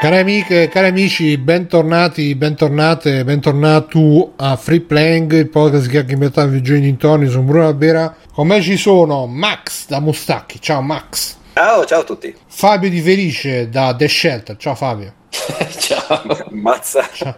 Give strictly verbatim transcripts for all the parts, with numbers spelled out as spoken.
Cari amiche, cari amici, bentornati, bentornate, bentornato a Free Playing, il podcast che ha inventato i giorni dintorni. Sono Bruno Albera. Con me ci sono Max da Mustacchi. Ciao Max. Ciao, ciao a tutti. Fabio Di Felice da The Shelter. Ciao Fabio. Ciao. Mazza. Ciao.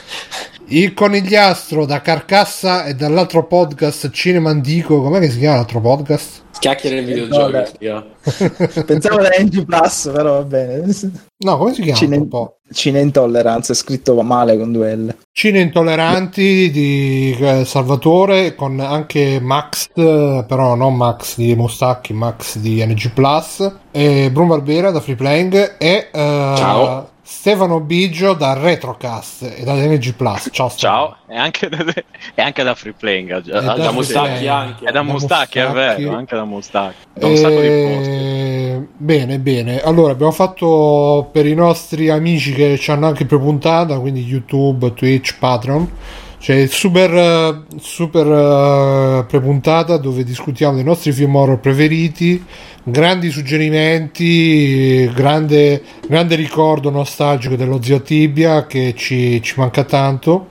Il conigliastro da Carcassa e dall'altro podcast Cinema Antico. Com'è che si chiama l'altro podcast? Chiacchiere nel videogioco. Pensavo da N G Plus, però va bene. No, come si chiama? Cine, un po'? Cine Intolleranza, è scritto male con due L. Cine Intolleranti di eh, Salvatore, con anche Max, eh, però non Max di Mostacchi, Max di N G Plus, e Bruno Barbera da Free Playing e eh, Ciao. Stefano Biggio da Retrocast e da N G Plus. Ciao Stefano. Ciao, e anche da, e anche da Free Playing, E da, da Mustacchi anche. è da, Da Mustacchi, è Mustacchi. vero, anche da Mustacchi. Da un sacco di posti. E... Bene, bene. Allora, abbiamo fatto per i nostri amici che ci hanno anche pre-puntata, quindi YouTube, Twitch, Patreon. C'è il super, eh, super eh, pre-puntata dove discutiamo dei nostri film horror preferiti, grandi suggerimenti, grande, grande ricordo nostalgico dello Zio Tibia che ci, ci manca tanto.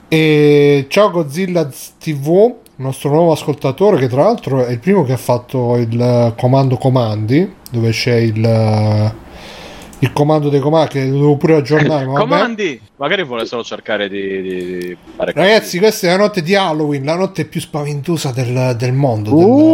E ciao Godzilla tivù, il nostro nuovo ascoltatore, che tra l'altro è il primo che ha fatto il comando comandi, dove c'è il, il comando dei comandi, che devo pure aggiornare. Ma vabbè. Comandi! Magari vuole solo cercare di, di, di fare Ragazzi, questa è la notte di Halloween, la notte più spaventosa del, del mondo.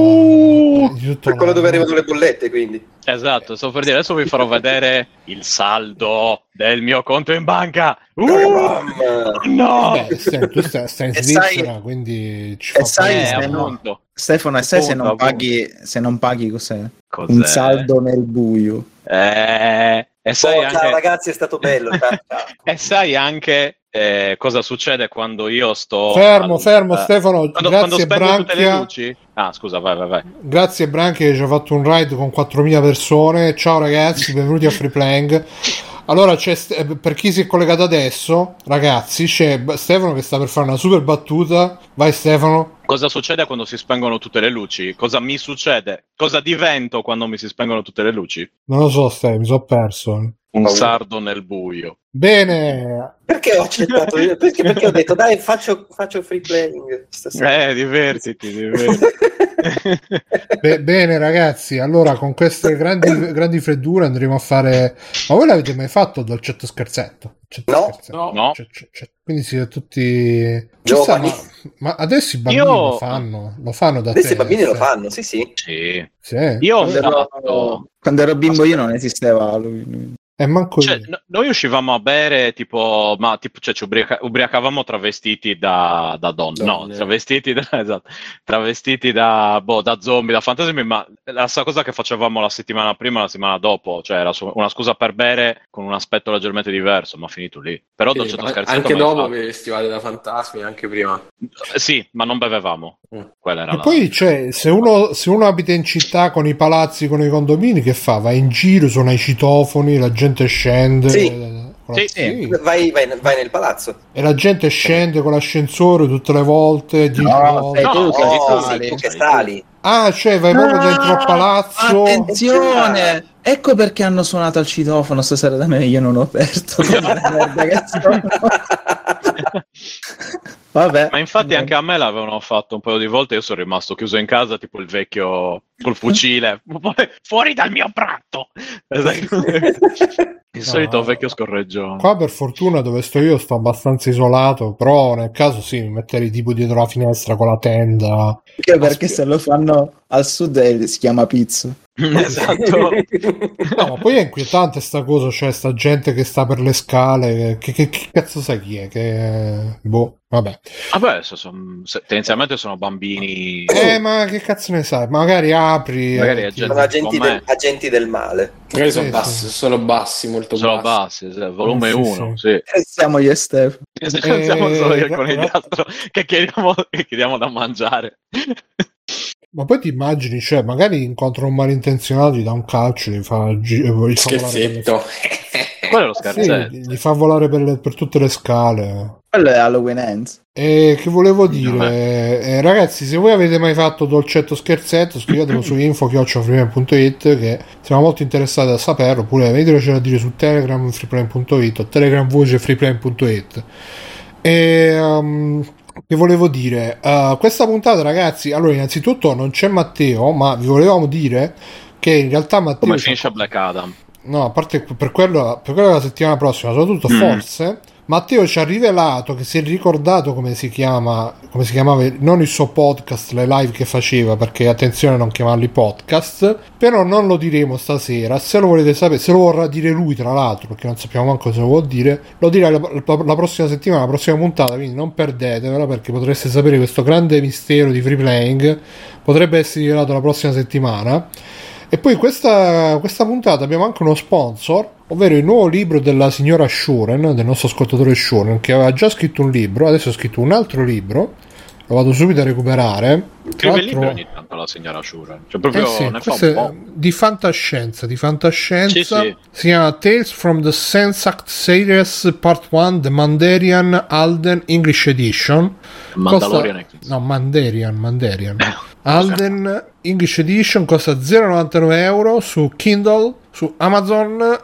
Uh, del, di tutto Per quello il- dove arrivano le bollette, quindi. Esatto, sto per dire, adesso vi farò vedere il saldo del mio conto in banca. Uh, Mamma. no! Beh, stai, tu stai, stai in E Svizzera, sai- quindi ci e fa sai Eh, se paura. no- appunto. Stefano, e sai se non Appunto, paghi, se non paghi cos'è? Cos'è? Un saldo nel buio. Eh, e sai Oh, anche... ciao ragazzi, è stato bello. Ciao, ciao. E sai anche eh, cosa succede quando io sto... Fermo, al- fermo eh, Stefano, Quando, quando grazie spengo tutte le Branchia. luci? Ah, scusa, vai, vai, vai. Grazie Branchi che ci ha fatto un ride con quattromila persone. Ciao ragazzi, benvenuti a Free Playing. Allora, c'è Ste- eh, per chi si è collegato adesso, ragazzi, c'è B- Stefano che sta per fare una super battuta. Vai Stefano. Cosa succede quando si spengono tutte le luci? Cosa mi succede? Cosa divento quando mi si spengono tutte le luci? Non lo so Stefano, mi sono perso. Un Paura. sardo nel buio. Bene. Perché ho accettato? Perché, perché ho detto, dai, faccio, faccio free playing stasera. Eh, divertiti, divertiti. Be- bene ragazzi, allora con queste grandi, grandi freddure andremo a fare... Ma voi l'avete mai fatto il dolcetto scherzetto? Dolcetto No. scherzetto? No. No. Cioè, cioè, cioè, quindi siete tutti... Ci sta, Giovani. ma, ma adesso i bambini Io- lo fanno, lo fanno da Adesso te. i bambini lo eh. fanno, sì, sì. Sì. Sì. Io ho Quando ero, fatto... quando ero bimbo io non esisteva Halloween. E manco Cioè, io. no- noi uscivamo a bere tipo, ma tipo, cioè, ci ubriaca- ubriacavamo travestiti da, da donne, no, Donne. travestiti da, esatto, travestiti da, boh, da zombie, da fantasmi, ma la stessa cosa che facevamo la settimana prima, la settimana dopo, cioè era su- una scusa per bere con un aspetto leggermente diverso, ma finito lì. Però Sì, dolcetto ma scherzetto anche mai dopo fatto. vi vestivate da fantasmi, anche prima. Eh, Sì, ma non bevevamo. Mm. Quella era E la... poi, cioè, se uno, se uno abita in città con i palazzi, con i condomini, che fa? Va in giro, suona i citofoni, la gente scende. Sì. eh, con la- Sì. sì. Vai, vai, vai nel palazzo. E la gente scende con l'ascensore tutte le volte, dieci No, volte. sei tu No, che no, Oh, sali. sei tu che sali. Ah, cioè vai proprio dentro al palazzo. Attenzione! Ecco perché hanno suonato al citofono stasera da me, io non ho aperto. Merda, che suono. Vabbè. Ma infatti anche a me l'avevano fatto un paio di volte, io sono rimasto chiuso in casa, tipo il vecchio col fucile, fuori dal mio prato! Il No, solito vecchio scorreggione. Qua per fortuna dove sto io sto abbastanza isolato, però nel caso sì, mi metterei tipo dietro la finestra con la tenda. Anche perché se lo fanno al sud eh, si chiama pizza. Esatto. No, ma poi è inquietante sta cosa, cioè sta gente che sta per le scale, che, che, che cazzo sai chi è? Che... Boh, vabbè. Vabbè, so- son- se- tendenzialmente sono bambini. Eh, ma che cazzo ne sai? Magari apri... Magari eh, è ti- Sono agenti Com'è? del, agenti del male. Magari sono Sì, bassi, sì. sono bassi, molto Sono bassi. bassi, sì, volume Sì, uno, sì. E siamo io e Stefano. Siamo solo io Eh, con il no. gatto che chiediamo, che chiediamo da mangiare. Ma poi ti immagini, cioè, magari incontra un malintenzionato, gli dà un calcio, gli fa, gi- eh, gli fa volare per le- Scherzetto. Quello è lo Sì, scherzetto. gli fa volare per, le- per tutte le scale. Quello è Halloween Ends. E che volevo dire, eh, ragazzi, se voi avete mai fatto dolcetto scherzetto, scrivetelo su info chiocciola freeplane punto it, che siamo molto interessati a saperlo, oppure vedetelo a dire su Telegram freeplane punto it o Telegram voce freeplane punto it. E um, che volevo dire, uh, questa puntata, ragazzi, allora innanzitutto non c'è Matteo, ma vi volevamo dire che in realtà Matteo Come finisce Black Adam? No, a parte per quello, per quello della settimana prossima, soprattutto Mm. forse Matteo ci ha rivelato che si è ricordato come si chiama, come si chiamava, non il suo podcast, le live che faceva, perché attenzione a non chiamarli podcast, però non lo diremo stasera. Se lo volete sapere, se lo vorrà dire lui, tra l'altro, perché non sappiamo manco cosa vuol dire, lo dirà la, la, la prossima settimana, la prossima puntata, quindi non perdetevela, perché potreste sapere questo grande mistero di free playing, potrebbe essere rivelato la prossima settimana. E poi questa, questa puntata abbiamo anche uno sponsor, ovvero il nuovo libro della signora Shuren, del nostro ascoltatore Shuren, che aveva già scritto un libro, adesso ha scritto un altro libro, lo vado subito a recuperare. Tra Scrive libri l'altro, ogni tanto la signora Shura. Cioè proprio eh sì, ne fa questo un è po'. di fantascienza, di fantascienza. Sì, sì. Si chiama Tales from the Sensact Series Part uno, The Mandarian Alden English Edition. Mandalorian Costa- Eclipse. no, Mandarian, Mandarian. Alden English Edition costa zero virgola novantanove euro su Kindle, su Amazon,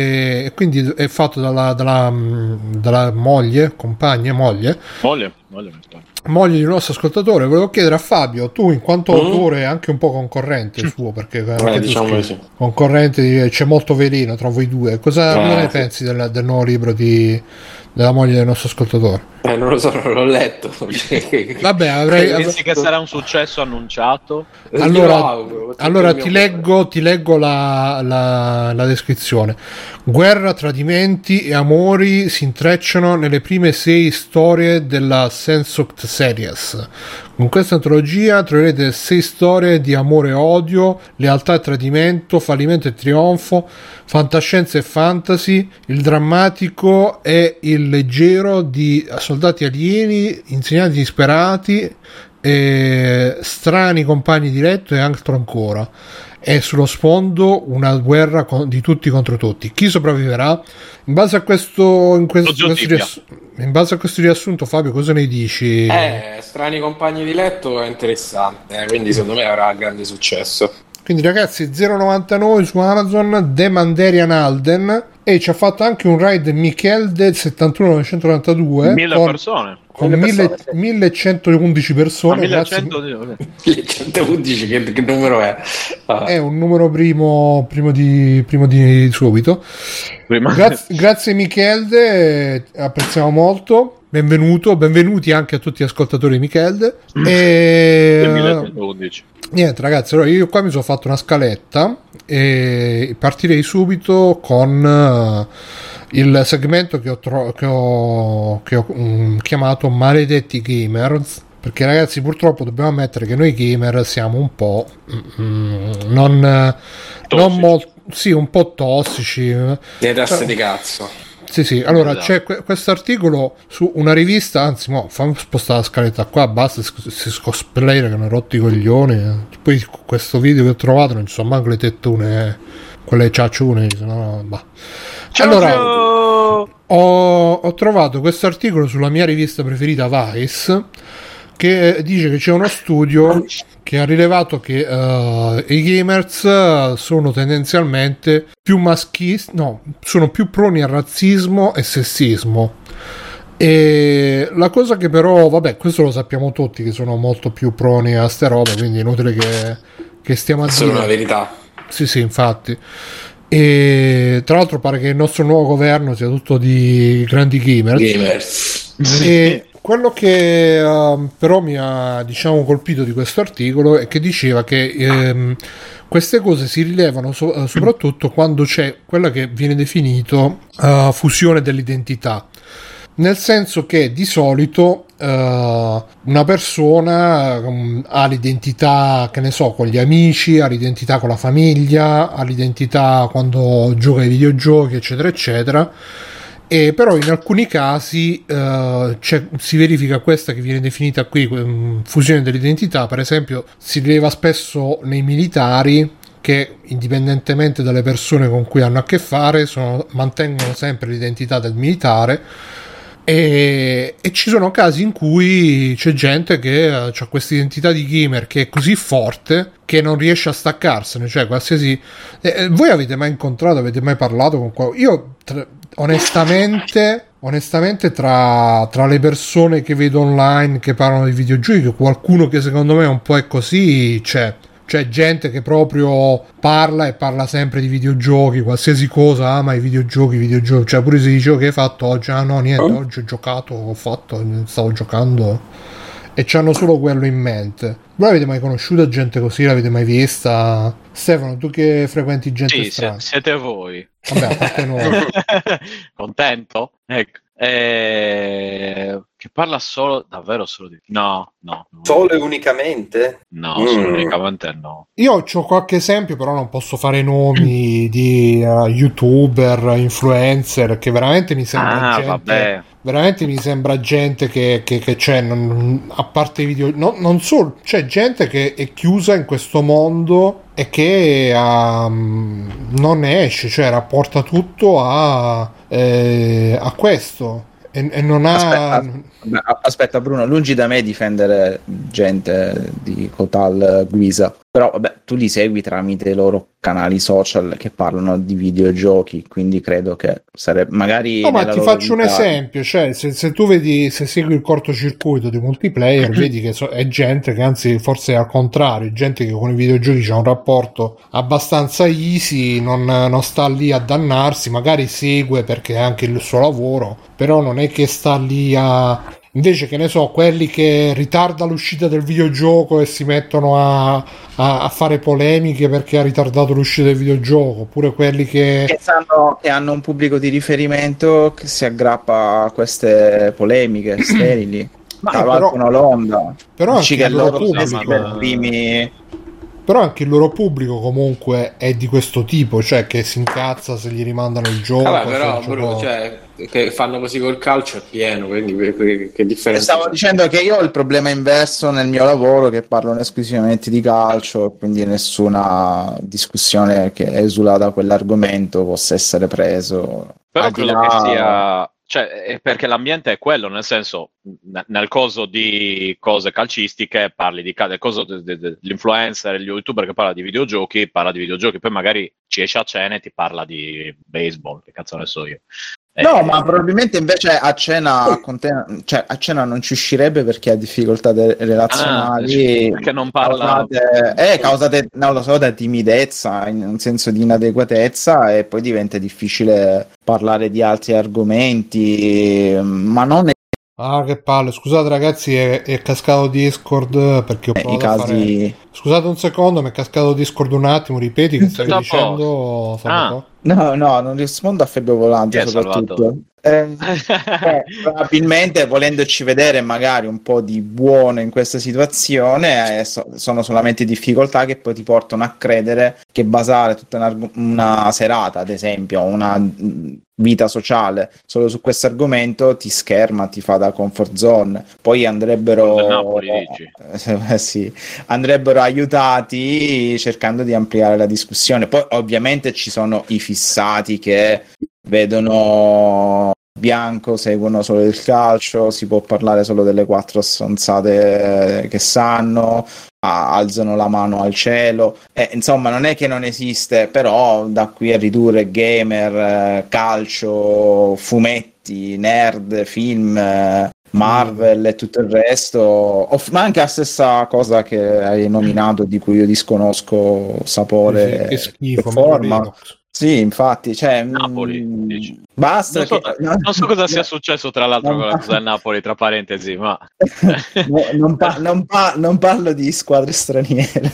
e quindi è fatto dalla, dalla, dalla moglie, compagna, moglie, Moglie, moglie, mi sta. moglie di un nostro ascoltatore. Volevo chiedere a Fabio, tu in quanto Mm. autore anche un po' concorrente suo, perché anche tu diciamo scrivi- di sì. concorrente di- c'è molto veleno tra voi due, cosa, Eh, cosa ne sì. pensi del, del nuovo libro di, della moglie del nostro ascoltatore? Eh, non lo so, non l'ho letto. Vabbè, avrei, Pensi che sarà un successo annunciato? allora, allora ti leggo, ti leggo la, la, la descrizione. Guerra, tradimenti e amori si intrecciano nelle prime sei storie della Sensuct Series. Con questa antologia troverete sei storie di amore e odio, lealtà e tradimento, fallimento e trionfo, fantascienza e fantasy, il drammatico e il leggero di soldati alieni, insegnanti disperati, e strani compagni di letto e altro ancora. È sullo sfondo una guerra con- di tutti contro tutti. Chi sopravviverà? In base a questo, in questo, Lo questo Zootopia. riass- in base a questo riassunto, Fabio, cosa ne dici? Eh, strani compagni di letto è interessante, eh, quindi secondo me avrà grande successo. Quindi ragazzi, zero virgola novantanove su Amazon, The Mandarian Alden, e ci ha fatto anche un ride Michel del settantuno novecentonovantadue Mille con, persone. con Mille mille- persone, sì. millecentoundici A persone. grazie- millecento Il centoundici che, che numero è? Ah. È un numero primo, primo, di, primo di subito. prima. Grazie, grazie Michelde, apprezziamo molto. Benvenuto, benvenuti anche a tutti gli ascoltatori di Michelde. Del E millecentoundici. niente ragazzi, allora io qua mi sono fatto una scaletta e partirei subito con eh, il segmento che ho, tro- che ho, che ho mm, chiamato Maledetti Gamers. Perché ragazzi, purtroppo dobbiamo ammettere che noi gamer siamo un po' mm, non, non Tossici. molto, sì, un po' tossici. Dei teste di cazzo. Sì, sì, allora Esatto. c'è que- questo articolo su una rivista, anzi, mo, fammi spostare la scaletta qua, basta, si si cosplayer che hanno rotto i coglioni. eh. Poi questo video che ho trovato non ci sono manco le tettone, eh, quelle ciacciune, no, bah. Allora, Ciao! ho, ho trovato questo articolo sulla mia rivista preferita Vice, che dice che c'è uno studio che ha rilevato che eh, i gamers sono tendenzialmente più maschisti, no, sono più proni al razzismo e sessismo. E la cosa che però, vabbè, questo lo sappiamo tutti che sono molto più proni a ste robe, quindi è inutile che, che stiamo a È solo dire. una verità. Sì, sì, infatti. E tra l'altro pare che il nostro nuovo governo sia tutto di grandi gamers. Gamers. E quello che eh, però mi ha, diciamo, colpito di questo articolo è che diceva che ehm, queste cose si rilevano so- eh, soprattutto quando c'è quella che viene definito eh, fusione dell'identità. Nel senso che di solito uh, una persona um, ha l'identità, che ne so, con gli amici, ha l'identità con la famiglia, ha l'identità quando gioca ai videogiochi, eccetera, eccetera. E però in alcuni casi uh, c'è, si verifica questa che viene definita qui um, fusione dell'identità. Per esempio, si rileva spesso nei militari che, indipendentemente dalle persone con cui hanno a che fare, sono, mantengono sempre l'identità del militare. E, e ci sono casi in cui c'è gente che ha questa identità di gamer che è così forte che non riesce a staccarsene, cioè qualsiasi eh, voi avete mai incontrato, avete mai parlato con qualcuno? Io tra, onestamente onestamente tra, tra le persone che vedo online che parlano di videogiochi, qualcuno che secondo me un po' è così c'è. C'è gente che proprio parla e parla sempre di videogiochi, qualsiasi cosa ama i videogiochi, videogiochi. Cioè pure se dicevo che hai fatto oggi, ah no niente, oh. oggi ho giocato, ho fatto, stavo giocando, e c'hanno solo quello in mente. Voi avete mai conosciuto gente così? L'avete mai vista? Stefano, tu che frequenti gente sì, strana? Se, siete voi. Vabbè, a parte noi. Contento? Ecco. Eh, che parla solo, davvero solo di... No, no. no. Solo e unicamente? No, mm. solo unicamente no. Io ho qualche esempio, però non posso fare nomi di uh, youtuber, influencer, che veramente mi sembra ah, gente... Vabbè. Veramente mi sembra gente che, che, che c'è, non, a parte i video, no, non solo, c'è gente che è chiusa in questo mondo e che um, non esce, cioè rapporta tutto a, eh, a questo e, e non ha... Aspetta, aspetta Bruno, lungi da me difendere gente di Cotal Guisa, però vabbè, tu li segui tramite i loro canali social che parlano di videogiochi, quindi credo che sarebbe magari... No, ma ti faccio vita... un esempio, cioè se, se tu vedi, se segui il cortocircuito di multiplayer, vedi che so, è gente che anzi forse è al contrario, gente che con i videogiochi ha un rapporto abbastanza easy, non, non sta lì a dannarsi, magari segue perché è anche il suo lavoro, però non è che sta lì a... Invece, che ne so, quelli che ritarda l'uscita del videogioco e si mettono a, a, a fare polemiche perché ha ritardato l'uscita del videogioco, oppure quelli che... Che, sanno, che hanno un pubblico di riferimento che si aggrappa a queste polemiche sterili, cavalcano l'onda, però anche che loro pubblico, per primi... Però anche il loro pubblico comunque è di questo tipo, cioè che si incazza se gli rimandano il gioco. Vabbè, però il bro, gioco... cioè, che fanno così col calcio è pieno, quindi che, che differenza Stavo c'è? dicendo che io ho il problema inverso nel mio lavoro, che parlano esclusivamente di calcio, quindi nessuna discussione che esula da quell'argomento possa essere preso. Però Al di credo là... che sia... Cioè, è perché l'ambiente è quello, nel senso, nel coso di cose calcistiche parli di del coso de, de, de, l'influencer, il youtuber che parla di videogiochi, parla di videogiochi, poi magari ci esce a cena e ti parla di baseball, che cazzo ne so io. No, eh, ma probabilmente invece a cena con te, cioè a cena non ci uscirebbe perché ha difficoltà de- relazionali, ah, perché non parla causate, eh, causate, non lo so, da timidezza, in un senso di inadeguatezza, e poi diventa difficile parlare di altri argomenti, ma non Ah, che palle, scusate ragazzi, è, è cascato Discord perché ho i provato a casi... fare... Scusate un secondo, mi è cascato Discord un attimo, ripeti che stavi Dopo. dicendo... Ah. No, no, non rispondo a Fabio Volante, Chi è soprattutto. Eh, eh, probabilmente volendoci vedere magari un po' di buono in questa situazione, eh, so, sono solamente difficoltà che poi ti portano a credere che basare tutta una, una serata, ad esempio, una vita sociale solo su questo argomento ti scherma, ti fa da comfort zone. Poi andrebbero Napoli, dici? eh, sì, andrebbero aiutati cercando di ampliare la discussione. Poi ovviamente ci sono i fissati che vedono bianco, seguono solo il calcio, si può parlare solo delle quattro stronzate che sanno, alzano la mano al cielo, eh, insomma non è che non esiste, però da qui a ridurre gamer, calcio, fumetti, nerd, film, Marvel e tutto il resto, ma anche la stessa cosa che hai nominato, di cui io disconosco sapore, che schifo, e forma. Sì, infatti, cioè, Napoli, mh, dici. basta. Non so, che... non so cosa sia successo tra l'altro non con la pa- cosa del Napoli, tra parentesi, ma no, non, pa- non, pa- non parlo di squadre straniere.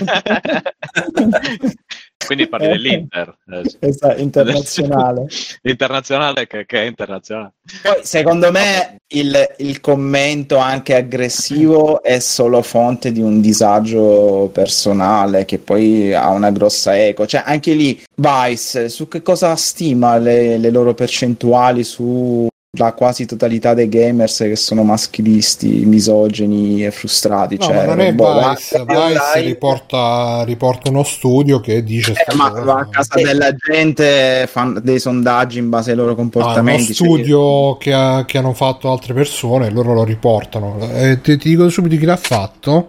Quindi parli dell'Inter, esatto, internazionale. Internazionale che, che è internazionale. Poi secondo me il, il commento anche aggressivo è solo fonte di un disagio personale che poi ha una grossa eco, cioè anche lì Vice su che cosa stima le, le loro percentuali su la quasi totalità dei gamers che sono maschilisti, misogini e frustrati. No, cioè, ma non è boh, Vice, va- Vice riporta, riporta uno studio che dice eh, sta ma cosa. va a casa della gente, fanno dei sondaggi in base ai loro Ah, è uno comportamenti. cioè- studio che, ha- che hanno fatto altre persone e loro lo riportano. E ti, ti dico subito chi l'ha fatto.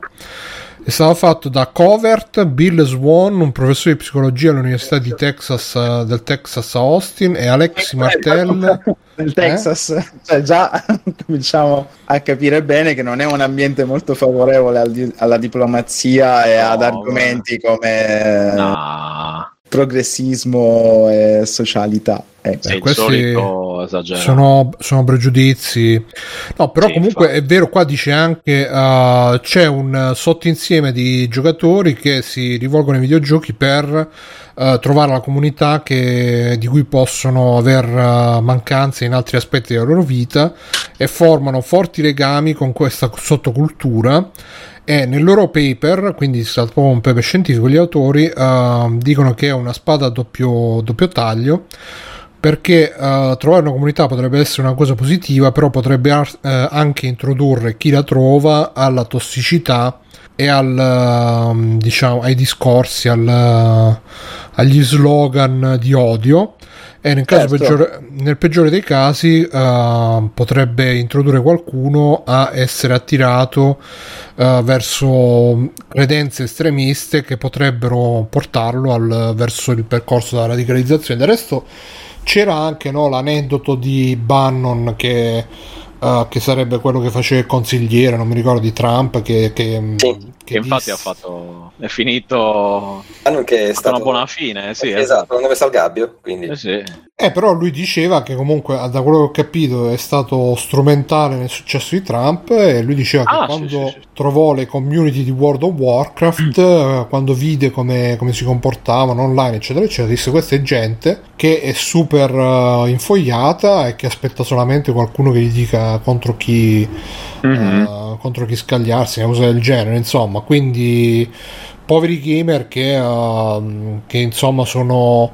È stato fatto da Covert, Bill Swan, un professore di psicologia all'Università di Texas, eh, del Texas a Austin, e Alexi Martel. Nel Texas, cioè già cominciamo a capire bene che non è un ambiente molto favorevole al di- alla diplomazia e No, ad argomenti come eh, No, progressismo e socialità. Ecco. sei il questi solito esagerato. Sono, sono pregiudizi. No, però Sì, comunque infatti. è vero, qua dice anche uh, c'è un sottoinsieme di giocatori che si rivolgono ai videogiochi per uh, trovare la comunità che, di cui possono aver uh, mancanze in altri aspetti della loro vita e formano forti legami con questa sottocultura. E nel loro paper, quindi è stato proprio un paper scientifico, gli autori uh, dicono che è una spada a doppio, doppio taglio, perché uh, trovare una comunità potrebbe essere una cosa positiva, però potrebbe uh, anche introdurre chi la trova alla tossicità e al, uh, diciamo, ai discorsi, al, uh, agli slogan di odio. E nel, caso Certo. peggiore, nel peggiore dei casi uh, potrebbe introdurre qualcuno a essere attirato uh, verso credenze estremiste che potrebbero portarlo al, verso il percorso della radicalizzazione. Del resto c'era anche, no, l'aneddoto di Bannon che, uh, che sarebbe quello che faceva il consigliere, non mi ricordo, di Trump, che, che, Sì. Che infatti disse- ha fatto, è finito Hanno che è ha fatto stato una buona fine, sì, esatto, esatto. hanno messo al gabbio, quindi Eh sì. Eh, però lui diceva che comunque, da quello che ho capito, è stato strumentale nel successo di Trump, e lui diceva che Ah, sì, quando sì, sì. trovò le community di World of Warcraft, eh, quando vide come, come si comportavano online, eccetera, eccetera, disse: questa è gente che è super eh, infogliata e che aspetta solamente qualcuno che gli dica contro chi, Mhm. eh, contro chi scagliarsi, una cosa del genere, insomma. Quindi poveri gamer che, uh, che insomma sono...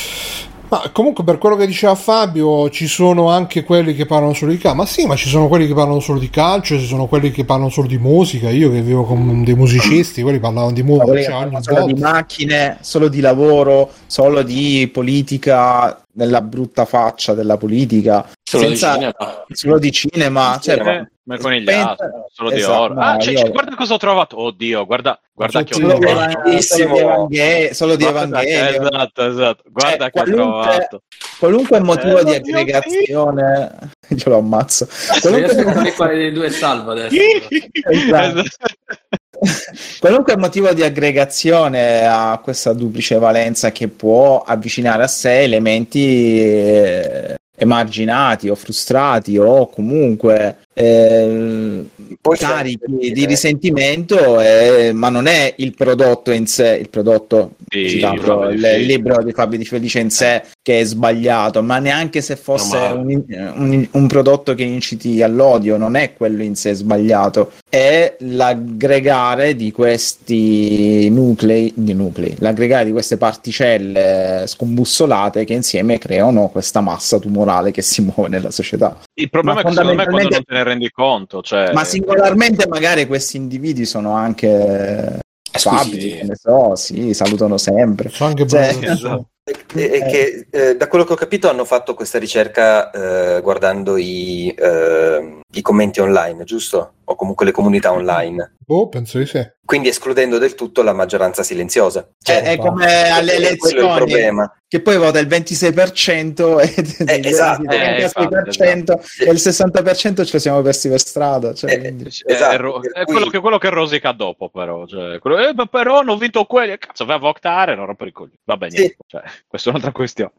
Ma comunque, per quello che diceva Fabio, ci sono anche quelli che parlano solo di calcio. Ma sì, ma ci sono quelli che parlano solo di calcio, ci sono quelli che parlano solo di musica. Io che vivo con dei musicisti, quelli parlavano di musica, Quelli che cioè, parlano ogni solo di volta. macchine, solo di lavoro, solo di politica, nella brutta faccia della politica, Solo di senza- cinema. solo di cinema, cioè, Cinema. Eh, ma conigliato, pensa- solo di esatto, oro. no, Ah, c'è- io- c'è- guarda cosa ho trovato. Oddio, guarda, guarda che ho Solo solo di, trovato. Evan- solo di Evanghe- solo di Guarda che- Evangelion. esatto, esatto. Guarda Cioè, che ho qualunque, trovato. qualunque motivo Eh, di oddio, sì. aggregazione, io lo ammazzo. Io Qualunque, so capire quale dei due salva adesso. Esatto. qualunque motivo di aggregazione ha questa duplice valenza che può avvicinare a sé elementi eh, emarginati o frustrati o comunque eh, Poi carichi c'è- di risentimento, eh, ma non è il prodotto in sé, il prodotto, Sì, citando Fabio Di il, Felice. il libro di Fabio Di Felice in sé, che è sbagliato, ma neanche se fosse No, ma- un, un- un prodotto che inciti all'odio, non è quello in sé sbagliato, è l'aggregare di questi nuclei, di nuclei, l'aggregare di queste particelle scombussolate che insieme creano questa massa tumorale che si muove nella società. Il problema Ma è che secondo me quando fondamentalmente- non te ne rendi conto, cioè... Ma singolarmente magari questi individui sono anche affabili, che ne so, sì, salutano sempre. Sono anche Cioè, bravi. esatto. E- e che eh, da quello che ho capito hanno fatto questa ricerca eh, guardando i, eh, i commenti online, giusto? O comunque le comunità online. Boh, penso di sì. Quindi escludendo del tutto la maggioranza silenziosa. Cioè, è come alle Quello è il elezioni problema. che poi vota il ventisei per cento e Eh, esatto. il Eh, trentasei per cento e il sessanta per cento ce lo siamo persi per strada. Cioè, Eh, quindi- È, Esatto, ro- per è cui- quello, che, quello che rosica dopo, però. Cioè, quello, eh, ma però hanno vinto quelli. Cazzo, vai a votare, non rompere i coglioni. Vabbè, Sì. niente. Cioè, questa è un'altra questione.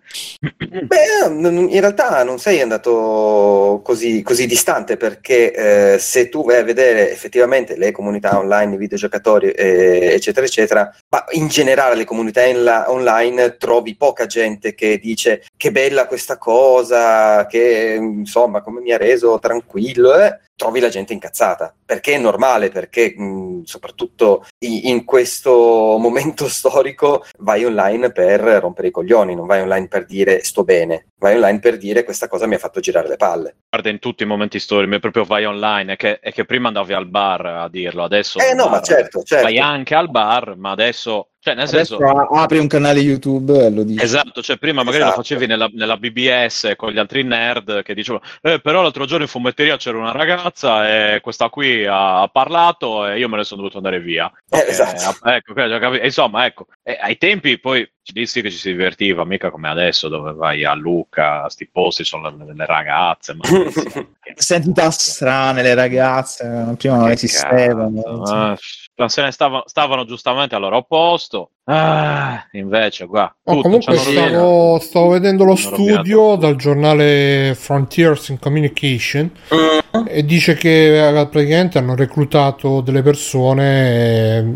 Beh, non- in realtà non sei andato così, così distante, perché eh, se tu vai a vedere effettivamente le comunità online, i videogiocatori, eh, eccetera, eccetera, ma in generale le comunità inla- online trovi poca gente che dice che bella questa cosa, che insomma come mi ha reso tranquillo, eh. Trovi la gente incazzata, perché è normale, perché mh, soprattutto in questo momento storico vai online per rompere i coglioni, non vai online per dire sto bene, vai online per dire questa cosa mi ha fatto girare le palle. Guarda, in tutti i momenti storici, proprio vai online, è che, è che prima andavi al bar a dirlo, adesso eh no bar, ma certo, certo vai anche al bar, ma adesso, cioè nel adesso senso apri un canale YouTube e lo dici. Esatto, cioè prima magari esatto. lo facevi nella, nella B B S con gli altri nerd che dicevano eh, però l'altro giorno in fumetteria c'era una ragazza e questa qui ha, ha parlato e io me ne sono dovuto andare via. Eh, esatto. eh, ecco, cioè, insomma, ecco, e ai tempi poi ci dissi che ci si divertiva, mica come adesso dove vai a Lucca, sti posti sono le, le ragazze. Ma sentità strane le ragazze, prima non esistevano. Eh, se ne stavano, stavano giustamente al loro posto. Ah, invece qua oh, comunque stavo, stavo vedendo lo studio dal giornale Frontiers in Communication uh. e dice che praticamente hanno reclutato delle persone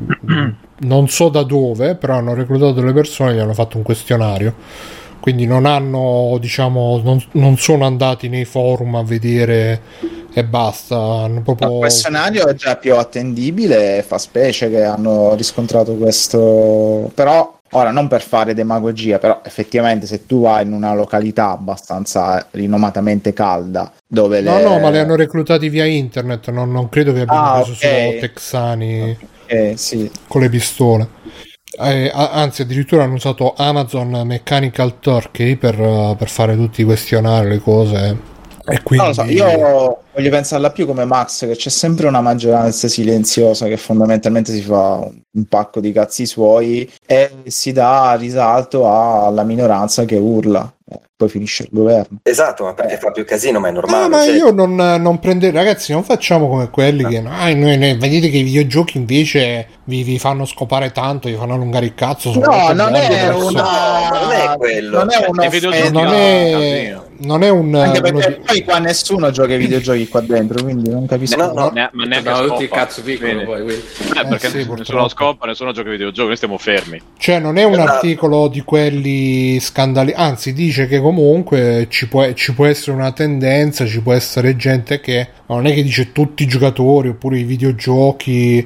non so da dove, però hanno reclutato delle persone e gli hanno fatto un questionario, quindi non hanno, diciamo, non, non sono andati nei forum a vedere e basta. Hanno proprio... Il questionario è già più attendibile, fa specie che hanno riscontrato questo, però ora non per fare demagogia, però effettivamente se tu vai in una località abbastanza rinomatamente calda dove no le... no ma li hanno reclutati via internet, non, non credo che abbiano ah, preso okay. solo texani okay, sì. con le pistole. Eh, anzi addirittura hanno usato Amazon Mechanical Turkey per, uh, per fare tutti i questionari, le cose, e quindi... non lo so, io voglio pensarla più come Max, che c'è sempre una maggioranza silenziosa che fondamentalmente si fa un pacco di cazzi suoi e si dà risalto alla minoranza che urla, eh, poi finisce il governo. Esatto, ma perché fa più casino, ma è normale. No, ma cioè... io non, non prendo, ragazzi, non facciamo come quelli che ah, noi, noi, vedete che i videogiochi invece vi, vi fanno scopare tanto, vi fanno allungare il cazzo. No, non è, una... no, non è quello. Non è una non è, non è un anche perché uno... poi qua nessuno gioca ai videogiochi qua dentro, quindi non capisco. No, no, ne, ma neanche no, tutti il cazzo piccolo poi, eh, perché eh sì, nessuno scopa, nessuno gioca ai videogiochi, noi stiamo fermi. Cioè non è un articolo di quelli scandali, anzi dice che comunque ci può, ci può essere una tendenza, ci può essere gente che non è che dice tutti i giocatori oppure i videogiochi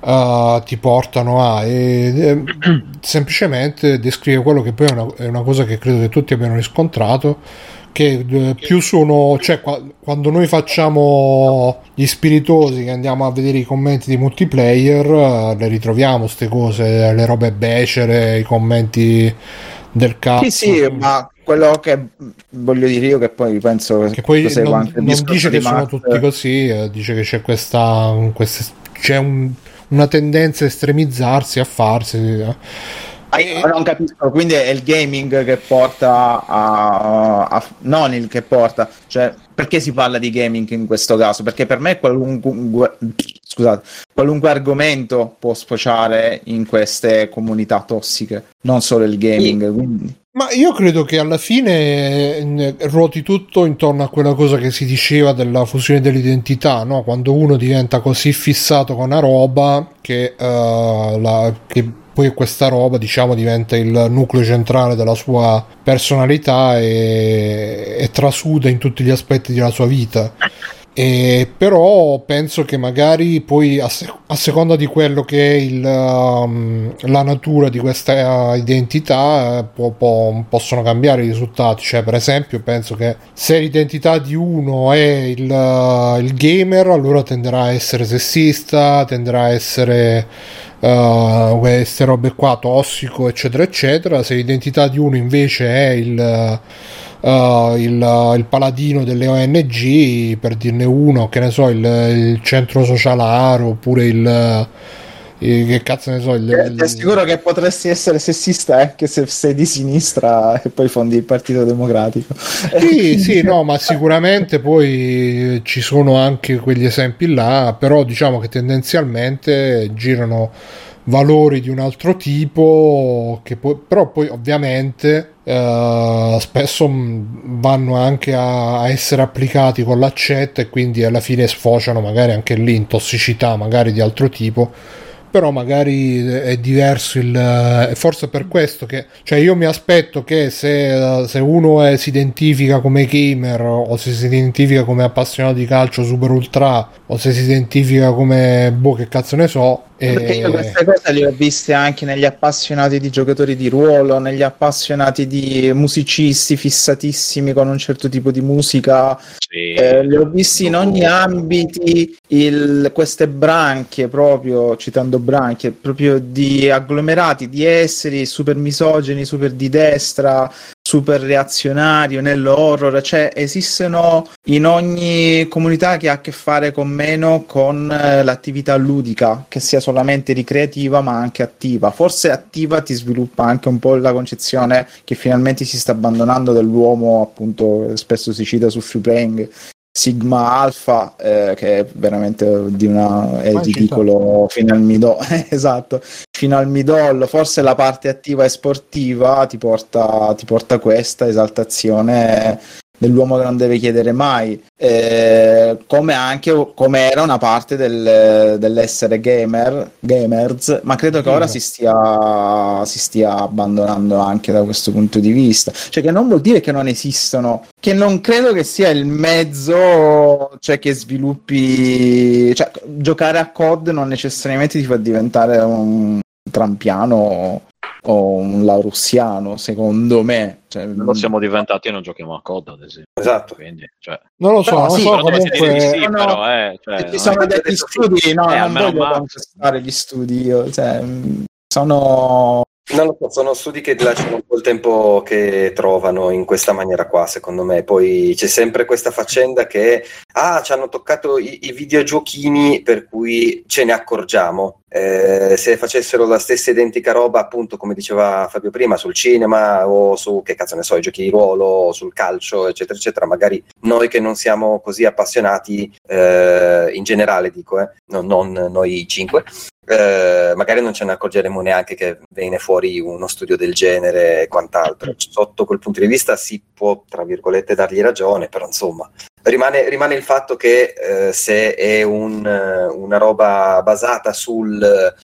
uh, ti portano a e, e, semplicemente descrive quello che poi è una, è una cosa che credo che tutti abbiano riscontrato, che eh, più sono, cioè qua, quando noi facciamo gli spiritosi che andiamo a vedere i commenti di multiplayer, uh, le ritroviamo ste cose, le robe becere, i commenti del cazzo. Sì, sì, ma quello che voglio dire io, che poi penso che poi non, anche non dice che di sono Max. tutti così, eh, dice che c'è questa, questa c'è un, una tendenza a estremizzarsi, a farsi eh. Ah, non capisco, quindi è il gaming che porta a, a non il che porta, cioè perché si parla di gaming in questo caso? Perché per me qualunque scusate, qualunque argomento può sfociare in queste comunità tossiche, non solo il gaming, sì. Quindi ma io credo che alla fine ruoti tutto intorno a quella cosa che si diceva della fusione dell'identità, no? Quando uno diventa così fissato con una roba che, uh, la, che poi questa roba, diciamo, diventa il nucleo centrale della sua personalità e, e trasuda in tutti gli aspetti della sua vita. E però penso che magari poi a, sec- a seconda di quello che è il, um, la natura di questa identità può, può, possono cambiare i risultati. Cioè, per esempio, penso che se l'identità di uno è il, uh, il gamer, allora tenderà a essere sessista, tenderà a essere uh, queste robe qua, tossico, eccetera eccetera. Se l'identità di uno invece è il Uh, il, uh, il paladino delle O N G, per dirne uno, che ne so, il, il centro socialare, oppure il, uh, il che cazzo ne so, il, eh, ti assicuro che potresti essere sessista anche se sei di sinistra e poi fondi il Partito Democratico. Sì, sì, no, ma sicuramente poi ci sono anche quegli esempi là, però diciamo che tendenzialmente girano valori di un altro tipo che poi, però poi ovviamente eh, spesso vanno anche a, a essere applicati con l'accetta e quindi alla fine sfociano magari anche lì in tossicità magari di altro tipo, però magari è diverso il, forse per questo che, cioè io mi aspetto che se, se uno è, si identifica come gamer o se si identifica come appassionato di calcio super ultra o se si identifica come boh che cazzo ne so. Perché io queste cose le ho viste anche negli appassionati di giocatori di ruolo, negli appassionati di musicisti fissatissimi con un certo tipo di musica, sì. eh, le ho visti in ogni ambiti, il, queste branchie proprio, citando branchie, proprio di agglomerati, di esseri super misogini, super di destra, super reazionario nell'horror, cioè esistono in ogni comunità che ha a che fare con meno con eh, l'attività ludica, che sia solamente ricreativa ma anche attiva. Forse attiva ti sviluppa anche un po' la concezione che finalmente si sta abbandonando dell'uomo, appunto spesso si cita su Free Playing, Sigma Alpha, eh, che è veramente di una è ridicolo fino al midollo. Esatto, fino al midollo. Forse la parte attiva e sportiva ti porta ti porta questa esaltazione dell'uomo che non deve chiedere mai, eh, come anche come era una parte del, dell'essere gamer gamers, ma credo che ora si stia si stia abbandonando anche da questo punto di vista, cioè che non vuol dire che non esistono, che non credo che sia il mezzo, cioè che sviluppi, cioè giocare a C O D non necessariamente ti fa diventare un trampiano o un laurussiano, secondo me. Cioè, lo siamo diventati e non giochiamo a C O D, ad esempio. Esatto. Quindi, cioè... non lo so, però, non sì, so però comunque sì, no, però, eh, cioè, ci sono degli studi, no, eh, non voglio ma... contestare gli studi, io, cioè, sono... Non lo so, sono studi che lasciano un po' il tempo che trovano in questa maniera qua, secondo me. Poi c'è sempre questa faccenda che ah, ci hanno toccato i, i videogiochini, per cui ce ne accorgiamo. Eh, se facessero la stessa identica roba, appunto, come diceva Fabio prima, sul cinema o su, che cazzo ne so, i giochi di ruolo, o sul calcio, eccetera, eccetera, magari noi che non siamo così appassionati, eh, in generale dico, eh, no, non noi cinque, Eh, magari non ce ne accorgeremo neanche che viene fuori uno studio del genere e quant'altro. Sotto quel punto di vista si può, tra virgolette, dargli ragione, però insomma rimane, rimane il fatto che eh, se è un, una roba basata sul,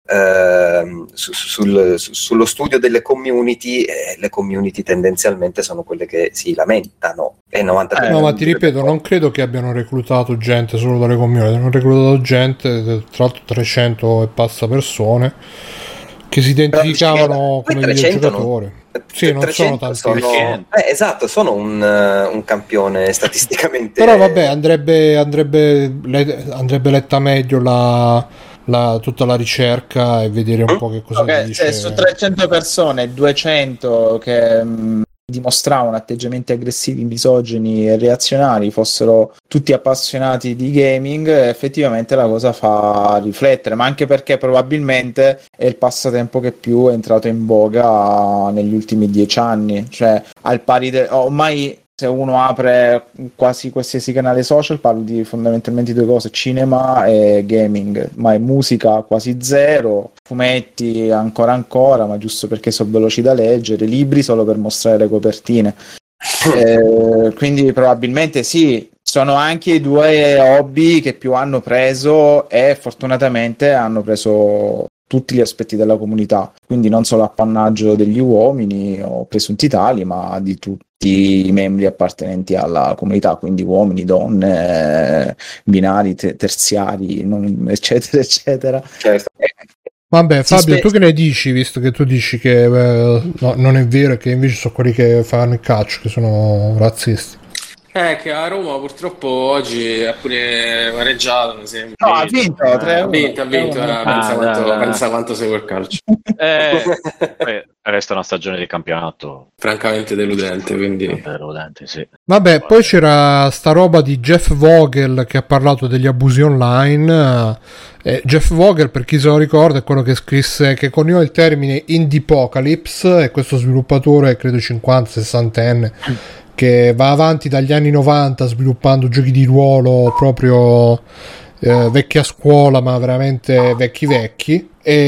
eh, su, sul, su, sullo studio delle community, eh, le community tendenzialmente sono quelle che si lamentano. E novanta eh, no, ma ti ripeto, non credo che abbiano reclutato gente solo dalle community, hanno reclutato gente, tra l'altro trecento e passa persone che si identificavano come videogiocatori. Non... Sì, non sono tanti. Sono... Eh, esatto, sono un, uh, un campione statisticamente. Però vabbè, andrebbe, andrebbe, andrebbe letta meglio la, la, tutta la ricerca e vedere un po' che cosa okay, dice. Se su trecento persone, duecento che mh, dimostravano atteggiamenti aggressivi, misogini e reazionari fossero tutti appassionati di gaming, effettivamente la cosa fa riflettere, ma anche perché probabilmente è il passatempo che più è entrato in voga negli ultimi dieci anni, cioè al pari de- ormai se uno apre quasi qualsiasi canale social parlo di fondamentalmente due cose, cinema e gaming, ma è musica quasi zero, fumetti ancora ancora, ma giusto perché sono veloci da leggere, libri solo per mostrare le copertine. Eh, quindi probabilmente sì, sono anche i due hobby che più hanno preso e fortunatamente hanno preso tutti gli aspetti della comunità, quindi non solo appannaggio degli uomini o presunti tali, ma di tutti i membri appartenenti alla comunità, quindi uomini, donne, binari, te- terziari, non, eccetera, eccetera. Certo. Vabbè, Si Fabio, spe- tu che ne dici, visto che tu dici che eh, no, non è vero, che invece sono quelli che fanno il calcio, che sono razzisti? Eh, che a Roma purtroppo oggi ha pure pareggiato, mi sembra. No, ha vinto, tre Ha vinto, ha vinto, eh, pensa, Ah, quanto, dai, dai. pensa quanto segue il calcio. Eh, poi resta una stagione di campionato Francamente deludente, quindi... deludente, sì. Vabbè, poi c'era sta roba di Jeff Vogel che ha parlato degli abusi online. Eh, Jeff Vogel, per chi se lo ricorda, è quello che scrisse, che coniò il termine Indiepocalypse, è questo sviluppatore, credo cinquanta sessantenne, che va avanti dagli anni novanta sviluppando giochi di ruolo proprio eh, vecchia scuola, ma veramente vecchi vecchi.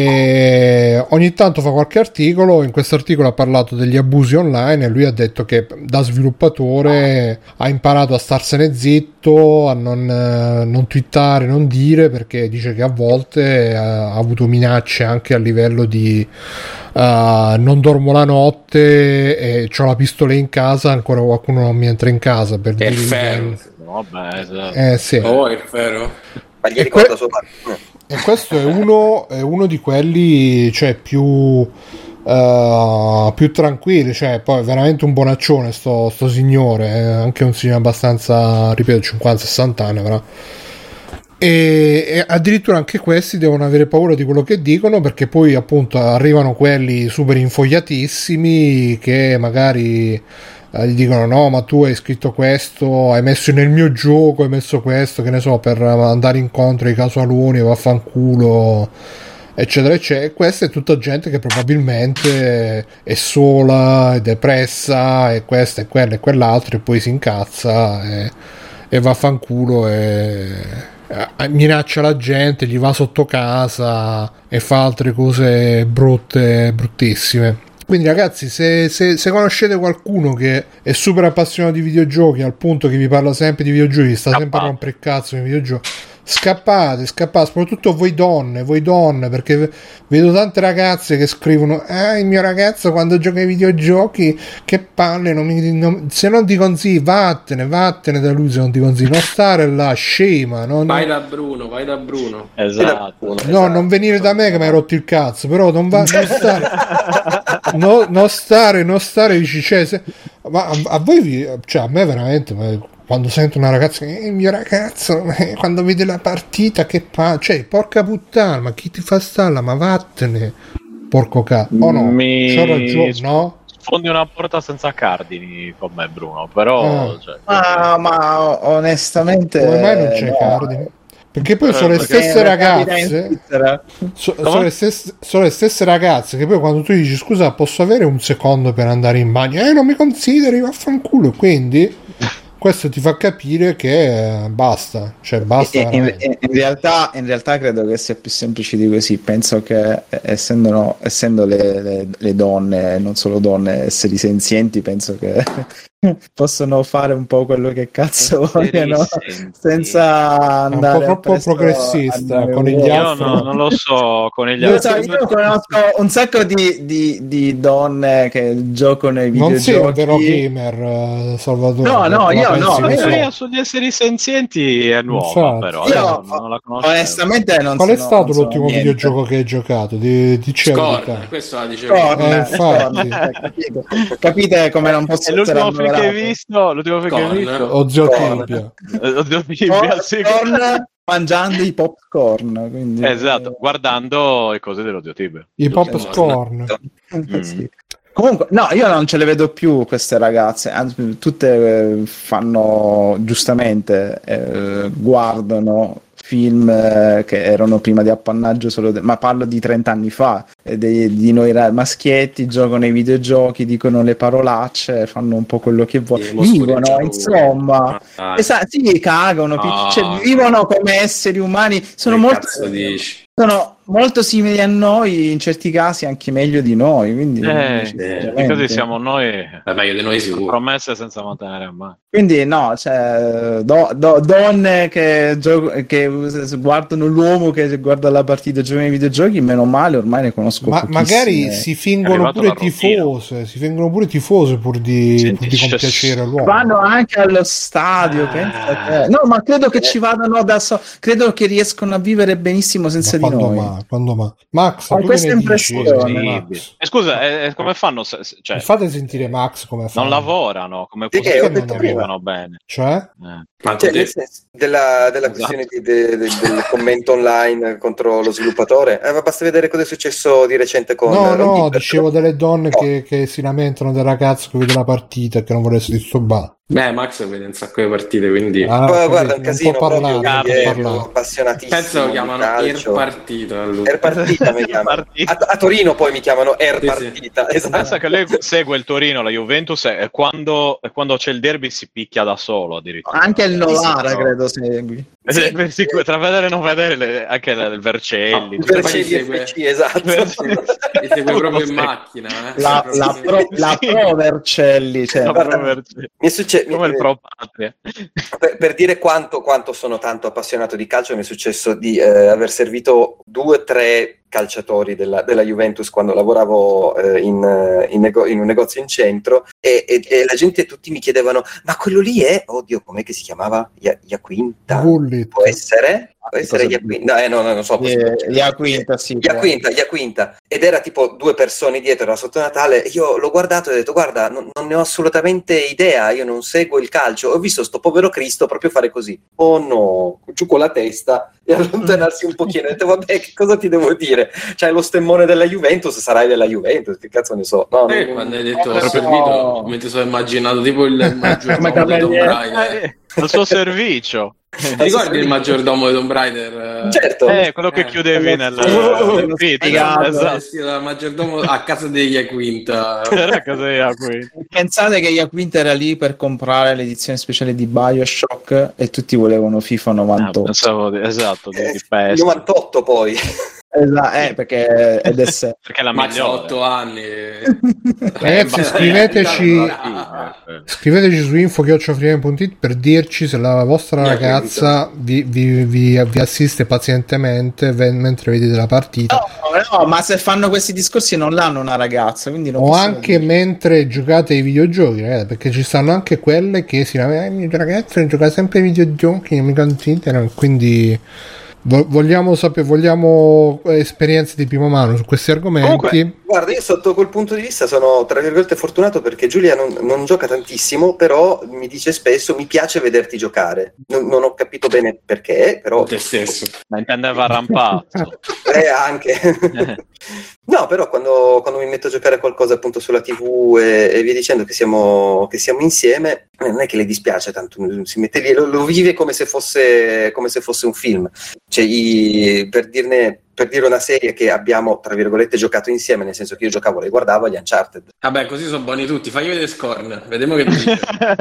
E ogni tanto fa qualche articolo. In questo articolo ha parlato degli abusi online e lui ha detto che da sviluppatore ha imparato a starsene zitto, a non, eh, non twittare, non dire, perché dice che a volte eh, ha avuto minacce anche a livello di uh, non dormo la notte e c'ho la pistola in casa, ancora qualcuno non mi entra in casa, per È dire il ferro. livello. Vabbè, esatto. Eh, sì. Oh, è vero. Ma gli E ricorda que- suo padre. E questo è uno, è uno di quelli, cioè, più uh, più tranquilli, cioè, poi è veramente un bonaccione sto, sto signore, è anche un signore abbastanza, ripeto, cinquanta sessanta anni, però. E, e addirittura anche questi devono avere paura di quello che dicono, perché poi appunto arrivano quelli super infogliatissimi che magari gli dicono no, ma tu hai scritto questo, hai messo nel mio gioco, hai messo questo, che ne so, per andare incontro ai casualoni, vaffanculo, eccetera eccetera. E questa è tutta gente che probabilmente è sola, è depressa, e questa e quella e quell'altro, e poi si incazza e, e vaffanculo e minaccia la gente, gli va sotto casa e fa altre cose brutte, bruttissime. Quindi ragazzi, se, se, se conoscete qualcuno che è super appassionato di videogiochi al punto che vi parla sempre di videogiochi, sta sempre a rompere il cazzo di videogiochi, scappate, scappate, soprattutto voi donne, voi donne, perché vedo tante ragazze che scrivono ah, il mio ragazzo quando gioca ai videogiochi, che palle, non mi, non, se non ti consigli, vattene, vattene da lui se non ti consigli, non stare là, scema, non, Vai da Bruno, vai da Bruno. Esatto. no, esatto. non venire da me che mi hai rotto il cazzo, però non va, non stare, no, non stare, non stare vicino, cioè, se, ma a, a voi, vi, cioè a me veramente, ma, quando sento una ragazza che eh, il mio ragazzo eh, quando vede la partita che fa, cioè porca puttana, ma chi ti fa stalla, ma vattene, porco cazzo, o oh, no, Mi... c'ho ragione, no? Sfondi una porta senza cardini con me, Bruno, però Ah. cioè, Ma, ma onestamente Come mai non c'è no. cardine? Perché poi Eh, sono le perché stesse capita in ragazze Svizzera. so- sono, le stesse, sono le stesse ragazze che poi quando tu dici scusa posso avere un secondo per andare in bagno, eh non mi consideri, vaffanculo, quindi questo ti fa capire che eh, basta, cioè basta in, in, veramente. in realtà, in realtà credo che sia più semplice di così. Penso che eh, essendo, essendo le, le, le donne, non solo donne, esseri senzienti, penso che possono fare un po' quello che cazzo vogliono senza È un andare po' troppo appresso progressista a- con gli io altri. no- non lo so con gli Io, altri. so, io conosco un sacco di, di, di donne che giocano ai Non sei un vero videogiochi. gamer, eh, Salvatore. No, no, La io pensi no, così? La io- teoria sugli esseri senzienti è nuova, Infatti. però Io, adesso non la conosco. onestamente, non Qual è sono- stato non sono l'ultimo niente. videogioco che hai giocato? Di, di Scorn, questo la dicevo. Scorn, Eh, infatti. Scorn, eh, capite? Capite come non posso È l'ultimo essere film che hai annoverato? visto? L'ultimo film che hai Scorn. visto? O zio Scorn. Tibia. Eh, Oddio, Bibbia, Scorn, sì. Scorn mangiando i popcorn, quindi Esatto, guardando le cose dello zio Tibia. I Giusto. popcorn. Eh, sì. Comunque, no, io non ce le vedo più queste ragazze, anzi, tutte eh, fanno giustamente, eh, guardano film eh, che erano prima di appannaggio solo de- ma parlo di trenta anni fa, eh, dei- di noi ra- maschietti, giocano ai videogiochi, dicono le parolacce, fanno un po' quello che vogliono, vivono, insomma, Ah, esatto, sì, cagano, pi- No. cioè, vivono come esseri umani, sono che molto cazzo dici? sono molto simili a noi, in certi casi anche meglio di noi, quindi Eh, sinceramente- così siamo noi, È meglio di noi sicuro. promesse senza mantenere mai. quindi no, cioè do- do- donne che, gio- che guardano l'uomo che guarda la partita e gioca ai videogiochi, meno male, ormai ne conosco Ma pochissime. magari si È fingono arrivato pure la routine. tifose, si fingono pure tifose pur di, Senti, pur di c'è- compiacere l'uomo. vanno anche allo stadio, Ah. pensa te. No, ma credo che ci vadano da so- credo che riescono a vivere benissimo senza Ma di quando noi. mai? Quando mai? Max, Ho tu che questa ne dici? impressione. Max? E scusa, eh, come fanno? Se, se- cioè, Fate sentire Max come fa. non lavorano, come Sì, che ho possono detto non prima. vivono bene? Cioè? Eh. Ma Cioè, tu nel te- senso della, della Esatto. questione di- de- de- del commento online contro lo sviluppatore, eh, ma basta vedere cosa è successo di recente con No, Ron no, Gilbert. dicevo delle donne No. che, che si lamentano del ragazzo che vede la partita e che non vuole essere disturbato. Beh, Max vede un sacco di partite, quindi Ah, Poi, capito, guarda, un non casino può parlare, proprio, non quindi può è parlare. appassionatissimo penso lo di chiamano Air calcio. Partita. a lui. Air Partita mi chiamano. Partita. A, a Torino poi mi chiamano Air Sì, sì. Partita. Esatto. Pensa che lei segue il Torino, la Juventus, e quando, e quando c'è il derby si picchia da solo addirittura. Anche il Eh, Novara sì, credo segui. Sì. Eh, sì, tra vedere e non vedere le- anche le- il Vercelli. Ah, tutte Vercelli segue- F C, esatto. Mi segue proprio in Sì. macchina. Eh. La, Proprio- la pro, la Sì. pro Vercelli, cioè, No, Guarda, proprio Vercelli. Mi è succe- Come mi- il Pro Patria. per, per dire quanto, quanto sono tanto appassionato di calcio, mi è successo di eh, aver servito due o tre calciatori della, della Juventus quando lavoravo eh, in, eh, in, nego- in un negozio in centro e, e- e la gente tutti mi chiedevano ma quello lì è, oddio com'è che si chiamava? Ia- Iaquinta? Bullet. Può essere? Può essere Cosa- Iaquinta? Eh, no, no, non so. eh, Iaquinta, sì. Iaquinta, Iaquinta. Ed era tipo due persone dietro, era sotto Natale. Io l'ho guardato e ho detto guarda, non, non ne ho assolutamente idea, io non seguo il calcio. Ho visto sto povero Cristo proprio fare così. Oh no, giù con la testa e allontanarsi un pochino. Ho detto vabbè, che cosa ti devo dire? C'hai lo stemmone della Juventus, sarai della Juventus, che cazzo ne so. No, Eh, non- quando hai detto No. servito, mi ti sono immaginato tipo il maggiordomo di Tom Raider. Eh, al suo servizio. Ti ricordi il maggiordomo di Tom Raider? Certo. Eh, quello che Eh. chiudevi nel, Oh, nel pit. spiegato. Esatto. Vestito da maggiordomo a casa degli Iaquinta. Era casa di Iaquinta. Pensate che Iaquinta era lì per comprare l'edizione speciale di BioShock e tutti volevano FIFA Ah, novantotto. pensavo di- esatto, di, Eh, di PES. novantotto poi. Esatto, eh, perché è del sé. Perché è la Ma c'ha migliore. otto anni. Ragazzi, Eh, scriveteci- ma- Scriveteci su info chiocciola freemium punto it per dirci se la vostra Mi ragazza vi, vi- vi- vi assiste pazientemente ve- mentre vedete la partita, No, no, ma se fanno questi discorsi non l'hanno una ragazza, quindi non o possono anche dire. mentre giocate ai videogiochi, ragazzi, perché ci stanno anche quelle che si lamentano, "Eh, mio ragazzo gioca sempre ai videogiochi, non mi considerano", quindi vo- vogliamo sapere, vogliamo esperienze di prima mano su questi argomenti. Comunque, Guarda, io sotto quel punto di vista sono tra virgolette fortunato perché Giulia non, non gioca tantissimo, però mi dice spesso mi piace vederti giocare. Non, non ho capito bene perché, però Te stesso. ma intendeva rampazzo. eh, anche. No, però quando, quando mi metto a giocare a qualcosa appunto sulla tivù e, e via dicendo che siamo, che siamo insieme, eh, non è che le dispiace tanto, si mette lì e lo, lo vive come se fosse come se fosse un film. Cioè, i- per dirne per dire una serie che abbiamo tra virgolette giocato insieme, nel senso che io giocavo e guardavo gli Uncharted. Vabbè, così sono buoni tutti. Fagli vedere Scorn. Vediamo che dice.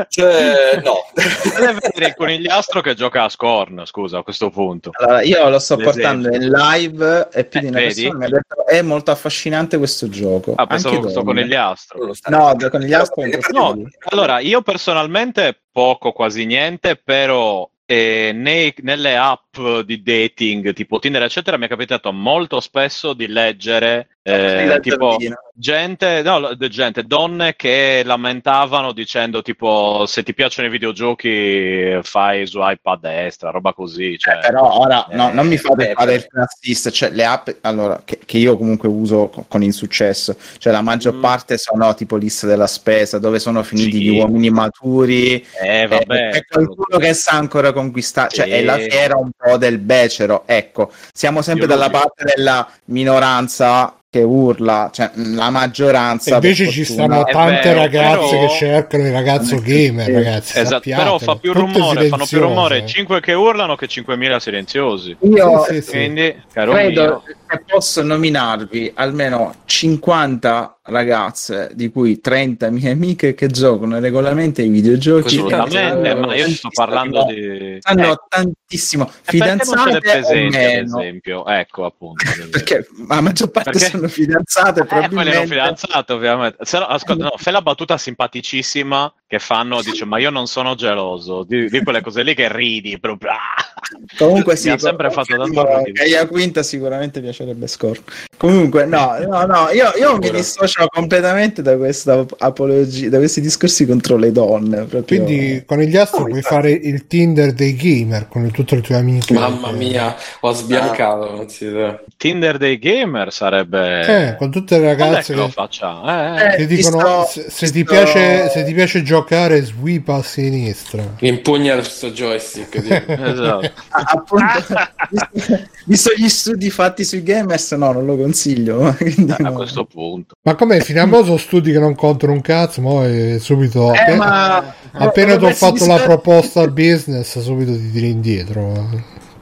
Cioè, no. Deve vedere il conigliastro che gioca a Scorn, scusa, a questo punto. Allora, io lo sto L'esempio. portando in live e più Eh, di una vedi? persona mi ha detto è molto affascinante questo gioco. Ah, pensavo Anche questo donne. conigliastro. Non lo sta- No, da conigliastro è No, allora io personalmente poco, quasi niente, però eh, nei- nelle app di dating tipo Tinder eccetera mi è capitato molto spesso di leggere eh, tipo gente, no, lo- de- gente, donne che lamentavano dicendo tipo se ti piacciono i videogiochi fai swipe a destra, roba così, cioè, Però ora no, Eh, non mi fate eh, fare però- il classista, cioè le app allora, che, che io comunque uso co- con insuccesso, cioè la maggior Mm. parte sono tipo lista della spesa dove sono finiti Sì. gli uomini maturi. eh vabbè, C'è qualcuno che sa ancora conquistare, cioè Sì. è la fiera un po' del becero, ecco, siamo sempre Io lo dalla dico. parte della minoranza che urla, cioè la maggioranza. Invece per ci fortuna- stanno È tante vero, ragazze però- che cercano il ragazzo gamer, Sì. ragazzi. esatto, sappiate, però fa più tutte rumore, fanno più silenziose. rumore cinque che urlano che cinquemila silenziosi. Io Sì, sì, sì. Quindi, caro credo mio, che posso nominarvi almeno cinquanta ragazze, di cui trenta mie amiche che giocano regolarmente ai videogiochi. assolutamente, Eh, ma io sto parlando di... Sanno Ecco, tantissimo, e perché non ce fidanzate le presenti, o ad meno. esempio? Ecco, appunto. Perché la maggior parte Perché- sono fidanzate, Eh, quelle non probabilmente. fidanzate, ovviamente. Se no, ascolta, no, fai la battuta simpaticissima che fanno, dice, ma io non sono geloso, di, di quelle cose lì che ridi, proprio. ah! Comunque Mi sì, ha sempre fatto tanto no, ridere. Gaia Quinta sicuramente piacerebbe Scorn. Comunque no, no, no, io, io mi dissocio completamente da questa apologia, da questi discorsi contro le donne. Proprio. Quindi con gli astri puoi fare il Tinder dei gamer con tutte le tue amiche. Mamma mia, ho sbiancato. non si sa. Tinder dei gamer sarebbe... Eh, con tutte le Quando è ragazze che lo che, facciamo? Eh, eh. Eh, che ti dicono sto- se, se ti ti sto- piace, se ti piace giocare sweep a sinistra. Impugna questo joystick. tipo. Esatto. Ah, appunto, visto, visto gli studi fatti sui gamers, no, non lo consiglio. quindi A no. questo punto. Ma com'è? Fino a mo' sono studi che non contano un cazzo, mo' è subito Eh, appena, ma appena ti ho dovessi fatto la disper- proposta al business subito ti tiri indietro.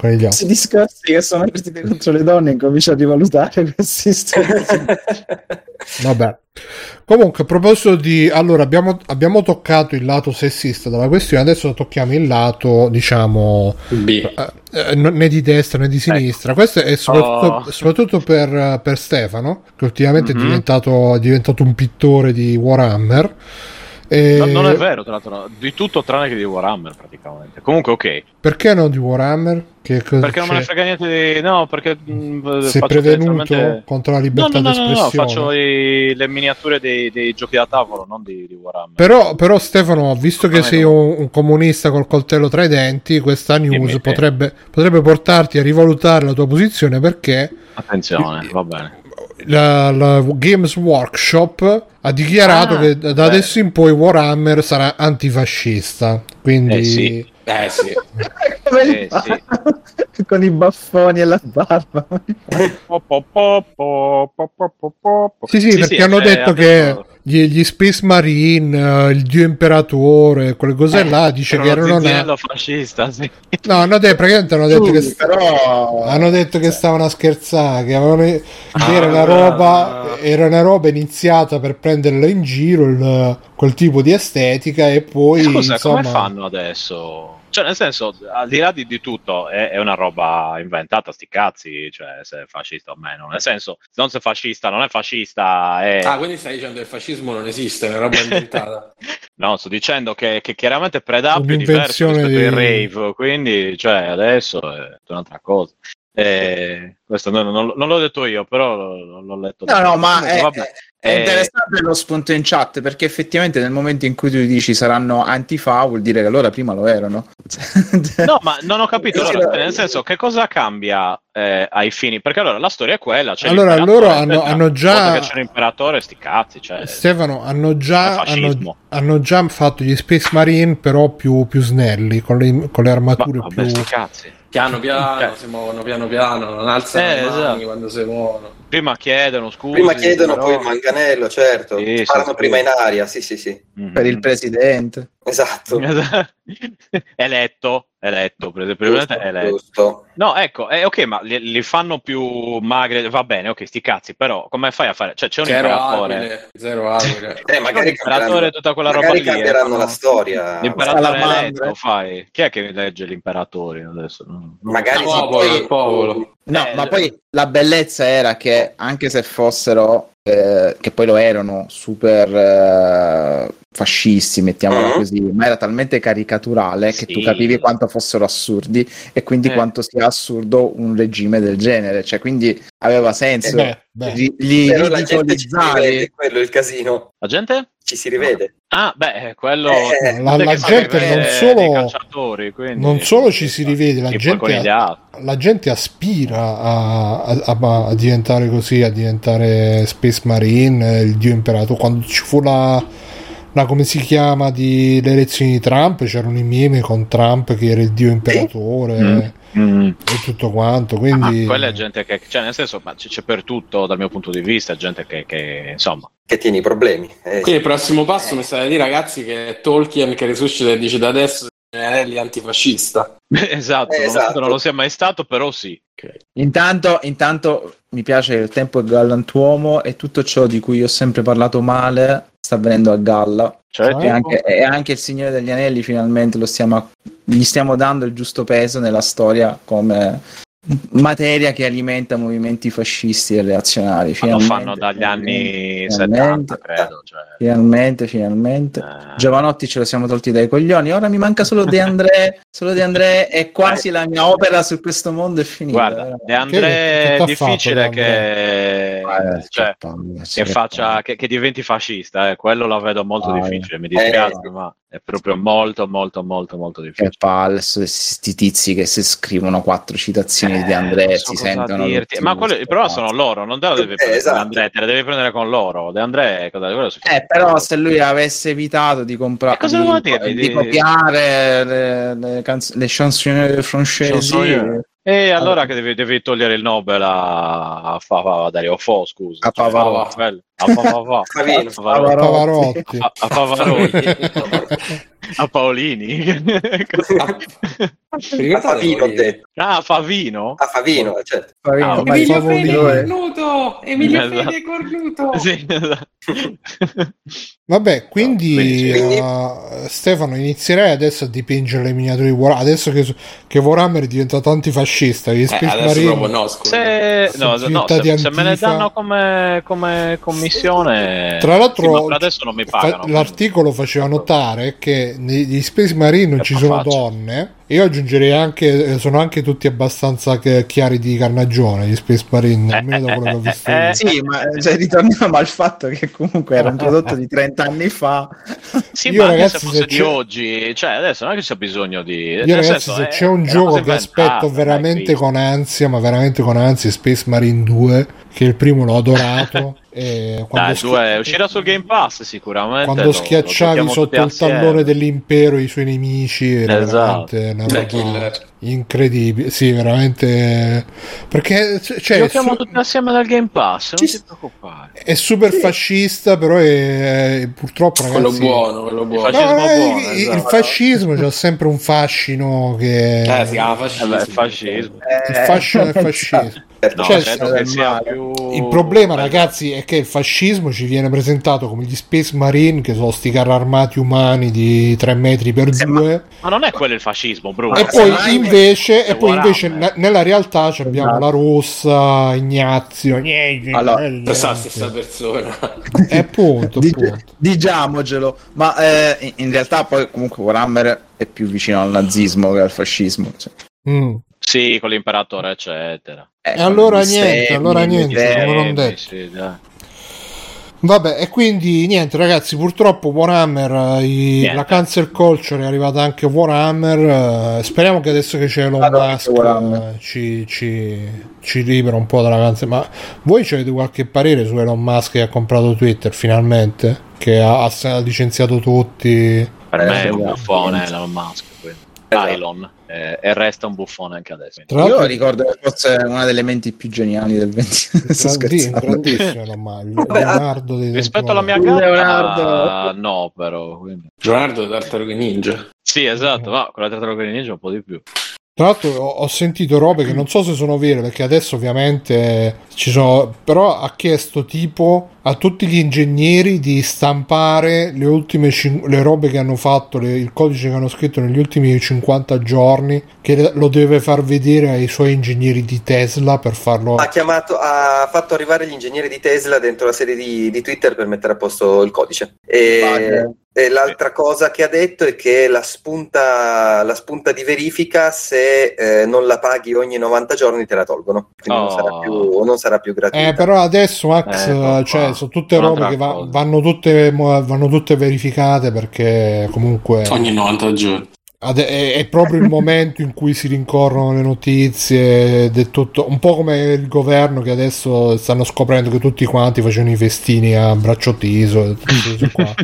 con gli questi discorsi che sono partiti contro le donne, incomincio a rivalutare questi studi. Vabbè, comunque a proposito di, allora abbiamo, abbiamo toccato il lato sessista della questione, adesso tocchiamo il lato, diciamo, B. eh, né di destra né di sinistra. Ecco. Questo è soprattutto, oh. soprattutto per, per Stefano, che ultimamente mm-hmm. è diventato, è diventato un pittore di Warhammer. E... No, non è vero, tra l'altro, di tutto tranne che di Warhammer praticamente. Comunque ok. Perché non di Warhammer? Che cosa perché non c'è? me ne frega niente di... No, perché mh, sei prevenuto tendenzialmente... contro la libertà no, no, no, d'espressione? No, no, faccio i... le miniature dei, dei giochi da tavolo, non di, di Warhammer. Però, però Stefano, visto che sei un, un comunista col coltello tra i denti, questa news potrebbe, potrebbe portarti a rivalutare la tua posizione, perché... Attenzione, va bene. La, la Games Workshop ha dichiarato ah, che da beh. adesso in poi Warhammer sarà antifascista, quindi eh sì, eh sì. eh sì. Con i baffoni e la barba. sì sì, sì perché sì, hanno cioè, detto che gli, gli Space Marine, uh, il Dio Imperatore, quelle cose eh, là, dice che erano una... fascista, sì. No, hanno detto, praticamente hanno detto sì, che sta... però... hanno detto che stavano a scherzare, che avevano... ah, era una roba era una roba iniziata per prenderla in giro, il, quel tipo di estetica, e poi scusa, insomma... come fanno adesso? Cioè, nel senso, al di là di, di tutto, è, è una roba inventata, sti cazzi, cioè, se è fascista o meno. Nel senso, non se è fascista, non è fascista, è... Ah, quindi stai dicendo che il fascismo non esiste, è una roba inventata? No, sto dicendo che, che chiaramente Predapio è diverso rispetto di... al rave, quindi, cioè, adesso è un'altra cosa. Eh, questo non, non, non l'ho detto io, però l'ho, l'ho letto. No, no, ma è, è interessante lo spunto in chat, perché effettivamente nel momento in cui tu dici saranno antifa, vuol dire che allora prima lo erano. No, ma non ho capito, allora, nel senso, che cosa cambia eh, ai fini? Perché allora la storia è quella, c'è allora loro hanno, cioè, hanno già che c'è l'imperatore, sti cazzi, cioè, Stefano, hanno già hanno, hanno già fatto gli Space Marine, però più, più snelli, con le, con le armature ma, più vabbè, sti cazzi. Piano piano, eh. si muovono piano piano, non alzano eh, le mani esatto. quando si muovono. Prima chiedono scusa. Prima chiedono, però... poi il manganello, certo. Sì, sparano sì, prima sì. in aria, sì sì sì. Mm-hmm. Per il presidente. Esatto. eletto, eletto, giusto, eletto. Giusto. No, ecco, eh, ok, ma li, li fanno più magre, va bene, ok, sti cazzi, però come fai a fare? Cioè c'è un zero imperatore. Abile, zero abile. Eh, magari l'imperatore, tutta quella magari roba lì. cambieranno eh, la storia. L'imperatore eletto, fai. Chi è che legge gli imperatori adesso? Magari il sì, popolo, poi... il popolo. No, eh, ma poi la bellezza era che anche se fossero, eh, che poi lo erano, super eh, fascisti, mettiamola uh-huh. così, ma era talmente caricaturale sì. che tu capivi quanto fossero assurdi e quindi eh. quanto sia assurdo un regime del genere, cioè quindi aveva senso eh beh, beh. li però la gente ci si rivede, quello è il casino. La gente? Ci si rivede. Ah, beh, quello eh, la, la gente non solo quindi, non solo ci si rivede, la gente, a, la gente aspira a, a, a, a diventare così, a diventare Space Marine, il dio imperatore. Quando ci fu la, la come si chiama di le elezioni di Trump, c'erano i meme con Trump che era il dio imperatore. Mm. Mm. E tutto quanto, quindi ah, quella è gente che, cioè nel senso, ma c'è per tutto dal mio punto di vista, gente che, che insomma, che tiene i problemi. Eh. Quindi il prossimo passo eh. mi state a dire, ragazzi, che Tolkien che risuscita e dice da adesso è antifascista. esatto, eh, esatto. non lo sia mai stato, però sì. Okay. Intanto, intanto mi piace che il tempo è galantuomo e tutto ciò di cui ho sempre parlato male sta venendo a galla. Cioè, e, anche, e anche il Signore degli Anelli finalmente lo stiamo, gli stiamo dando il giusto peso nella storia come materia che alimenta movimenti fascisti e reazionari. Lo fanno dagli anni settanta, credo. Cioè. Finalmente, finalmente. Eh. Giovanotti ce lo siamo tolti dai coglioni. Ora mi manca solo De André. Solo De André è quasi la mia opera su questo mondo è finita. Guarda, De André è difficile che, eh, cioè, che, faccia, che, che diventi fascista. Eh. Quello la vedo molto ah, difficile. Mi dispiace, eh. ma è proprio molto, molto, molto, molto difficile. Che palle, questi tizi che se scrivono quattro citazioni di De André so si sentono ma quello, il problema sono loro, non te la devi prendere eh, esatto. con De André, te la devi prendere con loro. De André, cosa, eh, però se lui avesse evitato di comprare di, di, di copiare le, le, canz- le chansonniere francesi e allora che devi, devi togliere il Nobel a, a, a Dario Fo, scusa, a Pavarotti a Pavarotti a Pavarotti a Pavarotti A Paolini. A Favino ho detto. Ah, Favino? A Favino, certo. Favino, Ah, vai, Emilio Favino, Fede dove- cornuto! Emilio Esatto. Fede cornuto! Sì, esatto. Vabbè, quindi, quindi sì. uh, Stefano, inizierai adesso a dipingere le miniature di Warhammer. Adesso che, che Warhammer è diventato antifascista, gli Eh, Space adesso Marine proprio no, scusa. Se, sono no, no, diventati se, se me ne antifa. danno come, come commissione, Tra l'altro, sì, ma per adesso non mi fa- pagano. l'articolo faceva notare che negli Space Marine non Che ci sono faccia. donne. E io aggiungerei anche, eh, sono anche tutti abbastanza che- chiari di carnagione, gli Space Marine, Eh, almeno da quello che ho eh, visto eh, io. eh, Sì, ma cioè, ritorniamo al fatto che comunque era un prodotto di trenta anni fa. Sì, Io, ma anche ragazzi, se fosse se di c'è- oggi, cioè adesso non è che c'è bisogno di. Io nel ragazzi, senso, se è- c'è un è una gioco cosa che inventata, aspetto non è veramente Cristo. con ansia, ma veramente con ansia, Space Marine due, che il primo l'ho adorato. E quando, Dai, il schi- due uscirà sul Game Pass sicuramente. quando lo- lo schiacciavi giochiamo sotto tutti il assieme. tallone dell'impero i suoi nemici, era Esatto. veramente una Da roba killer. incredibile. Sì, veramente. Perché cioè, è, Giochiamo su- tutti assieme dal Game Pass, non Ci- ti preoccupare. è super fascista, però è, è- purtroppo Quello ragazzi. buono, quello buono. Fascismo No, eh, buono, il, esatto. il fascismo c'ha sempre un fascino che Eh, si chiama Eh fascismo. beh, fascismo. il fascino del fascismo. No, Cioè, credo del che sia male. più. Il problema, bello. ragazzi, è che il fascismo ci viene presentato come gli Space Marine, che sono sti carri armati umani di tre metri per due, Ma non è quello il fascismo, Bruno. e Ma poi semmai- invece, è e poi invece Warhammer. ne- nella realtà ci abbiamo Esatto. la Rossa, Ignazio, niente, Allora, niente. Questa è la stessa persona. E appunto, Dic- appunto. diciamocelo, ma eh, in- in realtà poi comunque Warhammer è più vicino al nazismo che al fascismo. Cioè. Mm. Sì, con l'imperatore, eccetera. Eh, E allora con i niente, semi, allora i niente, dei- come non Sì, detto. sì, dai. Vabbè, e quindi niente, ragazzi, purtroppo Warhammer, eh, i- Niente. la cancel culture è arrivata anche a Warhammer. eh, speriamo che adesso che c'è Elon Vado Musk anche Warhammer. eh, ci, ci, ci libera un po' dalla cancel. Ma voi avete qualche parere su Elon Musk che ha comprato Twitter finalmente? Che ha, ha licenziato tutti? Per Eh, me è un esatto. buffone Elon Musk, quindi. Esatto. Elon, eh, e resta un buffone anche adesso. Tra Io l'altro, ricordo che fosse una delle menti più geniali del venti. Sto grandi- scherzando. grandissimo Elon Musk, Vabbè, Leonardo dei Rispetto tempi alla mia moderni. gatta, Leonardo. no, però. Quindi. Leonardo Tartarughe Ninja. Sì, esatto, ma con la tartaruga ninja un po' di più. Tra l'altro ho, ho sentito robe che non so se sono vere, perché adesso ovviamente ci sono, però ha chiesto tipo a tutti gli ingegneri di stampare le ultime cin- le robe che hanno fatto, le- il codice che hanno scritto negli ultimi cinquanta giorni, che lo deve far vedere ai suoi ingegneri di Tesla per farlo. Ha chiamato, ha fatto arrivare gli ingegneri di Tesla dentro la serie di, di Twitter per mettere a posto il codice. E, Vale. e l'altra cosa che ha detto è che la spunta, la spunta di verifica, se eh, non la paghi ogni novanta giorni, te la tolgono. Quindi non, Oh. sarà più, non sarà più gratuita. Eh, però adesso Max, Eh, qua, cioè, qua. sono tutte Un'altra robe che va- cosa. vanno tutte vanno tutte verificate, perché comunque Ogni novanta giorni. Ade- è, è proprio il momento in cui si rincorrono le notizie ed è tutto un po' come il governo, che adesso stanno scoprendo che tutti quanti facevano i festini a braccio teso e tutte queste cose qua.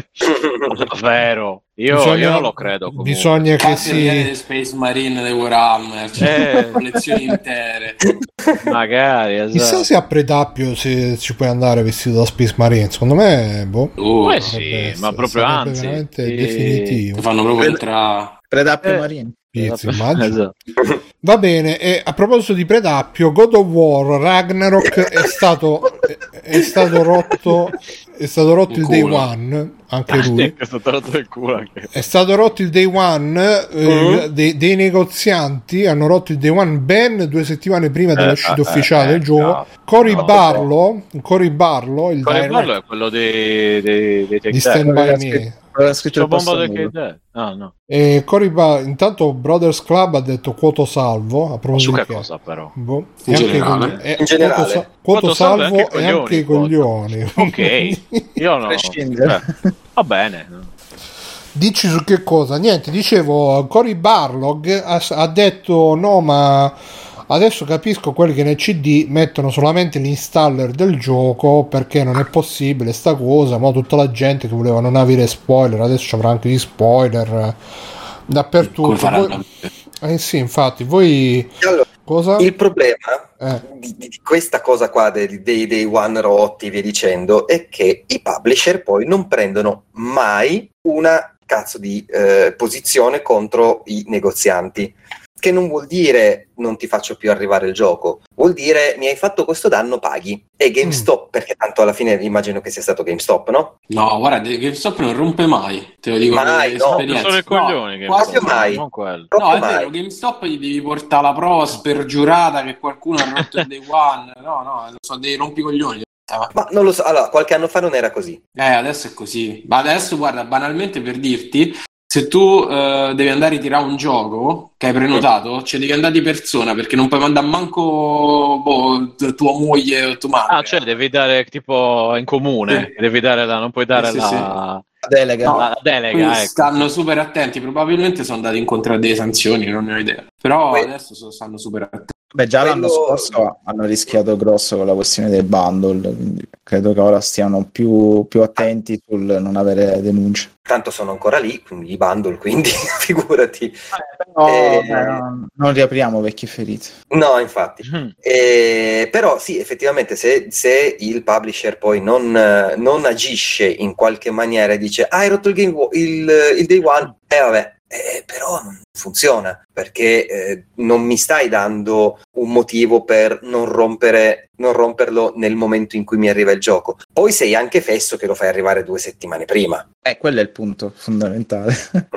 Davvero? Io, Bisogna- io non lo credo. Comunque. bisogna che Cazzo di si Space Marine dei Warhammer, cioè, Eh. collezioni intere. Magari, esatto. chissà se a Predappio se ci puoi andare vestito da Space Marine. Secondo me boh, Uh, Eh sì, potrebbe ma essere- proprio sarebbe anzi. veramente sì. definitivo. fanno proprio entrare. Predappio Eh. Marine. Pizzi, immagino. Esatto. Va bene, e a proposito di Predappio, God of War Ragnarok è stato è, è stato rotto è stato rotto il Il day culo. one, anche lui. È stato rotto il culo anche. È stato rotto il day one, eh, Mm. dei, dei negozianti hanno rotto il day one ben due settimane prima dell'uscita Eh, ufficiale eh, del gioco. no. Cory No, Barlow, Cory Barlow, il Quale direct ballo è quello dei, dei, dei Take di That? Stand By Aveva Me. scritto- aveva scritto C'ho il posto bomba dei nudo. Take That. Ah, no. E Cory Bar- intanto Brothers Club ha detto quoto salvo. A Ma proposito su di che cosa però? Boh. In E anche generale? con- e- In generale. quoto, sa- quoto Quoto salvo salvo e anche e anche i coglioni, coglioni. Ok, io no. Prescindere. Eh, va bene. Dici su che cosa? Niente, dicevo, Cory Barlog ha, ha detto no, ma adesso capisco quelli che nel C D mettono solamente l'installer del gioco, perché non è possibile sta cosa, ma tutta la gente che voleva non avere spoiler adesso ci avrà anche gli spoiler eh, dappertutto. Come faranno? Voi- eh sì, infatti, voi Allora, cosa? il problema Eh. di, di- di questa cosa qua dei, dei, dei one rotti, via dicendo, è che i publisher poi non prendono mai una cazzo di eh, posizione contro i negozianti, che non vuol dire non ti faccio più arrivare il gioco, vuol dire mi hai fatto questo danno, paghi. E GameStop, mm. perché tanto alla fine immagino che sia stato GameStop, no? No, guarda, GameStop non rompe mai, te lo dico. Mai, no, sono i coglioni, no, quasi mai. Non quello. No, è mai. vero, GameStop gli devi portare la prova spergiurata che qualcuno ha rotto il day one. No, no, sono dei rompicoglioni. Ma non lo so, allora, qualche anno fa non era così. Eh, adesso è così. Ma adesso, guarda, banalmente per dirti, se tu uh, devi andare a ritirare un gioco che hai prenotato, cioè devi andare di persona, perché non puoi mandare manco boh, tua moglie o tua madre. Ah, cioè devi dare tipo in comune, sì. Devi dare la, non puoi dare sì, la... Sì, sì. La delega. No, la delega, ecco. Stanno super attenti, probabilmente sono andati incontro a delle sanzioni, non ne ho idea. Però que- adesso so, stanno super attenti. Beh, già Quello... l'anno scorso hanno rischiato grosso con la questione dei bundle, quindi credo che ora stiano più, più attenti sul non avere denunce. Tanto sono ancora lì, quindi i bundle, quindi figurati. Eh, però, eh... beh, non, non riapriamo vecchie ferite. No, infatti. Mm. Eh, però sì, effettivamente se, se il publisher poi non, non agisce in qualche maniera e dice ah, hai rotto il, game, il, il day one, eh vabbè. Eh, però non funziona, perché eh, non mi stai dando un motivo per non rompere non romperlo nel momento in cui mi arriva il gioco. Poi sei anche fesso che lo fai arrivare due settimane prima. Eh, quello è il punto fondamentale.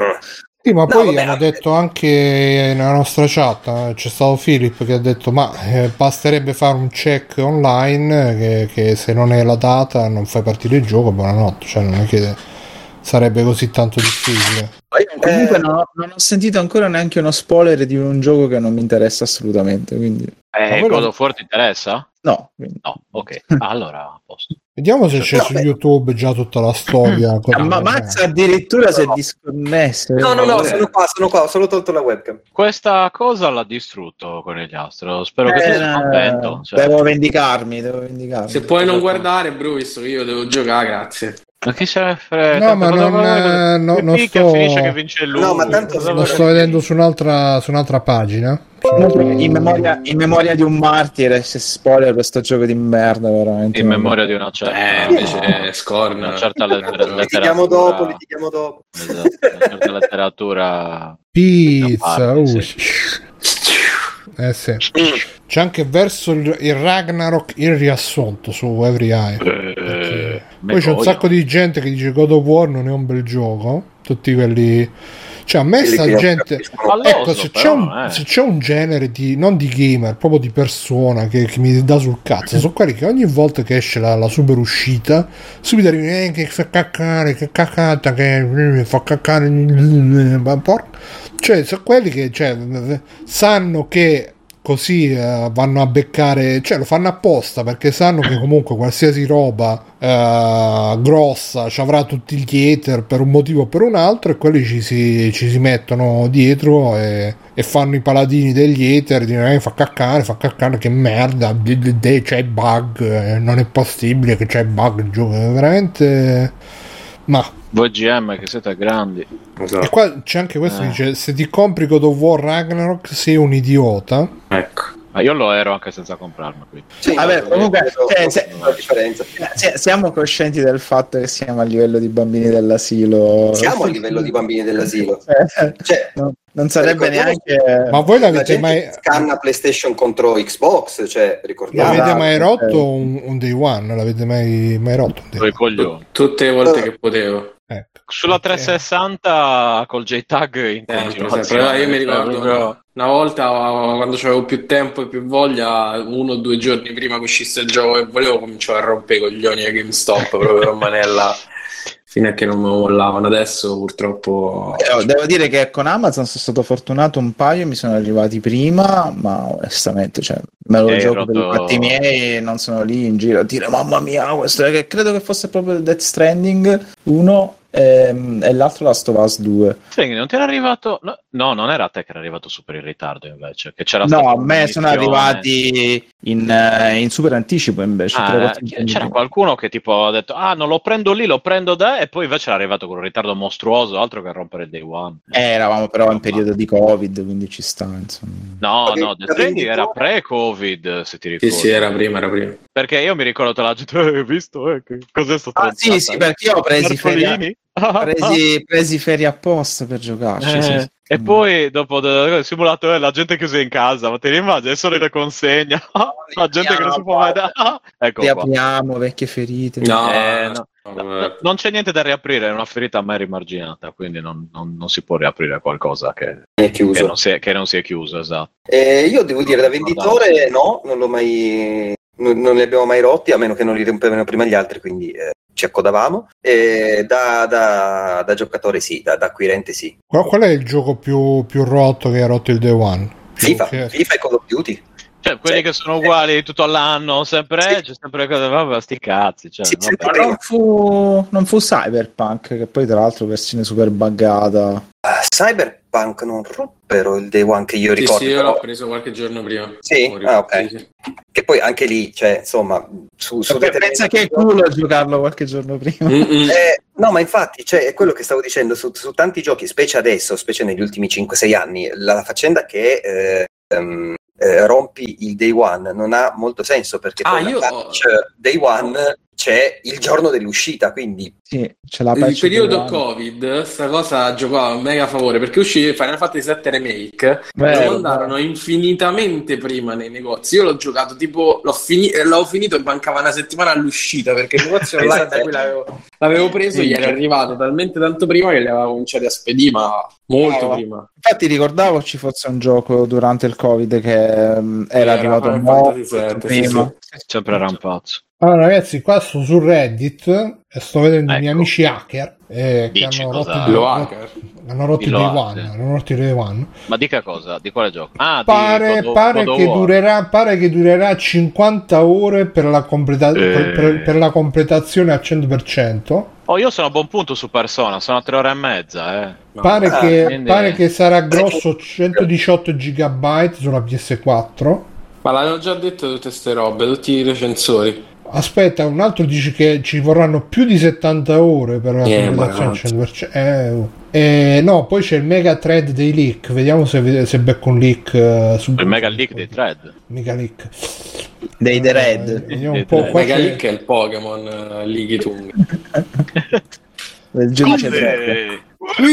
Sì, ma no, poi vabbè, hanno vabbè. detto anche nella nostra chat, eh, c'è stato Philip che ha detto ma eh, basterebbe fare un check online che, che se non è la data non fai partire il gioco, buonanotte, cioè non è che sarebbe così tanto difficile. Comunque eh, non, ho, non ho sentito ancora neanche uno spoiler di un gioco che non mi interessa assolutamente, quindi... Eh, God of War ti interessa? No. Quindi... No, ok. Allora, a posto. Vediamo se c'è no, su beh. YouTube già tutta la storia. Ma Max addirittura no. si è disconnesso. No, no, no, sono qua, sono qua, ho solo tolto la webcam. Questa cosa l'ha distrutto Conigliastro. Spero eh, che tu sia contento. Cioè... Devo vendicarmi, devo vendicarmi. Se puoi non guardare, Bru, visto che io devo giocare, grazie. Ma chi se ne frega? No, ma non, eh, no, non sto... finisce che vince lui. No, ma tanto lo sto vedendo su un'altra, su un'altra pagina. In memoria, in memoria di un martire, se spoiler questo gioco di merda, veramente. In memoria di una certa, eh, invece Scorn, una certa letteratura. Litighiamo dopo, litighiamo dopo. Esatto, una certa letteratura. Pizza, uh. Eh sì. C'è anche verso il, il Ragnarok il riassunto su Every Eye. Eh, poi c'è un voglio. sacco di gente che dice God of War non è un bel gioco. Tutti quelli. Cioè, a me sta gente. Ecco, se, però, c'è un, eh. se c'è un genere di. Non di gamer, proprio di persona che, che mi dà sul cazzo. Sono quelli che ogni volta che esce la, la super uscita, subito arrivano. Eh, che fa caccare, che caccata, che fa caccare. Cioè, sono quelli che cioè, sanno che così uh, vanno a beccare, cioè lo fanno apposta perché sanno che comunque qualsiasi roba uh, grossa ci avrà tutti gli hater per un motivo o per un altro, e quelli ci si, ci si mettono dietro e, e fanno i paladini degli hater, dicono eh, fa caccare, fa caccare, che merda, c'è bug, eh, non è possibile che c'è bug il gioco, è veramente ma voi G M che siete grandi. Esatto. E qua c'è anche questo eh. che dice se ti compri God of War Ragnarok sei un idiota. Ecco. Ma io lo ero anche senza comprarlo, quindi. Sì, vabbè, comunque cioè, se, la differenza. Se, siamo coscienti del fatto che siamo a livello di bambini dell'asilo. Siamo a livello di bambini dell'asilo. Eh, cioè, no, non sarebbe neanche. Ma voi l'avete mai scanna PlayStation contro Xbox? Cioè, ricordiamo. L'avete mai rotto un, un day one? L'avete mai, mai rotto? Un day one? Tutte le volte che potevo. Ecco. Sulla trecentosessanta col J-Tag in continuazione. Io mi ricordo proprio... una volta quando avevo più tempo e più voglia, uno o due giorni prima che uscisse il gioco che volevo, cominciavo a rompere i coglioni a GameStop proprio a manella fino a che non mi mollavano. Adesso purtroppo eh, devo dire che con Amazon sono stato fortunato, un paio mi sono arrivati prima, ma onestamente cioè, me lo gioco rotto... per i fatti miei, non sono lì in giro a dire mamma mia questo è che credo che fosse proprio Death Stranding uno ehm, e l'altro Last of Us due. Sì, non ti era arrivato no, no, non era a te che era arrivato super in ritardo invece che c'era no, a me sono arrivati in, in super anticipo invece. Ah, c'era qualcuno che tipo ha detto ah non lo prendo lì, lo prendo da e poi invece era arrivato con un ritardo mostruoso, altro che rompere il day one. Eh, eravamo però in periodo di Covid, quindi ci sta insomma. No, okay, no, Death Stranding era pre-Covid, se ti ricordi. Sì, sì, era prima, era prima. Perché io mi ricordo te la gente, hai visto, eh, che cos'è stato? Ah, sì, sì, perché io ho preso i feriali. presi, presi ferie apposta per giocarci. Eh, sì, sì. E poi dopo il simulatore la gente chiusa in casa, ma te ne immagini? Solo le consegna, la gente che non si può mai dare. Ecco qua. Riapriamo vecchie ferite. No, Eh, no. no, No, non c'è niente da riaprire, è una ferita a me rimarginata, quindi non, non- non si può riaprire qualcosa che, È che chiuso. non si è, che non si è chiuso, esatto. Eh, io devo dire, da venditore no, non l'ho mai, non, non li abbiamo mai rotti, a meno che non li rompevano prima gli altri, quindi eh, ci accodavamo. E da, da- da giocatore sì, da, da acquirente sì. Qual, qual è il gioco più, più rotto che ha rotto il Day One? Più FIFA, che- FIFA e Call of Duty. Cioè, quelli Sì. che sono uguali tutto l'anno, sempre, Sì. c'è sempre cosa, vabbè, sti cazzi. Cioè, Sì, vabbè. sempre Ma prima. non fu, non fu Cyberpunk, che poi tra l'altro versione super buggata. Ah, Cyberpunk non rompero il Day One che io Sì, ricordo. sì, io però- l'ho preso qualche giorno prima. Sì? Ho Ah, ok. sì, sì. Che poi anche lì, cioè, insomma, su, su Pensa determinati che è giochi- culo giocarlo qualche giorno prima. Mm-mm. Eh, no, ma infatti, cioè, è quello che stavo dicendo, su, su tanti giochi, specie adesso, specie negli ultimi cinque sei anni, la, la faccenda che eh, ehm, eh, rompi il Day One non ha molto senso, perché Ah, poi io la ho- patch Day One c'è il giorno dell'uscita, quindi Sì, c'è la Il patch periodo Day One. Covid, sta cosa giocava a mega favore perché uscì Final Fantasy sette Remake, Vero, lo mandarono infinitamente prima nei negozi. Io l'ho giocato tipo, l'ho, fini- eh, l'ho finito e mancava una settimana all'uscita perché il negozio online da cui l'avevo, l'avevo preso Sì. gli era arrivato talmente tanto prima che li aveva cominciati a spedire, ma molto Ah, prima. Infatti ricordavo ci fosse un gioco durante il Covid che mm, era Era arrivato Final molto Fantasy sette, sì, prima. Sempre rampazzo. Allora ragazzi, qua sto su Reddit e sto vedendo i miei Ecco. amici hacker eh, che Dici hanno cosa? rotto, il- Lo hacker. hanno rotto il Dillo Day hacker. One, hanno rotto il Day One. Ma di che cosa? Di quale gioco? Ah, di Pare, God of- pare, God of che War. durerà, pare che durerà cinquanta ore per la, completa- Eh. per, per la completazione al cento per cento. Oh, io sono a buon punto su Persona, sono a tre ore e mezza, eh. Pare, Ah, che, quindi- pare che sarà grosso centodiciotto gigabyte sulla P S quattro. Ma l'hanno già detto tutte queste robe, tutti i recensori. Aspetta, un altro dice che ci vorranno più di settanta ore per la Eh, completazione al ma- cento per cento. Eh, oh. Eh, no, poi c'è il mega thread dei leak. Vediamo se, se becco un leak. eh, su Il mega leak dei thread. Mega leak. Dei The Eh, Red, vediamo un Dei po'. Thread. Qua Mega c'è- Leak è il Pokémon uh, Ligitung. del giudice Dredd. Eh.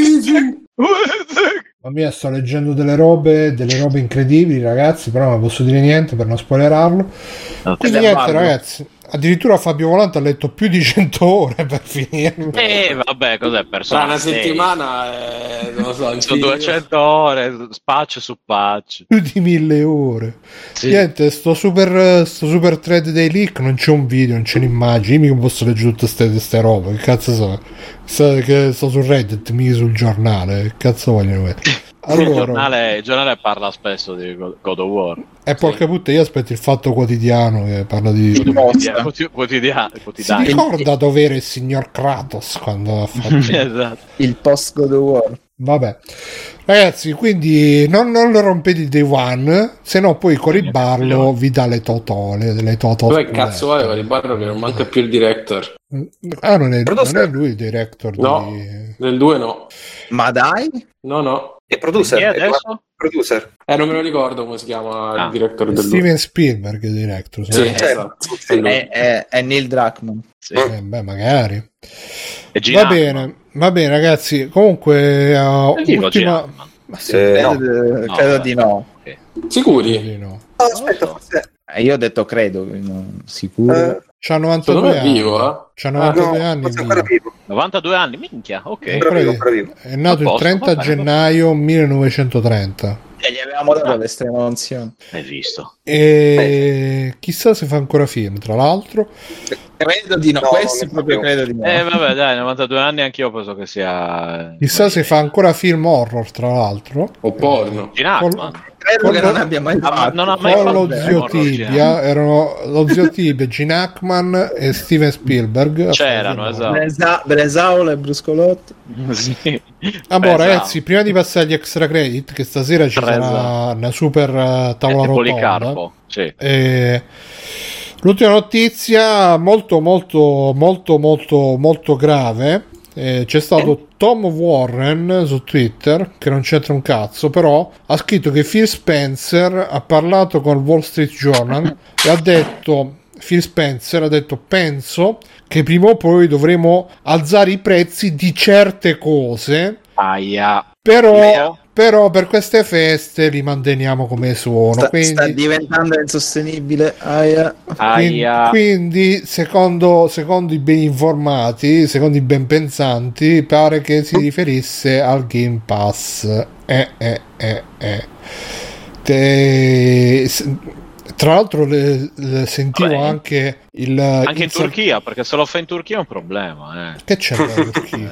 Mamma mia, sto leggendo delle robe, delle robe incredibili, ragazzi. Però non posso dire niente per non spoilerarlo. Quindi Ed è niente, Marvel. ragazzi. Addirittura Fabio Volante ha letto più di cento ore per finirlo. Eh, vabbè, cos'è Tra Persona? una sei? settimana, eh, non lo so, Sono infinito. duecento ore, patch su patch. Più di mille ore. Sì. Niente, sto super, sto super thread dei leak, non c'è un video, non c'è un'immagine, io mica posso leggere tutte ste, ste robe, che cazzo so? Sto, che sto su Reddit, mica sul giornale, che cazzo vogliono vedere? Il, Allora, giornale, il giornale parla spesso di God God of War. e porca puttana, io aspetto il Fatto Quotidiano che parla di... Quotidiano, quoti- quotidiano, Si quotidiano. ricorda dovere il signor Kratos quando ha fatto... Esatto. Il post God of War. Vabbè, ragazzi, quindi non, non lo rompete il Day One, se no poi Coribarlo vi dà le totole, le totole. Dove cazzo vuoi con il barro che non manca più il director? Ah, non è, non Producer. è lui il director No. di... Del due no. Ma dai? No, no. è producer. Chi è è adesso? producer. Eh, non me lo ricordo come si chiama Ah. il director del due. Steven Spielberg il director. Sì, Sì. Certo. esatto. Sì. È lui. È, è- è Neil Druckmann. Sì. Eh, beh, magari. E Gina Va bene, va bene, ragazzi. Comunque, uh, Che dico, ultima... Gina? Ma sì, Eh, no. Eh, No, credo vabbè. di no. Ok. Sicuri? di no. Oh, aspetta, forse... Eh, io ho detto credo, quindi non- sicuro. eh, C'ha Secondo novantadue me è anni. vivo, eh? C'ha no, novantadue anni. forse è ancora vivo. vivo. novantadue anni, minchia, ok. È Ancora vivo, ancora- ancora vivo. È nato A posto, il trenta va bene, gennaio millenovecentotrenta. E gli avevamo dato l'estrema unzione. Hai visto? E chissà se fa ancora film, tra l'altro. Credo di no, No, questo non proprio più. credo di no. Eh vabbè, dai, novantadue anni anch'io penso che sia... Chissà se fa ancora film horror, tra l'altro. O porno? Gina Hackman. credo con che lo- non abbia mai Ah, ma fatto. non ha mai Con fatto lo bene, zio horror, Gina. Tibia erano lo zio Tibia, Gene Hackman e Steven Spielberg. a C'erano, fare film esatto. horror. Bresa- Bresaola e Bruscolotti. Sì. Ah, boh, Esatto. ragazzi, prima di passare agli extra credit, che stasera ci Esatto. sarà una super eh, tavola Eh, rotonda. Policarpo, sì. E l'ultima notizia molto molto molto molto molto grave, eh, c'è stato Tom Warren su Twitter, che non c'entra un cazzo, però ha scritto che Phil Spencer ha parlato con il Wall Street Journal e ha detto Phil Spencer ha detto: penso che prima o poi dovremo alzare i prezzi di certe cose. Aia. Però, però per queste feste li manteniamo come sono. Sta, quindi, sta diventando insostenibile. Aia. quindi, Aia. quindi secondo, secondo i ben informati, secondo i ben pensanti, pare che si riferisse al Game Pass. Eh, eh, eh, eh. Te... Tra l'altro le, le sentivo Vabbè, anche il anche in Insta... Turchia, perché se lo fa in Turchia è un problema. Eh. Che c'entra la Turchia?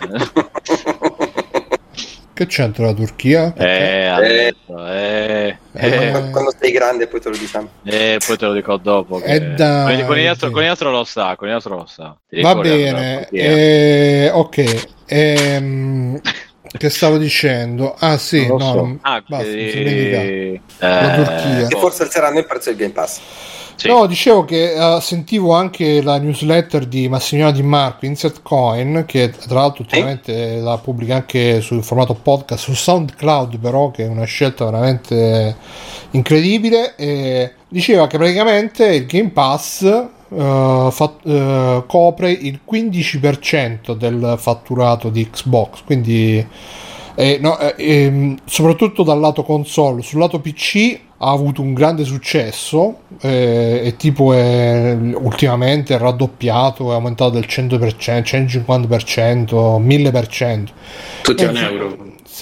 Che c'entra la Turchia? Eh, adesso, eh, Eh. eh, Quando sei grande poi te lo diciamo. eh, poi te lo dico dopo. Che... Eh, dai, Conigliastro, sì. Conigliastro lo sa, Conigliastro lo sa. Ti Va ricordi la bene, Turchia? eh, ok. Ehm, che stavo dicendo? Ah sì, Non lo no, so. non- Ah, basta, mi che- sono dimenticato. eh, La Turchia. Che forse alzeranno il prezzo del Game Pass. sì. No, dicevo che eh, sentivo anche la newsletter di Massimiliano Di Marco, Insert Coin, che tra l'altro ultimamente la pubblica anche sul formato podcast su SoundCloud, però che è una scelta veramente incredibile. E diceva che praticamente il Game Pass eh, fa- eh, copre il quindici per cento del fatturato di Xbox, quindi eh, no, eh, ehm, soprattutto dal lato console. Sul lato P C ha avuto un grande successo eh, e tipo è, ultimamente è raddoppiato, è aumentato del cento per cento, centocinquanta per cento, mille per cento. Tutti a Eh, un euro.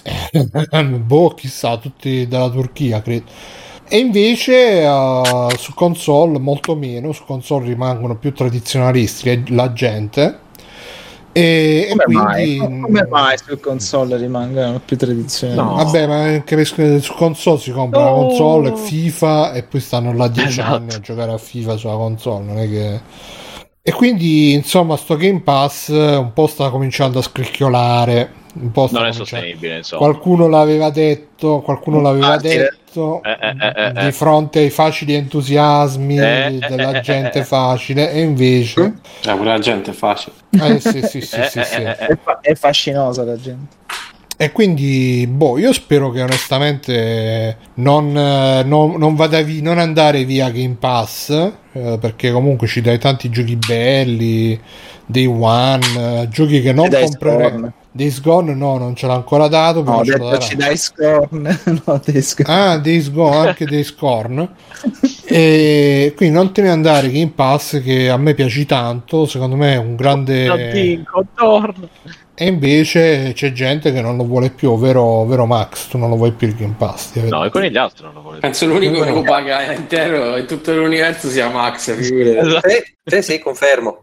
boh, chissà, tutti dalla Turchia credo. E invece uh, su console molto meno, su console rimangono più tradizionalisti la gente. E, e Come quindi mai? Come mai su console rimangono più tradizionali? No. vabbè, ma capisco che su console si compra la No. console, FIFA, e poi stanno là dieci Esatto. anni a giocare a FIFA sulla console, non è che... E quindi insomma sto Game Pass un po' sta cominciando a scricchiolare, un po' sta Non è cominciando- sostenibile, insomma. Qualcuno l'aveva detto, qualcuno l'aveva Infatti, detto Eh, eh, eh, eh, di eh. fronte ai facili entusiasmi Eh, della eh, eh, gente eh, eh. facile, e invece Eh, pure la gente è facile. eh, sì, sì, sì, Eh, sì, eh, sì. eh, eh. È, fa- è fascinosa la gente. E quindi, boh, io spero che onestamente non, eh, non, non vada via, non andare via Game Pass, eh, perché comunque ci dai tanti giochi belli, Day One, eh, giochi che non Ci dai comprerei. Scorn. Days Gone no, non ce l'ha ancora dato, però No, ho ce lo detto darà. ci dai Scorn. No, Days Gone. Ah, Days Gone, anche Days Gone. E quindi non te ne andare Game Pass, che a me piace tanto, secondo me è un grande... Dinco, torna. E invece c'è gente che non lo vuole più, vero, vero Max? Tu non lo vuoi più il Game Pass? ti vedo. No, e con gli altri non lo volete. Penso l'unico che lo paga intero in tutto l'universo sia Max, figurati. Esatto. Sì, sì, sì, confermo.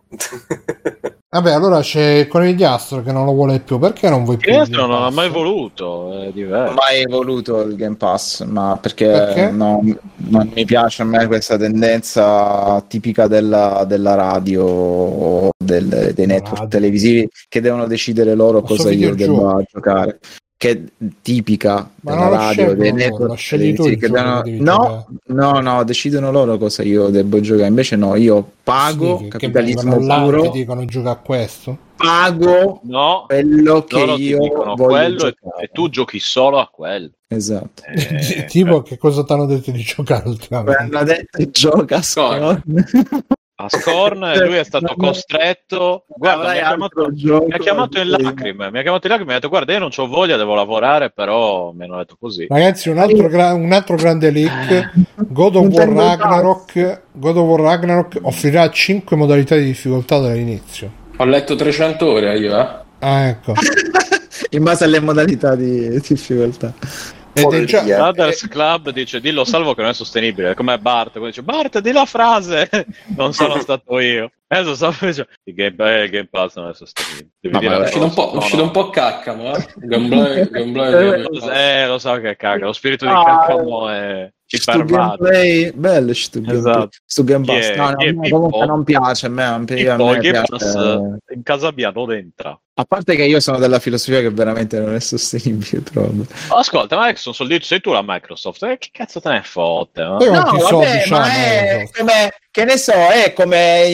Vabbè, allora c'è il Conigliastro che non lo vuole più, perché non vuoi più Il il resto Game non l'ha Pass? mai voluto, è Non ho diverso. mai voluto il Game Pass, ma perché, Perché? non, non mi piace a me questa tendenza tipica della, della radio o del- dei network Radio. televisivi che devono decidere loro Questo cosa io videogioco. debba giocare. Che è tipica Ma della non lo radio, scelgono dei loro, network lo scegli tu il televisivi che gioco devono- che devi no, no, no, decidono loro cosa io devo giocare. Invece no, io pago, Sì, che capitalismo vengono là e puro, ti dicono gioca a questo. pago No, quello che loro ti io dicono voglio quello e, giocare. e tu giochi solo a quello. Esatto. Eh, tipo che cosa ti hanno detto di giocare ultimamente? Hanno detto gioca a Scorn. a Scorn e lui è stato costretto. Guarda, mi ha, chiamato, mi ha chiamato in lacrime. Mi ha chiamato in lacrime e mi ha detto: guarda, io non c'ho voglia, devo lavorare, però mi hanno detto così. Ragazzi, un altro, gra- un altro grande leak. God of War Ragnarok God of War Ragnarok offrirà cinque modalità di difficoltà dall'inizio. Ho letto trecento ore io, eh. Ah, ecco. In base alle modalità di difficoltà. Ed è già, Follia. Brothers Club dice: dillo Salvo che non è sostenibile. Come Bart, quello dice: Bart, di la frase, non sono stato io. Adesso Salvo dice: il game, il game Pass non è sostenibile. Devi Ma dire va, la È uscito un cosa. po', No, uscito no. un po' caccamo, eh. Gameplay, gameplay, Eh, lo so che caga. Lo spirito di Ah, Caccamo è Sto ipervato. gameplay bello sto gameplay. Esatto. Sto Game Chi Pass. è- No, no, chi è a me Pippo? comunque non piace, a me, a me, a Tipo, me il Game piace. Pass in casa mia non entra. A parte che io sono della filosofia che veramente non è sostenibile, però vabbè. Ascolta, ma sono soldi, sei tu la Microsoft, eh, che cazzo te ne fotte? No? Sai quanti No, soldi vabbè, c'hanno ma è Microsoft? come, che ne so, è come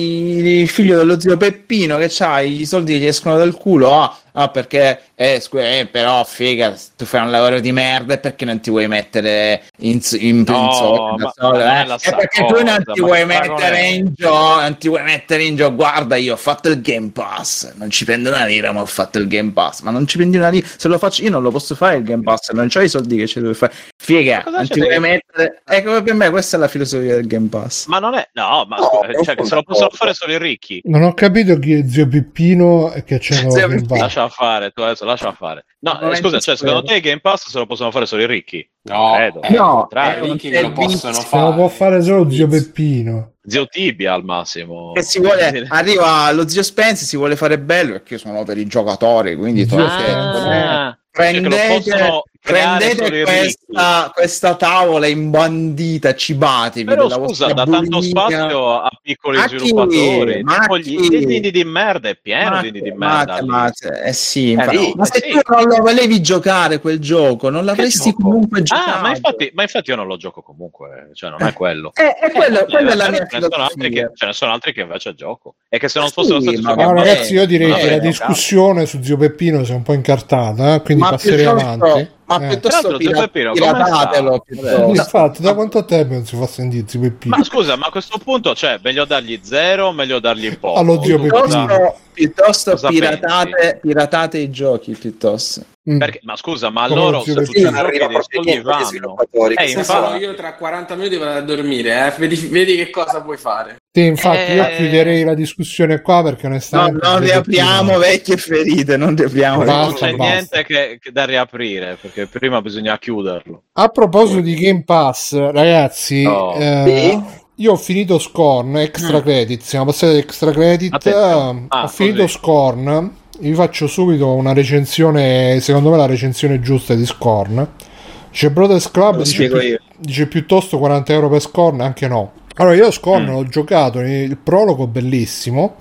il figlio dello zio Peppino che c'ha i soldi che gli escono dal culo, ah, ah perché eh, scu- eh, però figa, tu fai un lavoro di merda e perché non ti vuoi mettere in, in, No, in solo, ma- solo, ma non è eh? la È stessa perché tu cosa, non ti ma vuoi il paragone mettere è- in gioco, non ti vuoi mettere in gioco. Guarda, io ho fatto il Game Pass, non ci prendo una lira, ma ho fatto il Game Pass. Ma non ci prendi una lira, se lo faccio io non lo posso fare il Game Pass, non c'ho i soldi che ci devo fare. Figa, Ma cosa non c'è ti da- vuoi mettere. Ecco, per me questa è la filosofia del Game Pass. Ma non è, no, ma No, scusa, non cioè, che sono se lo possono d'accordo. fare solo i ricchi. Non ho capito chi è zio Peppino e che c'è Zio Game Pass. Lascia fare, tu adesso lascia fare. No, Non eh, è scusa, cioè, secondo te possibile. il Game Pass se lo possono fare solo i ricchi? No, Credo. eh, No, tra è i un ricchi che lo possono servizio. Se lo fare. può fare solo zio Servizio. Peppino. Zio Tibia al massimo. Che si vuole, arriva lo zio Spence, si vuole fare bello perché io sono per i giocatori, quindi Zio to- Ah, che- cioè che lo prendete, possono creare solo prendete i questa, questa tavola imbandita, cibatevi Però della scusa, vostra dà tanto bulimia. spazio a piccoli Ma chi? sviluppatori. Ma Tipo chi? gli gli indie di merda, è pieno Ma- di indie di ma- merda. lì. ma- eh sì, infatti. no, ma se eh sì. tu non lo volevi giocare quel gioco, non Che l'avresti gioco? comunque giocato. Ah, ma infatti, ma infatti io non lo gioco comunque, cioè non è quello. Eh, è quello, Eh, quella è la ce mia ne sono altri filosofia. che, ce ne sono altri che invece gioco. E che se non Sì, fossero stati ma su va Game No, Pass, ragazzi, io direi non che la avrei giocato. discussione su zio Peppino si è un po' incartata, eh, quindi Ma passerei piuttosto- avanti. ma Eh. piuttosto Tra l'altro, zio pira- Peppino, come piratatelo sta? piuttosto. Infatti, da quanto tempo non si fa sentire zio Peppino? Ma scusa, ma a questo punto, cioè, meglio dargli zero o meglio dargli poco? Allo zio Tu Peppino. cosa- Piuttosto, piuttosto cosa piratate, piratate i giochi piuttosto. Mm. Perché, ma scusa, ma Come loro lo zio se Peppino. tutti i Non giochi arriva dei proprio soldi niente agli vanno. sviluppatori. Eh, che Se senso no, ha? io tra quaranta minuti vado a dormire, eh. vedi, vedi che cosa puoi fare. Sì, infatti, io Eh. chiuderei la discussione qua perché No, onestamente. non zio riapriamo Peppino- vecchie ferite, non riapriamo. Basta, Non c'è basta. niente che, che da riaprire, perché prima bisogna chiuderlo. A proposito di Game Pass, ragazzi, Oh. eh, io ho finito Scorn Extra Credit. Siamo passati ad Extra Credit. Attenzione. eh, Ah, ho finito così. Scorn. Vi faccio subito una recensione. Secondo me, la recensione giusta di Scorn. C'è Brothers Club, Lo dice, spiego pi- io. dice piuttosto quaranta euro per Scorn. Anche no. Allora, io Scorn Mm. l'ho giocato. Il prologo bellissimo.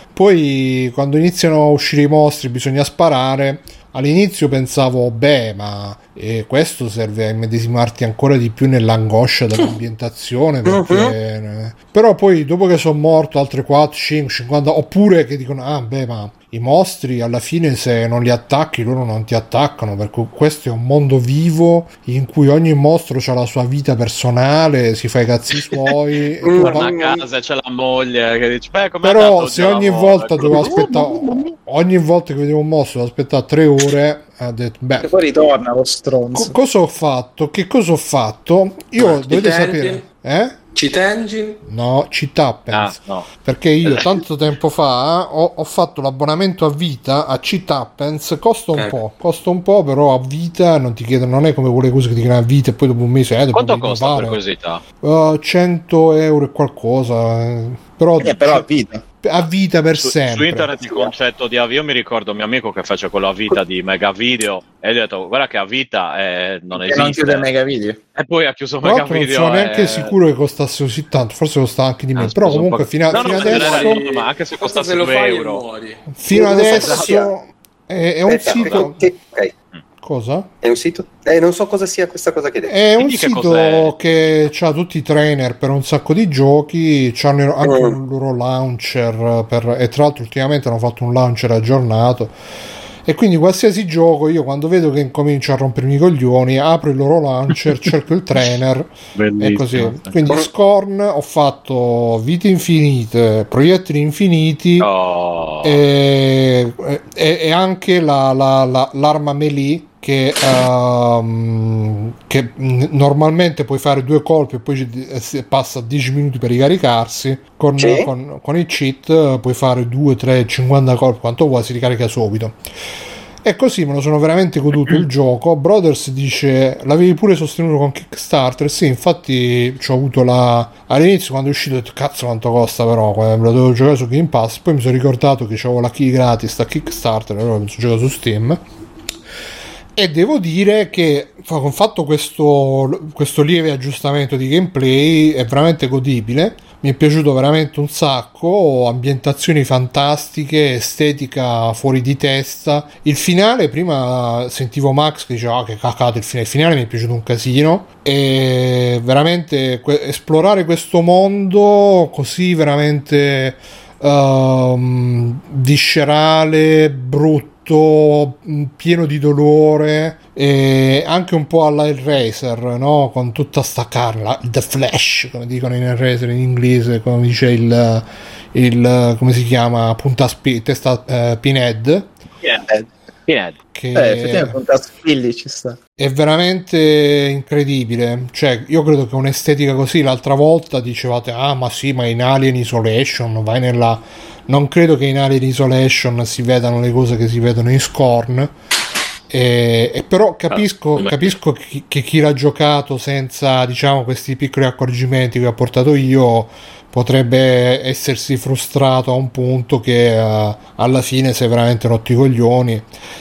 Poi, quando iniziano a uscire i mostri, bisogna sparare. All'inizio pensavo, beh, ma eh, questo serve a immedesimarti ancora di più nell'angoscia dell'ambientazione. Perché... eh, Però poi, dopo che sono morto, altre quattro, cinque, cinquanta, oppure che dicono, ah, beh, ma i mostri alla fine se non li attacchi, loro non ti attaccano, perché questo è un mondo vivo in cui ogni mostro ha la sua vita personale, si fa i cazzi suoi. e tu Torna pa- a casa e c'è la moglie che dice, beh, com'è Però andato se già ogni l'amore?" volta dovevo aspettare, ogni volta che vedevo un mostro dovevo aspettare tre ore, ha detto, beh, E poi ritorna lo co- stronzo. cosa ho fatto? Che cosa ho fatto? Io Ah, dovete Cheat sapere, eh? Cheat Engine? No, Cheat Happens. Ah, no. Perché io tanto tempo fa ho, ho fatto l'abbonamento a vita a Cheat Happens, costa un Eh. po', costa un po', però a vita non ti chiedono, non è come quelle cose che ti chiedono a vita e poi dopo un mese eh, Quanto devi costa per rinnovare. curiosità? Uh, cento euro e qualcosa, eh. però, Eh, però a vita. a vita per Su, sempre. su internet il concetto di avvio, mi ricordo un mio amico che fece quello a vita di Mega Video e gli ho detto guarda che a vita eh, non Che non esiste, chiude mega video. e poi ha chiuso Tra Mega l'altro non Video sono neanche e- sicuro che costasse così tanto, forse costa anche di Ah, meno, scusa, però un comunque po'. fino, a- No, fino no, adesso, generale, ma anche se Costa costasse se lo due fai e euro muori. fino Non so adesso cosa sia. è, è un Aspetta, sito. che- ok. Cosa? È un sito? Eh, non so cosa sia questa cosa che hai detto. È un Quindi che sito cos'è? che ha tutti i trainer per un sacco di giochi, c'hanno anche Mm. un loro launcher per, e tra l'altro ultimamente hanno fatto un launcher aggiornato e quindi qualsiasi gioco io quando vedo che incomincio a rompermi i coglioni apro il loro launcher, cerco il trainer e così. Quindi Scorn ho fatto vite infinite, proiettili infiniti Oh. e, e- e anche la- la- la- l'arma melee che, ehm, che n- normalmente puoi fare due colpi e poi ci- eh, si passa dieci minuti per ricaricarsi con, Sì. con, con i cheat eh, puoi fare due, tre, cinquanta colpi quanto vuoi, si ricarica subito. E così me lo sono veramente goduto il gioco. Brothers dice l'avevi pure sostenuto con Kickstarter. Sì, infatti ci ho avuto la all'inizio quando è uscito ho detto cazzo quanto costa, però eh, me lo dovevo giocare su Game Pass. Poi mi sono ricordato che c'avevo la key gratis da Kickstarter, allora mi sono giocato su Steam. E devo dire che ho fatto questo, questo lieve aggiustamento di gameplay, è veramente godibile. mi è piaciuto veramente un sacco, ambientazioni fantastiche, estetica fuori di testa. Il finale, prima sentivo Max che diceva ah, che cacato il finale, il finale mi è piaciuto un casino, e veramente que- esplorare questo mondo così veramente um, viscerale, brutto, pieno di dolore, e anche un po' alla Hellraiser, no? Con tutta sta carne, The Flash, come dicono in Hellraiser in inglese, come dice il, il come si chiama, punta spi- testa eh, Pinhead. Yeah. Pinhead. Che eh, effettivamente punta spilli ci sta. È veramente incredibile, cioè io credo che un'estetica così, l'altra volta dicevate ah ma sì, ma in Alien Isolation vai nella, non credo che in Alien Isolation si vedano le cose che si vedono in Scorn, e, e però capisco, capisco che, che chi l'ha giocato senza, diciamo, questi piccoli accorgimenti che ho portato io potrebbe essersi frustrato a un punto che uh, alla fine si è veramente rotti i coglioni.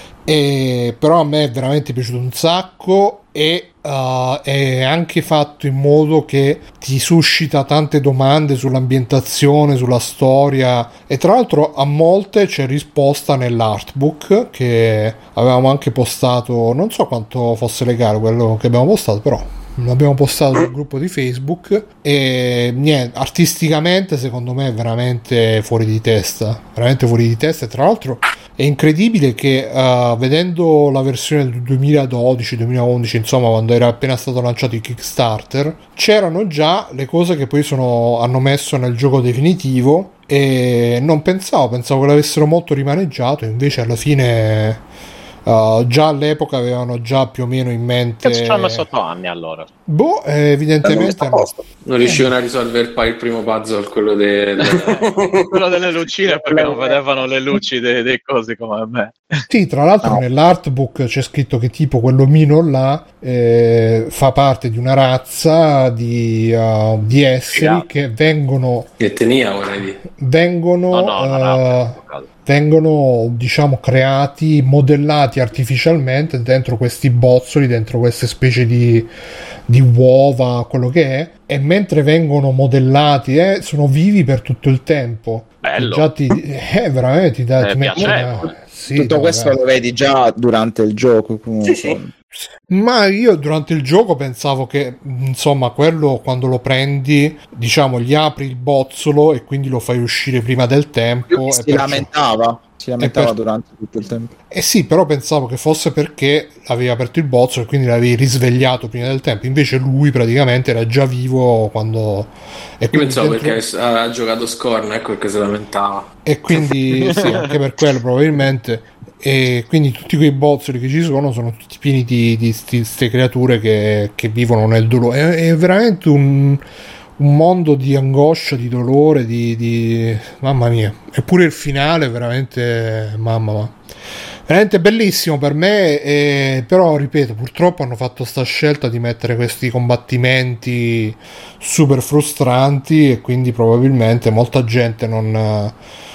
E, però a me è veramente piaciuto un sacco, e uh, è anche fatto in modo che ti suscita tante domande sull'ambientazione, sulla storia, e tra l'altro a molte c'è risposta nell'artbook che avevamo anche postato, non so quanto fosse legale quello che abbiamo postato, però l'abbiamo postato sul gruppo di Facebook, e niente, artisticamente secondo me è veramente fuori di testa, veramente fuori di testa. E tra l'altro è incredibile che uh, vedendo la versione del duemiladodici duemilaundici, insomma quando era appena stato lanciato il Kickstarter, c'erano già le cose che poi sono, hanno messo nel gioco definitivo, e non pensavo pensavo che l'avessero molto rimaneggiato, invece alla fine Uh, già all'epoca avevano già più o meno in mente. Ci hanno messo otto anni allora. Boh, eh, evidentemente non, non riuscivano a risolvere il, il primo puzzle, quello, de, de... quello delle lucine, perché non vedevano le luci dei, dei cosi come me. Sì, tra l'altro no. Nell'artbook c'è scritto che tipo quell'omino là eh, fa parte di una razza di, uh, di esseri yeah. che vengono che tenia vorrei vengono no, no, no, no, uh, vengono diciamo creati, modellati artificialmente dentro questi bozzoli, dentro queste specie di, di uova, quello che è, e mentre vengono modellati eh, sono vivi per tutto il tempo. Bello. Già ti, eh, veramente ti, da, eh, ti mette una... sì, tutto questo ragazzi. Lo vedi già durante il gioco comunque. Sì, sì. Ma io durante il gioco pensavo che insomma quello, quando lo prendi, diciamo gli apri il bozzolo e quindi lo fai uscire prima del tempo, si e perciò... lamentava si lamentava per... durante tutto il tempo. Eh sì, però pensavo che fosse perché avevi aperto il bozzolo e quindi l'avevi risvegliato prima del tempo, invece lui praticamente era già vivo quando... E io pensavo dentro... perché ha giocato Scorn, ecco perché si lamentava. E quindi sì, anche per quello probabilmente. E quindi tutti quei bozzoli che ci sono sono tutti pieni di queste creature che, che vivono nel dolore. È, è veramente un, un mondo di angoscia, di dolore, di, di... mamma mia. Eppure il finale veramente, mamma mia, veramente bellissimo per me, e, però ripeto, purtroppo hanno fatto sta scelta di mettere questi combattimenti super frustranti, e quindi probabilmente molta gente non...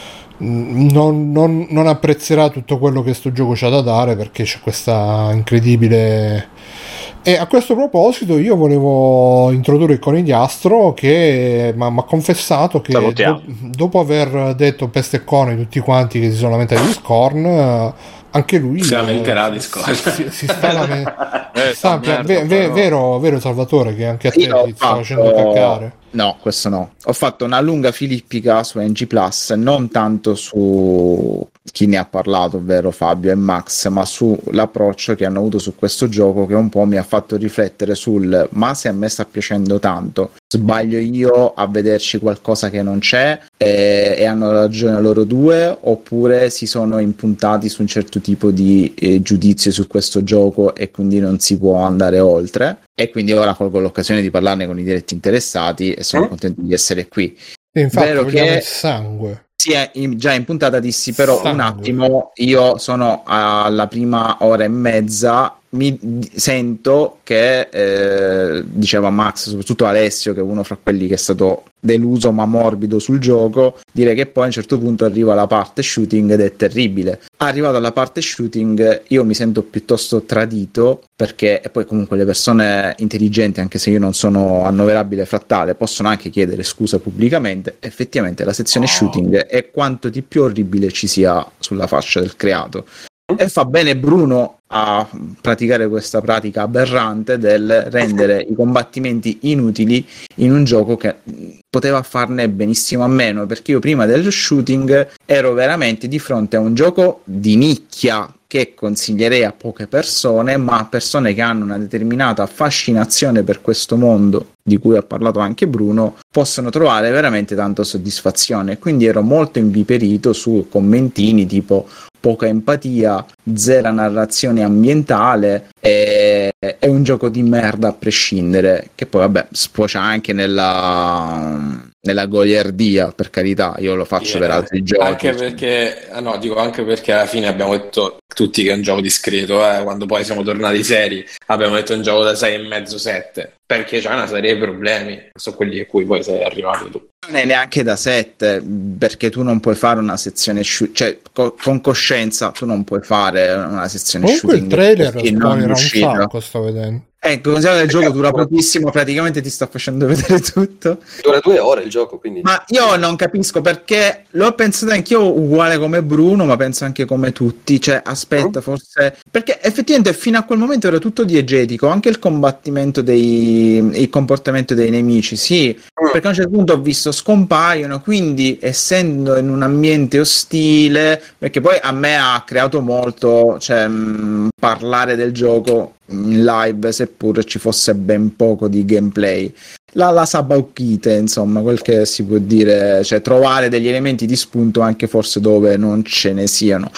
Non, non, non apprezzerà tutto quello che sto gioco c'ha da dare, perché c'è questa incredibile. E a questo proposito io volevo introdurre il conigliastro, che mi ha confessato che do, dopo aver detto peste e coni tutti quanti che si sono lamentati di Scorn, anche lui si lamenterà di Scorn. Si, si sta lamentando. eh, ve, ve, vero, vero Salvatore, che anche a te ti sta facendo caccare. No, questo no. Ho fatto una lunga filippica su N G Plus, non tanto su chi ne ha parlato, ovvero Fabio e Max, ma sull'approccio che hanno avuto su questo gioco, che un po' mi ha fatto riflettere sul ma se a me sta piacendo tanto, sbaglio io a vederci qualcosa che non c'è e, e hanno ragione loro due, oppure si sono impuntati su un certo tipo di eh, giudizio su questo gioco e quindi non si può andare oltre. E quindi ora colgo l'occasione di parlarne con i diretti interessati e sono eh? contento di essere qui. E infatti vero che il sangue. Sì, è in, già in puntata dissi, però sangue. Un attimo, io sono alla prima ora e mezza mi sento che eh, diceva Max, soprattutto Alessio, che è uno fra quelli che è stato deluso ma morbido sul gioco, dire che poi a un certo punto arriva la parte shooting ed è terribile. Arrivato alla parte shooting io mi sento piuttosto tradito, perché e poi comunque le persone intelligenti, anche se io non sono annoverabile fra tale, possono anche chiedere scusa pubblicamente. Effettivamente la sezione oh. shooting è quanto di più orribile ci sia sulla faccia del creato. E fa bene Bruno a praticare questa pratica aberrante del rendere i combattimenti inutili in un gioco che poteva farne benissimo a meno, perché io prima dello shooting ero veramente di fronte a un gioco di nicchia che consiglierei a poche persone, ma a persone che hanno una determinata fascinazione per questo mondo di cui ha parlato anche Bruno possono trovare veramente tanta soddisfazione. Quindi ero molto inviperito su commentini tipo poca empatia, zero narrazione ambientale, è, è un gioco di merda a prescindere, che poi vabbè sfocia anche nella nella goliardia, per carità, io lo faccio yeah, per altri giochi. Anche perché, no, dico anche perché alla fine abbiamo detto tutti che è un gioco discreto, eh, quando poi siamo tornati seri abbiamo detto un gioco da sei e mezzo sette, perché c'è una serie di problemi, sono quelli a cui poi sei arrivato tu. Non è neanche da sette, perché tu non puoi fare una sezione shoot, cioè co- con coscienza tu non puoi fare una sezione comunque shooting. Comunque il trailer spoilerà un sacco, sto vedendo. Ecco, considerate il gioco dura pochissimo, praticamente ti sta facendo vedere tutto. Dura due ore il gioco, quindi. Ma io non capisco perché, l'ho pensato anch'io uguale come Bruno, ma penso anche come tutti, cioè aspetta, mm. forse... Perché effettivamente fino a quel momento era tutto diegetico, anche il combattimento dei... il comportamento dei nemici, sì, mm. perché a un certo punto ho visto scompaiono, quindi essendo in un ambiente ostile, perché poi a me ha creato molto, cioè, mh, parlare del gioco in live, seppur ci fosse ben poco di gameplay, la, la sabauchite, insomma, quel che si può dire, cioè trovare degli elementi di spunto anche forse dove non ce ne siano.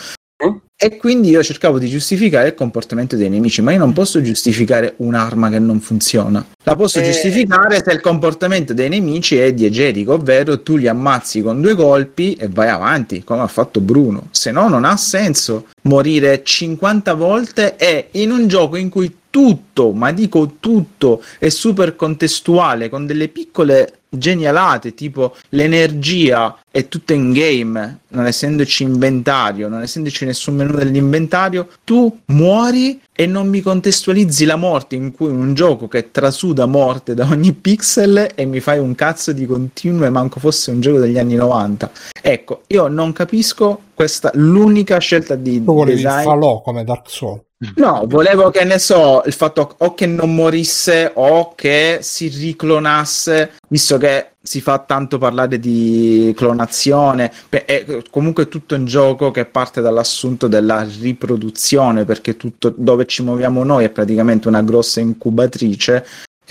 E quindi io cercavo di giustificare il comportamento dei nemici, ma io non posso giustificare un'arma che non funziona. La posso eh... giustificare se il comportamento dei nemici è diegetico, ovvero tu li ammazzi con due colpi e vai avanti, come ha fatto Bruno. Se no non ha senso morire cinquanta volte e in un gioco in cui tutto, ma dico tutto, è super contestuale, con delle piccole genialate, tipo l'energia è tutta in game, non essendoci inventario, non essendoci nessun menu dell'inventario, tu muori e non mi contestualizzi la morte, in cui un gioco che trasuda morte da ogni pixel e mi fai un cazzo di continuo e manco fosse un gioco degli anni novanta. Ecco, io non capisco questa, l'unica scelta di tu volevi design... il falò come Dark Souls. No, volevo che ne so, il fatto o che non morisse o che si riclonasse, visto che si fa tanto parlare di clonazione, è comunque tutto un gioco che parte dall'assunto della riproduzione, perché tutto dove ci muoviamo noi è praticamente una grossa incubatrice.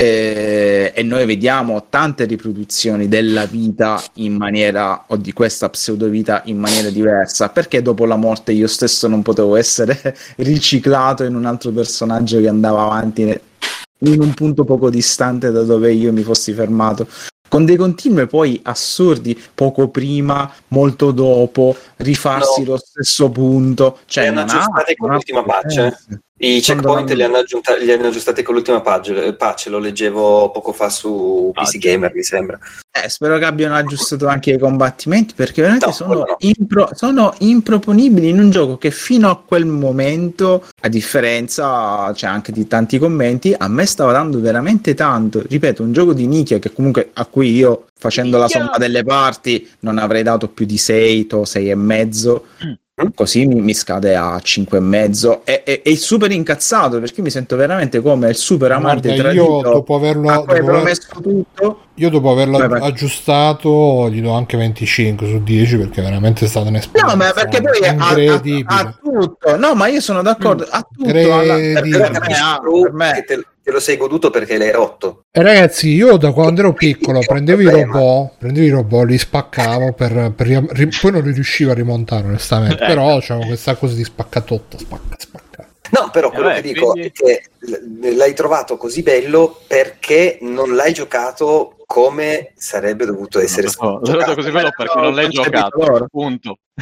E, e noi vediamo tante riproduzioni della vita in maniera, o di questa pseudovita in maniera diversa. Perché dopo la morte io stesso non potevo essere riciclato in un altro personaggio che andava avanti in un punto poco distante da dove io mi fossi fermato, con dei continui poi assurdi, poco prima, molto dopo, rifarsi no. lo stesso punto, cioè non ha con l'ultima patch. I checkpoint li hanno, aggiunta, li hanno aggiustati con l'ultima patch, patch, lo leggevo poco fa su P C Gamer, mi sembra. Eh, spero che abbiano aggiustato anche i combattimenti, perché veramente no, sono, no. impro- sono improponibili in un gioco che fino a quel momento, a differenza cioè anche di tanti commenti, a me stava dando veramente tanto. Ripeto, un gioco di nicchia che comunque a cui io, facendo nicchia. la somma delle parti, non avrei dato più di sei o sei e mezzo. Mm. Così mi, mi scade a cinque e mezzo e, e, e super incazzato, perché mi sento veramente come il super amante Guarda, tradito, io dopo averlo, dopo dopo aver... messo tutto, io dopo averlo vai, vai. aggiustato gli do anche venticinque su dieci, perché veramente è stata un'esperienza no, ma perché poi incredibile. A, a, a tutto, no, ma io sono d'accordo, a tutto alla, per, per me, ah, per me. Te, te lo sei goduto perché l'hai rotto. E ragazzi, io da quando ero piccolo prendevo i robot, prendevo i robot, li spaccavo per, per ri- poi non li riuscivo a rimontare onestamente, però c'avevo questa cosa di spaccatotta, spacca, spacca. No, però quello eh, che dico quindi... è che l'hai trovato così bello perché non l'hai giocato come sarebbe dovuto essere no, no, giocato così bello perché non l'hai giocato, punto.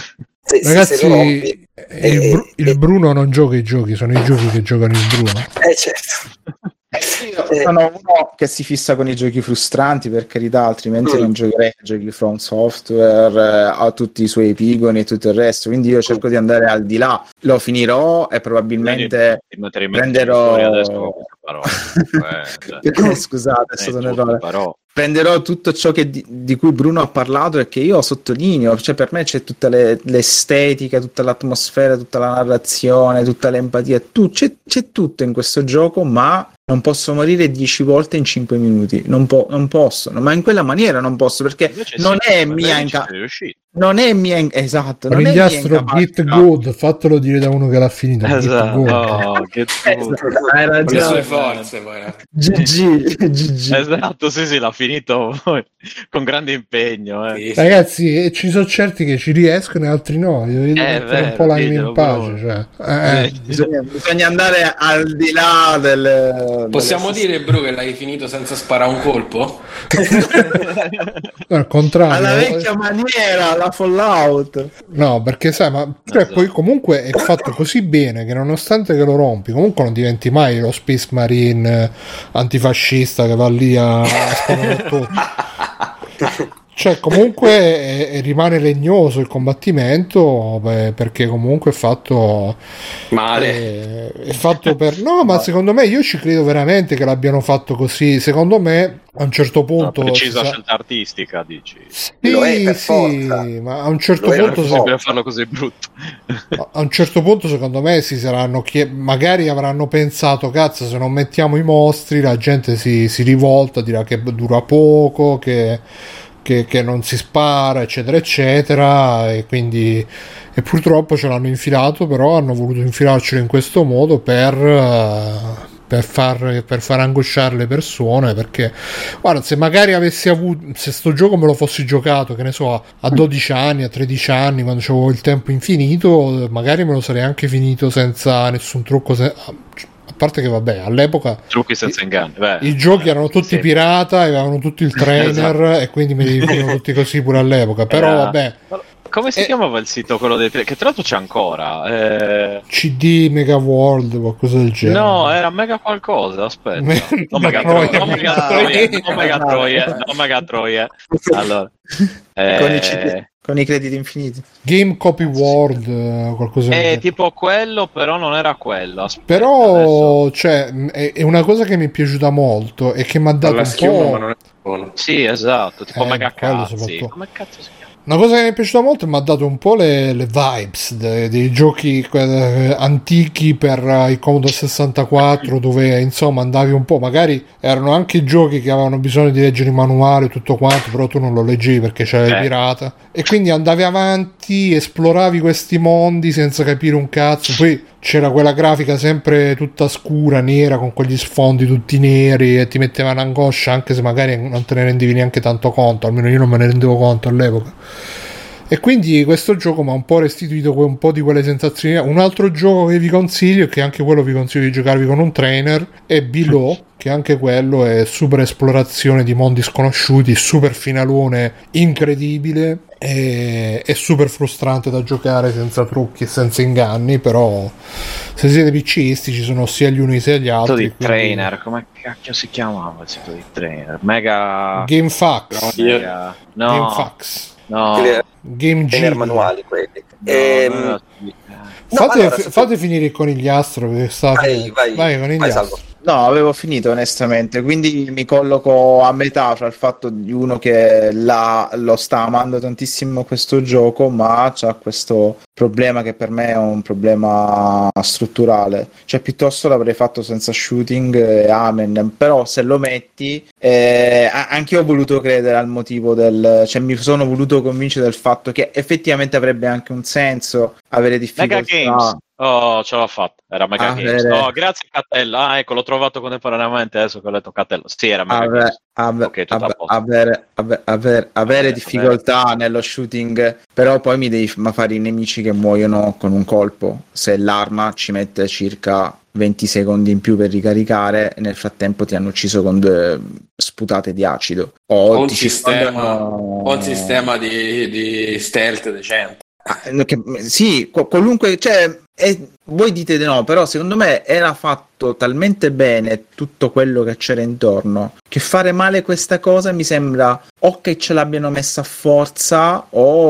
Se, Ragazzi, se lo rompi, il, eh, Bru- il Bruno non gioca i giochi, sono i giochi che giocano il Bruno. eh certo. Io sono uno che si fissa con i giochi frustranti, per carità, altrimenti Mm. non giocherei ai giochi From Software, eh, a tutti i suoi epigoni e tutto il resto, quindi io cerco di andare al di là, lo finirò e probabilmente Ti metterei prenderò fuori adesso con queste parole. Eh, cioè, Eh, scusate, è stato un giusto, errore. però. Prenderò tutto ciò che di, di cui Bruno ha parlato e che io sottolineo, cioè per me c'è tutta le, l'estetica, tutta l'atmosfera, tutta la narrazione, tutta l'empatia, tu, c'è, c'è tutto in questo gioco, ma non posso morire dieci volte in cinque minuti, non, po- non posso, no, ma in quella maniera non posso, perché Invece non sì, è per mia me inca- ci sei riuscito. non è mia in- esatto, non è mia Conigliastro Get incapacità. Good, fatelo dire da uno che l'ha finito. Get Esatto, Good. oh, che tu. Esatto, hai Con le sue ragione. forze, poi. eh. G G, G G. Esatto, sì, sì, l'ha finito poi, con grande impegno. Eh. Sì, sì. Ragazzi, e ci sono certi che ci riescono e altri no. Io devo mettere vero, un po' l'anima ditelo in pace. pure. Cioè. Eh, eh. Sì. Bisogna, bisogna andare al di là del Possiamo delle- dire, Bru, che l'hai finito senza sparare un colpo? No, al contrario, alla vecchia maniera, la Fallout. no, perché sai, ma cioè, Esatto. poi comunque è fatto così bene che nonostante che lo rompi, comunque non diventi mai lo Space Marine eh, antifascista che va lì a, a sparare a tutti. Cioè, comunque è- è- rimane legnoso il combattimento, beh, perché comunque è fatto. Male. eh, è fatto per. No, ma secondo me io ci credo veramente che l'abbiano fatto così. Secondo me a un certo Una punto. precisa si sa- scelta artistica, dici. Sì, Lo è per sì, forza. ma a un certo Lo è per punto. Non se- forza. possibile farlo così brutto. A un certo punto, secondo me, si saranno chie- magari avranno pensato: cazzo, se non mettiamo i mostri, la gente si, si rivolta, dirà che dura poco, che, che, che non si spara, eccetera, eccetera. E quindi, e purtroppo ce l'hanno infilato, però hanno voluto infilarcelo in questo modo per. eh, Per far, per far angosciare le persone, perché guarda, se magari avessi avuto, se sto gioco me lo fossi giocato, che ne so, a- a dodici anni, a tredici anni, quando avevo il tempo infinito, magari me lo sarei anche finito senza nessun trucco, se- a parte che vabbè, all'epoca Trucchi senza inganni. Beh, i giochi erano tutti sì. pirata, avevano tutti il trainer Esatto. e quindi me li finivano tutti così pure all'epoca, però Era- vabbè, Come si Eh. chiamava il sito quello dei... Che tra l'altro c'è ancora. Eh... C D Mega World, qualcosa del genere. No, era Mega qualcosa, aspetta. Me- Non Mega Troia. Troia, non Mega Troia, non Mega Troia, non Mega Troia. Allora, Con, i eh, C D con i crediti infiniti. Game Copy World, eh, qualcosa del è genere. tipo quello, però non era quello. Aspetta, Però adesso- cioè, mh, è, è una cosa che mi è piaciuta molto e che mi ha dato Alla un schiuma, po'. ma non è buono. Sì, esatto, tipo Eh, Mega quello Cazzi. soprattutto. Come cazzo si chiama? Una cosa che mi è piaciuta molto mi ha dato un po' le, le vibes de- dei giochi eh, antichi per eh, il Commodore sessantaquattro, dove insomma andavi un po', magari erano anche giochi che avevano bisogno di leggere il manuale e tutto quanto, però tu non lo leggevi perché c'era il Eh. pirata, e quindi andavi avanti, esploravi questi mondi senza capire un cazzo. Poi c'era quella grafica sempre tutta scura, nera, con quegli sfondi tutti neri, e ti metteva in angoscia anche se magari non te ne rendevi neanche tanto conto, almeno io non me ne rendevo conto all'epoca. E quindi questo gioco mi ha un po' restituito que- un po' di quelle sensazioni. Un altro gioco che vi consiglio, e che anche quello vi consiglio di giocarvi con un trainer, è Below, che anche quello è super esplorazione di mondi sconosciuti, super finalone incredibile, e è super frustrante da giocare senza trucchi e senza inganni, però se siete picisti ci sono sia gli uni sia gli Il sito altri. di quindi- trainer, come cacchio si chiamava il sito di trainer? Mega... GameFAQs, Mega... No, GameFAQs, no, Quelli- Game trainer G. manuali quelli. no, Ehm, no, no. no, Fate, allora, se- fate finire il conigliastro che sta Vai, vai, vai, conigliastro. Salvo. No, avevo finito onestamente, quindi mi colloco a metà fra il fatto di uno che la, lo sta amando tantissimo questo gioco, ma c'ha questo problema che per me è un problema strutturale, cioè piuttosto l'avrei fatto senza shooting e amen, però se lo metti, eh, anche io ho voluto credere al motivo del, cioè mi sono voluto convincere del fatto che effettivamente avrebbe anche un senso avere difficoltà. Mega Games. Oh, ce l'ho fatta. Era Mega Ah, Games. vero. No, grazie Cattello. Ah, ecco, l'ho trovato contemporaneamente adesso che ho letto Cattello. Sì, era Mega Ave- Games. ave- Ok, tutto a ave- posto. avere, ave- aver- avere Avere, difficoltà nello shooting, però poi mi devi f- ma fare i nemici che muoiono con un colpo. Se l'arma ci mette circa venti secondi in più per ricaricare, e nel frattempo ti hanno ucciso con due sputate di acido. O O un ti sistema, circondano- o un sistema di, di stealth decente. Che, sì, qualunque, cioè, è, voi dite di no, però secondo me era fatto talmente bene tutto quello che c'era intorno che fare male questa cosa mi sembra o che ce l'abbiano messa a forza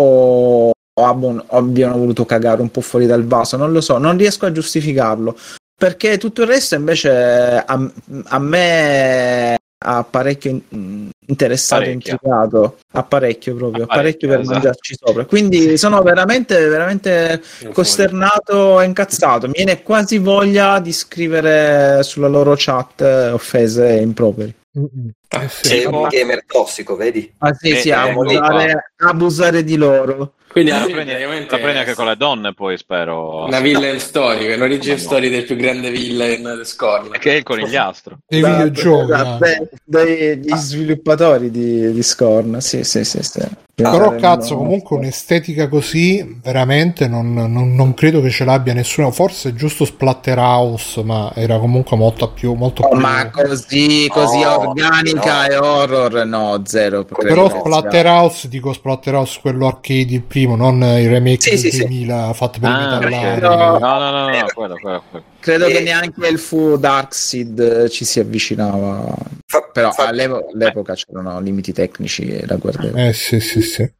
o, o abbiano voluto cagare un po' fuori dal vaso, non lo so, non riesco a giustificarlo, perché tutto il resto invece a, a me ha parecchio interessato, parecchio. intrigato, a parecchio proprio, a parecchio, parecchio per esatto. mangiarci sopra, quindi sono veramente veramente costernato e incazzato, mi viene quasi voglia di scrivere sulla loro chat offese e improperi. Eh, sei un gamer tossico, vedi? Ah sì, eh, sì, eh, abusare, abusare di loro. Quindi la alla prendi, fine la prendi anche con le donne, poi spero. Una villain story, un'origine no. story del più grande villain del Scorn. Che è il conigliastro. Dei Esatto, videogiochi. esatto, eh. dei, degli sviluppatori di, di Scorn, sì, sì, sì, sì. Però cazzo, comunque un'estetica così veramente non, non, non credo che ce l'abbia nessuno. Forse giusto Splatterhouse, ma era comunque molto più molto oh, più... ma così così no, organica no. e horror no, zero. Però no, Splatterhouse, dico Splatterhouse quello arcade il primo, non il remake sì, del sì, duemila fatto per Ah, metallari. no, no, no, no, no, quello, quello, quello. Credo E- che neanche il fu Darkseid ci si avvicinava, Fa- però fa- all'epo- all'epoca c'erano limiti tecnici da guardare. Eh sì, sì, sì.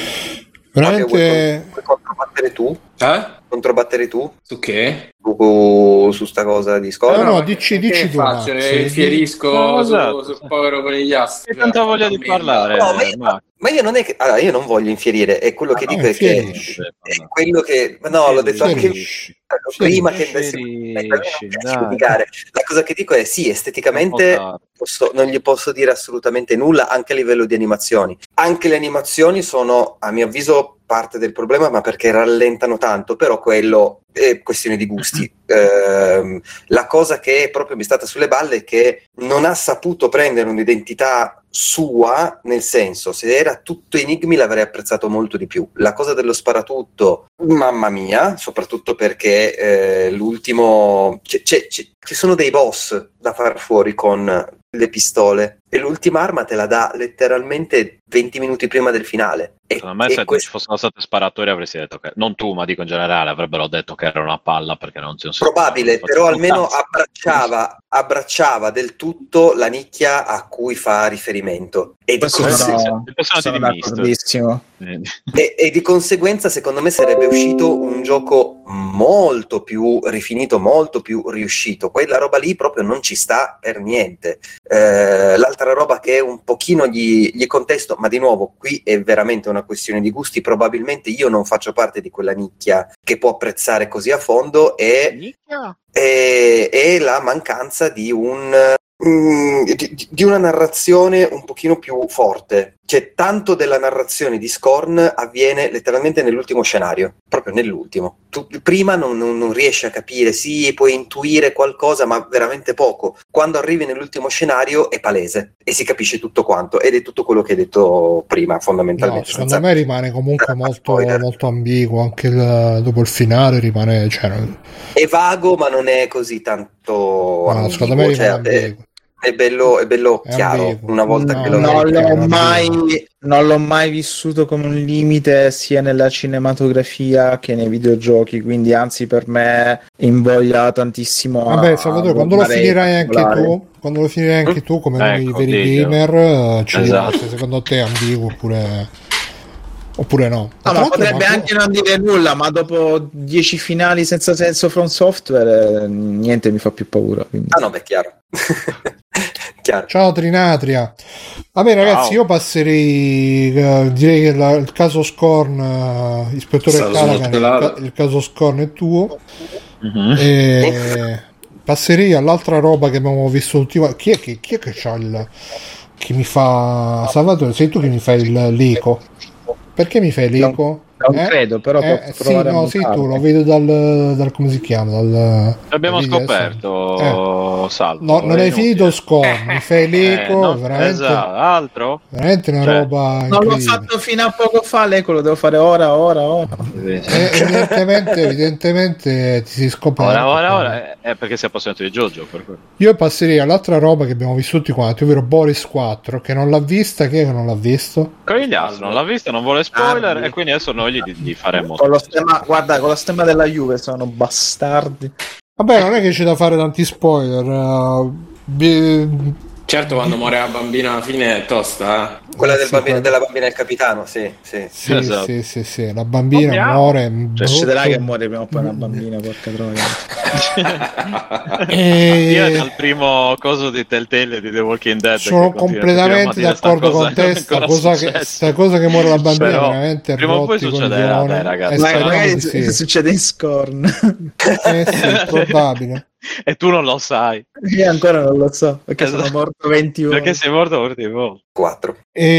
Fabio, vuoi, Veramente... vuoi controbattere tu? Eh? Controbattere tu? Su che? Su, su sta cosa di No, Scorn? no, ma dici- che- dici che tu, faccio? Max. Ne infierisco No, su- esatto. sul povero conigliastro. Che tanta voglia di parlare. No, ma io, Max. ma io non è che allora, io non voglio infierire, è quello che Ah, dico è che infierisci. è quello che no, l'ho detto anche Infierisci. prima Infierisci. che Infierisci, dai. giudicare. La cosa che dico è sì, esteticamente Non posso- non gli posso dire assolutamente nulla anche a livello di animazioni. Anche le animazioni sono, a mio avviso, parte del problema, ma perché rallentano tanto, però quello è questione di gusti. Ehm, la cosa che proprio mi è stata sulle balle è che non ha saputo prendere un'identità sua, nel senso, se era tutto enigmi l'avrei apprezzato molto di più. La cosa dello sparatutto, mamma mia, soprattutto perché eh, l'ultimo c'è, c'è, c'è, ci sono dei boss da far fuori con le pistole e l'ultima arma te la dà letteralmente venti minuti prima del finale. E, Secondo me e se questo... ci fossero state sparatorie avresti detto che, non tu ma dico in generale, avrebbero detto che era una palla perché non si probabile, però almeno abbracciava, abbracciava del tutto la nicchia a cui fa riferimento e di, Questo conse- sono, il personaggio sono di Mist. d'accordissimo. e, e di conseguenza secondo me sarebbe uscito un gioco molto più rifinito, molto più riuscito. Quella roba lì proprio non ci sta per niente. Eh, l'altra roba che un pochino gli, gli contesto, ma di nuovo qui è veramente una questione di gusti, probabilmente io non faccio parte di quella nicchia che può apprezzare così a fondo, e, e, e la mancanza di un mm, di, di una narrazione un pochino più forte. Cioè, tanto della narrazione di Scorn avviene letteralmente nell'ultimo scenario, proprio nell'ultimo. Tu prima non, non, non riesci a capire, sì, puoi intuire qualcosa, ma veramente poco. Quando arrivi nell'ultimo scenario è palese e si capisce tutto quanto, ed è tutto quello che hai detto prima, fondamentalmente. No, secondo senza... me rimane comunque molto, molto ambiguo, anche il, dopo il finale rimane... Cioè, non... È vago, ma non è così tanto no, ambiguo, secondo me rimane cioè, ambiguo. È bello, è bello È chiaro ambiguo. una volta No, che lo non vedi. l'ho non mai vedi. non l'ho mai vissuto come un limite sia nella cinematografia che nei videogiochi, quindi anzi per me invoglia tantissimo. Vabbè, Salvatore, quando lo finirai anche particolare. tu, quando lo finirai anche tu, come noi Ecco, veri dico. gamer, eh, ci Esatto. dirai se secondo te è ambiguo oppure, oppure no. No, Tra ma l'altro, potrebbe ma- anche non dire nulla, ma dopo dieci finali senza senso From Software, eh, niente mi fa più paura. Quindi. Ah no, beh, chiaro. Chiaro. Ciao Trinatria. Vabbè ragazzi, Ciao. io passerei, eh, direi che la- il caso Scorn, eh, ispettore Stato Calacan, il, smottolato. ca- il caso Scorn è tuo. Mhm. E passerei all'altra roba che abbiamo visto ultima. Chi è che, chi è che c'ha il che mi fa Salvatore? Sei tu che mi fai il l'eco? Perché mi fai l'eco? Non credo, però eh, posso sì, provare a no, sei mutarlo. tu, lo vedo dal, dal come si chiama? Dal, L'abbiamo dal video, scoperto, Salvo. No, non è hai inutile. finito il score, mi fai l'eco, Eh, no, veramente, esatto. Altro? veramente una Cioè, roba Non l'ho incredibile. fatto fino a poco fa, l'eco lo devo fare ora, ora, ora. Eh, evidentemente, evidentemente ti si scopre. Ora, ora, ora, è perché sei appassionato di JoJo, per quello. Io passerei all'altra roba che abbiamo visto tutti quanti, ovvero Boris quattro, che non l'ha vista. Chi è che non l'ha visto? Conigliastro non l'ha visto, non vuole spoiler, Ah, e quindi adesso noi moglie di, di fare molto. Con lo stemma, guarda, con lo stemma della Juve sono bastardi. Vabbè, non è che c'è da fare tanti spoiler. Uh, bi- Certo, quando muore la bambina alla fine è tosta, eh? Quella del Sì, bambino, quella- della bambina del capitano, sì, sì. Sì, Esatto. sì, sì, sì, la bambina Dobbiamo. muore. Cioè, succederà brutto. che muore prima o poi una bambina, porca troia. E- Io è dal primo coso di Telltale di The Walking Dead. Sono che continua- completamente continuiamo a dire sta d'accordo cosa, con te. non è Sta ancora cosa, che, successo. sta cosa che muore la bambina Però, veramente prima o poi rotti i succederà, coglioni. dai, ragazzi. Eh, Ma speriamo magari di su- sì. succede in Scorn. Eh sì, è probabile. E tu non lo sai. Io ancora non lo so, perché Esatto. sono morto venti volte. Perché sei morto morti volte. quattro.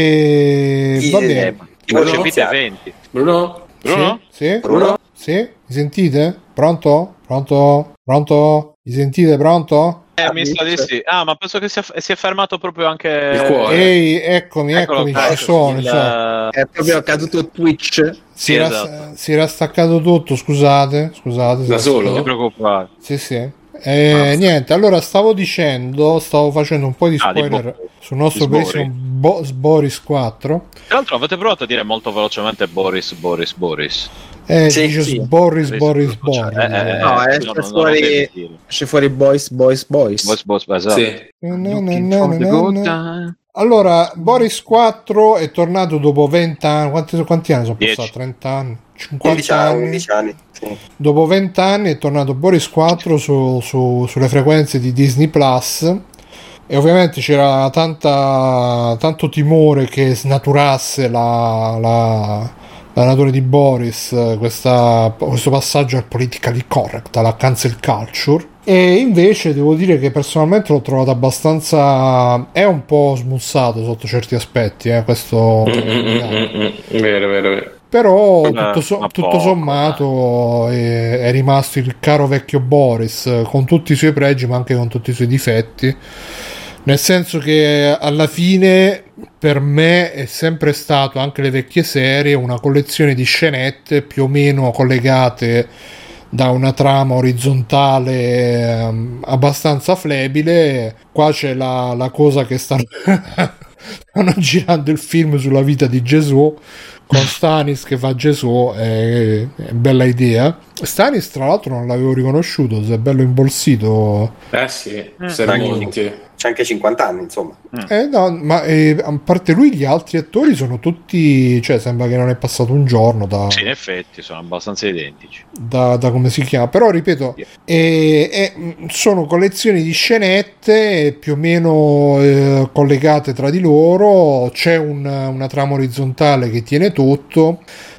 E Chi- va eh, bene. Tipo Bruno? cepite venti. Bruno? Bruno? Sì? Sì? Bruno? Sì? Mi sentite? Pronto? Pronto? Pronto? Mi sentite? Pronto? Eh, mi sa di sì. Ah, ma penso che sia, si è fermato proprio anche Il cuore. Ehi, eccomi, Eccolo eccomi, qua, ci sono, il- ci sono. È proprio caduto Twitch. Si, Sì, era, esatto. si era staccato tutto, scusate, scusate. Da si- solo? Non ti preoccupare. Sì, sì. Eh, niente, allora stavo dicendo, stavo facendo un po' di Ah, di spoiler Bo- sul nostro di Sbori. bellissimo Bo- Boris quattro. Tra l'altro avete provato a dire molto velocemente Boris, Boris, Boris. Eh, Sì, dice sì. Boris, Boris, Cioè, Boris. eh, eh, No, eh, esce non- non fuori- lo devi dire. Esce fuori Boys, Boys, Boys. Boris, Boris, esatto. Sì. Na, na, Looking na, for na, the na, good na. time. Allora, Boris quattro è tornato dopo venti anni. Quanti, quanti anni sono Dieci. passati? trenta anni? undici cinquanta anni, anni? undici anni. Sì. Dopo venti anni è tornato Boris quattro su, su- sulle frequenze di Disney Plus. E ovviamente c'era tanta, tanto timore che snaturasse la, la, la natura di Boris, questa, questo passaggio al politically correct, alla cancel culture. E invece devo dire che personalmente l'ho trovato abbastanza. È un po' smussato sotto certi aspetti, eh, questo. Mm, mm, mm, mm, mm. Vero, vero, vero. Però Eh, tutto, so- ma tutto poco, sommato è, è rimasto il caro vecchio Boris, eh, con tutti i suoi pregi ma anche con tutti i suoi difetti, nel senso che alla fine per me è sempre stato, anche le vecchie serie, una collezione di scenette più o meno collegate da una trama orizzontale ehm, abbastanza flebile. Qua c'è la, la cosa che stanno stanno girando il film sulla vita di Gesù con Stanis che fa Gesù, è, è bella idea. Stanis tra l'altro non l'avevo riconosciuto, si è bello imbolsito. Eh sì, Mm. Sermonti. C'è anche cinquanta anni, insomma. Eh no, ma eh, a parte lui gli altri attori sono tutti, cioè sembra che non è passato un giorno da, Sì, in effetti sono abbastanza identici. da, da come si chiama, però ripeto eh, eh, mh, sono collezioni di scenette più o meno eh, collegate tra di loro, c'è un- una trama orizzontale che tiene tutto,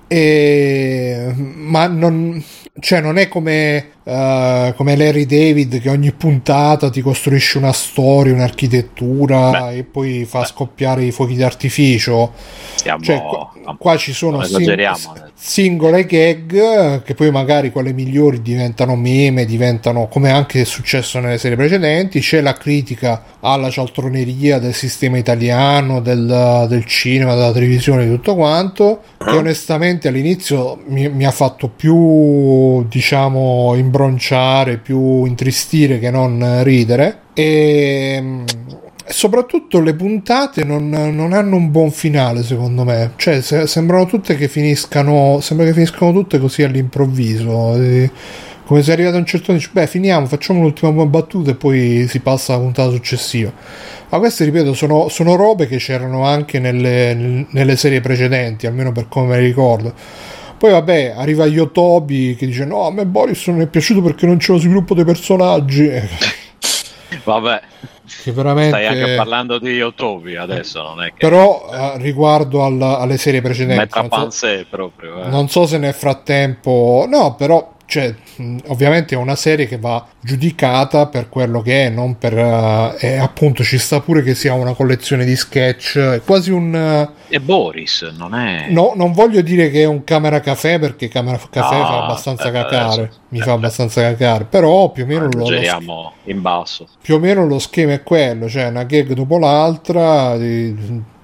e, ma non, cioè non è come, eh, come Larry David che ogni puntata ti costruisce una storia, un'architettura Beh. e poi fa Beh. scoppiare i fuochi d'artificio. Siamo, Cioè, qua, qua ci sono non sing- esageriamo adesso. singole gag che poi magari quelle migliori diventano meme, diventano, come anche è successo nelle serie precedenti. C'è la critica alla cialtroneria del sistema italiano, del, del cinema, della televisione, di tutto quanto, che onestamente all'inizio mi, mi ha fatto più, diciamo, imbronciare, più intristire che non ridere. E soprattutto le puntate non, non hanno un buon finale, secondo me. Cioè se- sembrano tutte che finiscano, sembra che finiscano tutte così all'improvviso, e come se è arrivato a un certo punto, dici, beh, finiamo, facciamo l'ultima battuta e poi si passa alla puntata successiva. Ma queste, ripeto, sono, sono robe che c'erano anche nelle, nelle serie precedenti, almeno per come me le ricordo. Poi vabbè, arriva Yotobi che dice no, a me Boris non è piaciuto perché non c'è lo sviluppo dei personaggi. Vabbè, Che veramente... stai anche parlando di Yotobi adesso, non è che Però eh, riguardo al- alle serie precedenti, metta non so, panze proprio. Eh. non so se nel frattempo, no, però cioè, mh, ovviamente è una serie che va giudicata per quello che è, non per eh, e appunto ci sta pure che sia una collezione di sketch, è quasi un eh, E Boris non è. no, non voglio dire che è un camera caffè, perché camera caffè No, fa abbastanza aspetta, cacare, adesso. mi Eh, fa abbastanza cacare, però più o meno lo, lo Esageriamo in basso. più o meno lo schema è quello, cioè una gag dopo l'altra, di-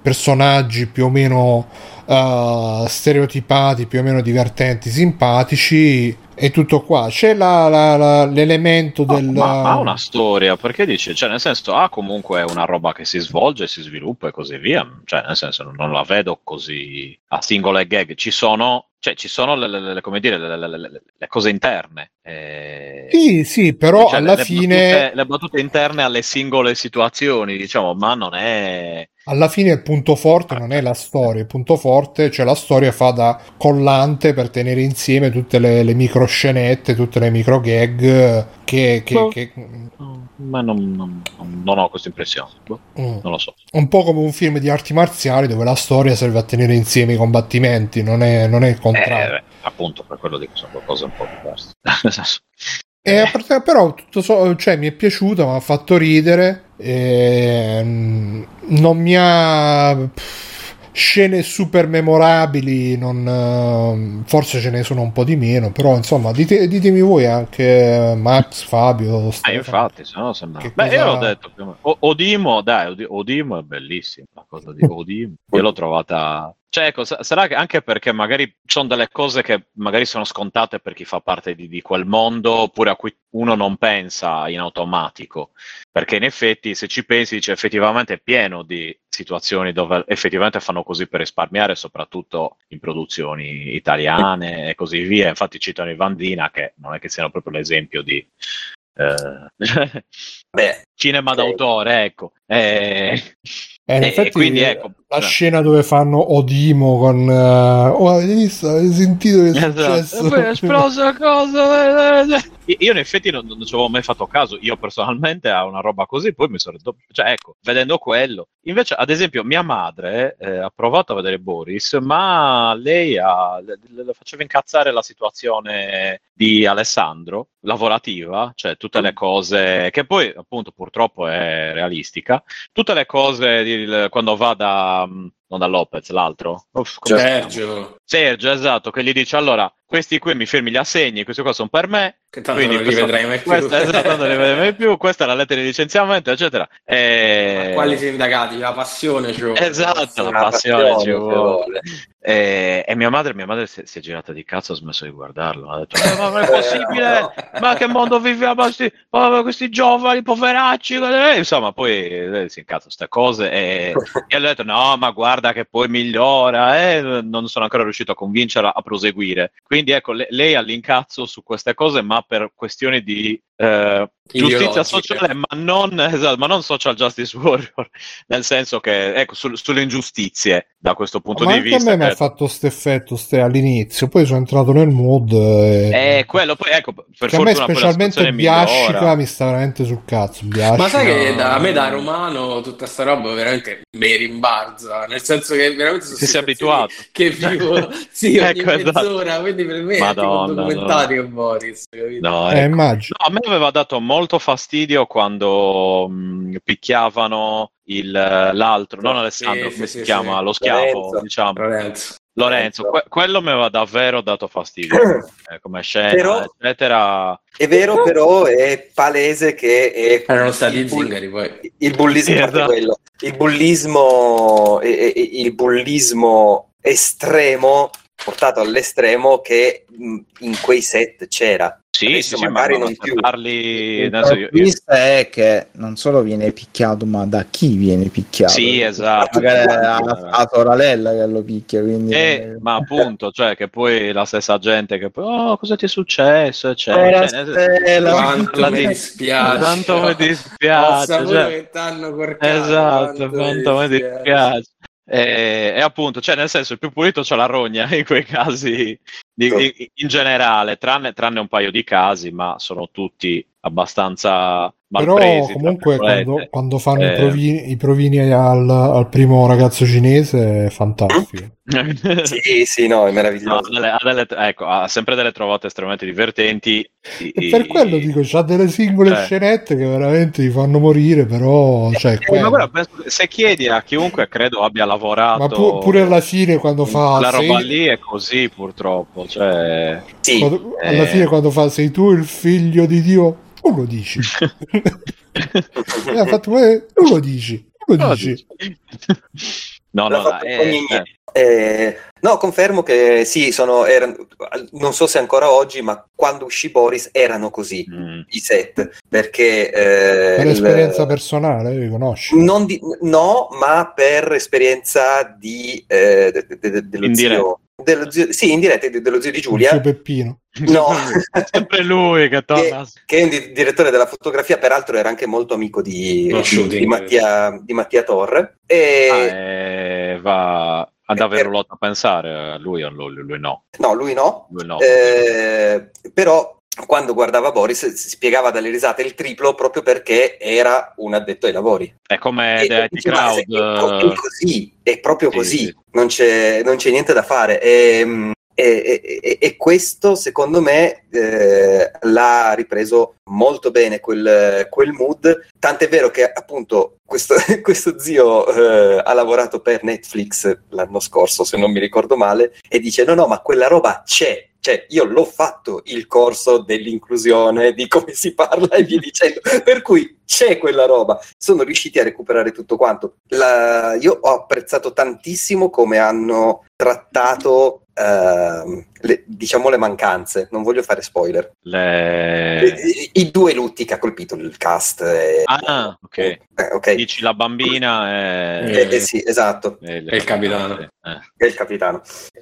personaggi più o meno uh, stereotipati, più o meno divertenti, simpatici, e tutto qua. C'è la, la, la, l'elemento no, del... Ma ha una storia, perché dici, cioè nel senso ha comunque una roba che si svolge, si sviluppa e così via, cioè nel senso non, non la vedo così a singole gag, ci sono, cioè ci sono le, le, le come dire, le, le, le, le cose interne. Eh... Sì, sì, però cioè, alla le, fine... Le battute, le battute interne alle singole situazioni, diciamo, ma non è... Alla fine il punto forte non è la storia, il punto forte, cioè la storia fa da collante per tenere insieme tutte le, le micro scenette, tutte le micro gag che... che, Boh. che... Ma non, non, non ho questa impressione, boh. Mm. Non lo so. Un po' come un film di arti marziali dove la storia serve a tenere insieme i combattimenti, non è, non è il contrario. Eh, appunto, per quello dico, sono cose un po' diverse. E a parte, però tutto so, cioè, mi è piaciuto, mi ha fatto ridere, e, mm, non mi ha pff, scene super memorabili, non, forse ce ne sono un po' di meno, però insomma dite, ditemi voi anche Max, Fabio, Ah, Stefano. infatti, se no sembra... Che Beh, cosa- io l'ho detto prima. O- Odimo, dai, Odi- Odimo è bellissimo, la cosa di Odimo. Io l'ho trovata... Cioè, ecco, sa- sarà che anche perché magari sono delle cose che magari sono scontate per chi fa parte di, di quel mondo, oppure a cui uno non pensa in automatico. Perché in effetti, se ci pensi, dice, effettivamente è pieno di situazioni dove effettivamente fanno così per risparmiare, soprattutto in produzioni italiane e così via. Infatti citano i Vandina, che non è che siano proprio l'esempio di... eh, Beh, cinema ok. d'autore, ecco. Eh, Eh, in e- effetti e quindi ecco, la cioè- scena dove fanno Odimo con eh, oh, avete visto, avete sentito che è Esatto. successo? E poi è esplosa la cosa. eh, eh. Io in effetti non, non ci avevo mai fatto caso, io personalmente, a una roba così, poi mi sono detto, cioè ecco, vedendo quello. Invece, ad esempio, mia madre eh, ha provato a vedere Boris, ma lei ha, le, le faceva incazzare la situazione di Alessandro, lavorativa, cioè tutte le cose, che poi appunto purtroppo è realistica, tutte le cose di- quando va da... non da Lopez, l'altro. Uff, come si chiama? Sergio, Sergio, esatto, che gli dice allora, questi qui mi firmi gli assegni, questi qua sono per me, che tanto quindi non li questo- vedrai mai più. questa, esatto, non li vedrai mai più, questa è la lettera di licenziamento, eccetera. E... Ma quali sindacati? La passione, cioè. Esatto, la Una passione passione ci ci vuole. vuole. E, e mia madre, mia madre si, si è girata di cazzo, ha smesso di guardarlo. Ha detto: "Eh, ma non è possibile, ma che mondo viviamo? Questi, oh, questi giovani poveracci. eh." Insomma, poi eh, si incazza queste cose. E, e ho detto: no, ma guarda che poi migliora. E non sono ancora riuscito a convincerla a proseguire. Quindi ecco, le- lei ha l'incazzo su queste cose, ma per questioni di eh, giustizia Ideologiche. sociale, ma non, esatto, ma non social justice warrior, nel senso che ecco, sul- sulle ingiustizie da questo punto Ma di anche vista. a me mi ha che- fatto questo effetto ste, all'inizio, poi sono entrato nel mood e... Eh, quello poi ecco, per che a me fortuna poi la specialmente situazione Biascica migliora. mi sta veramente sul cazzo. Biascica... Ma sai che da, a me da romano tutta sta roba veramente mi rimbalza, nel senso che veramente sono Ti sei situazioni abituato. che vivo sì, ogni Ecco, esatto. mezz'ora, quindi per me Madonna, è tipo documentari con Boris, capito? No, Eh, ecco. immagino. No, a me aveva dato molto fastidio quando mh, picchiavano il, l'altro, non Alessandro, Sì, come sì, si sì, chiama? sì. Lo schiavo, Lorenzo. diciamo. Lorenzo. Lorenzo, que- quello mi aveva davvero dato fastidio, eh, come scena, Però- eccetera. È vero, però è palese che è Erano stati il, bull- zingari poi. il bullismo, Sì, a parte esatto. quello, il bullismo, e- e- il bullismo estremo, portato all'estremo, che mh, in quei set c'era. Sì, Adesso sì, sì, magari ma, ma non se più. parli... Il adesso io- io- problema è che non solo viene picchiato, ma da chi viene picchiato? Sì, esatto. Magari Tutti la, quanti, la sorella che lo picchia, quindi... Eh, ma appunto, cioè che poi la stessa gente che poi, oh, cosa ti è successo? Eccetera. Era Cioè, nel senso- stella. Quanto la mi di- dispiace. Quanto mi Ho dispiace. saputo cioè- che t'hanno corcato. Esatto, quanto mi dispiace. E, e appunto, cioè nel senso, il più pulito c'è la rogna in quei casi, di- in, in generale, tranne, tranne un paio di casi, ma sono tutti abbastanza Però malpresi. tra comunque virgolette. quando, quando fanno i, Eh. provini, i provini al, al primo ragazzo cinese è fantastico. Sì, sì, no, è No, meraviglioso. ha delle- ha delle- ecco, ha sempre delle trovate estremamente divertenti. E per quello dico, c'ha delle singole Cioè. scenette che veramente ti fanno morire, però cioè, Eh, quello. ma guarda, penso- se chiedi a chiunque credo abbia lavorato, Ma pu- pure alla fine quando fa la roba sei- lì è così purtroppo. Cioè, Sì, quando- eh. alla fine quando fa sei tu il figlio di Dio, non lo dici. E ha fatto, "Eh, non lo dici, non lo no, dici. No, L'ha no, fatto eh, ogni- eh. Eh, no, confermo che sì, sono, erano, non so se ancora oggi, ma quando uscì Boris erano così Mm. i set, perché eh, Per il- esperienza personale, li conosci? non di- no, ma per esperienza di eh, de- de- de- dello Indiretta. zio, dello zio, sì, in diretta de- dello zio di Il Giulia, zio Peppino. no, Sempre lui che che, torna. che è un di- direttore della fotografia, peraltro era anche molto amico di, Lo di, shooting. di Mattia, di Mattia Torre. E, Ah, eh, va ad Eh, aver per- voluto pensare, lui o lui, lui no. no, lui no. Lui no. Eh, però quando guardava Boris si spiegava dalle risate il triplo proprio perché era un addetto ai lavori. È come E- The I T dice, ma se- Crowd. è, co- è così, è proprio Sì, così, sì. Non, c'è, non c'è niente da fare. E, e, e- e questo secondo me eh, l'ha ripreso molto bene quel, quel mood, tant'è vero che appunto questo, questo zio eh, ha lavorato per Netflix l'anno scorso, se non mi ricordo male, e dice no no ma quella roba c'è, cioè io l'ho fatto il corso dell'inclusione, di come si parla e via dicendo, per cui c'è quella roba, sono riusciti a recuperare tutto quanto. La, io ho apprezzato tantissimo come hanno trattato ehm, le, diciamo le mancanze, non voglio fare spoiler, Le... I, i due lutti che ha colpito il cast. E, Ah, ok. eh, ok. Dici la bambina e... Eh, eh, sì, esatto, e E il capitano. Eh. è il capitano.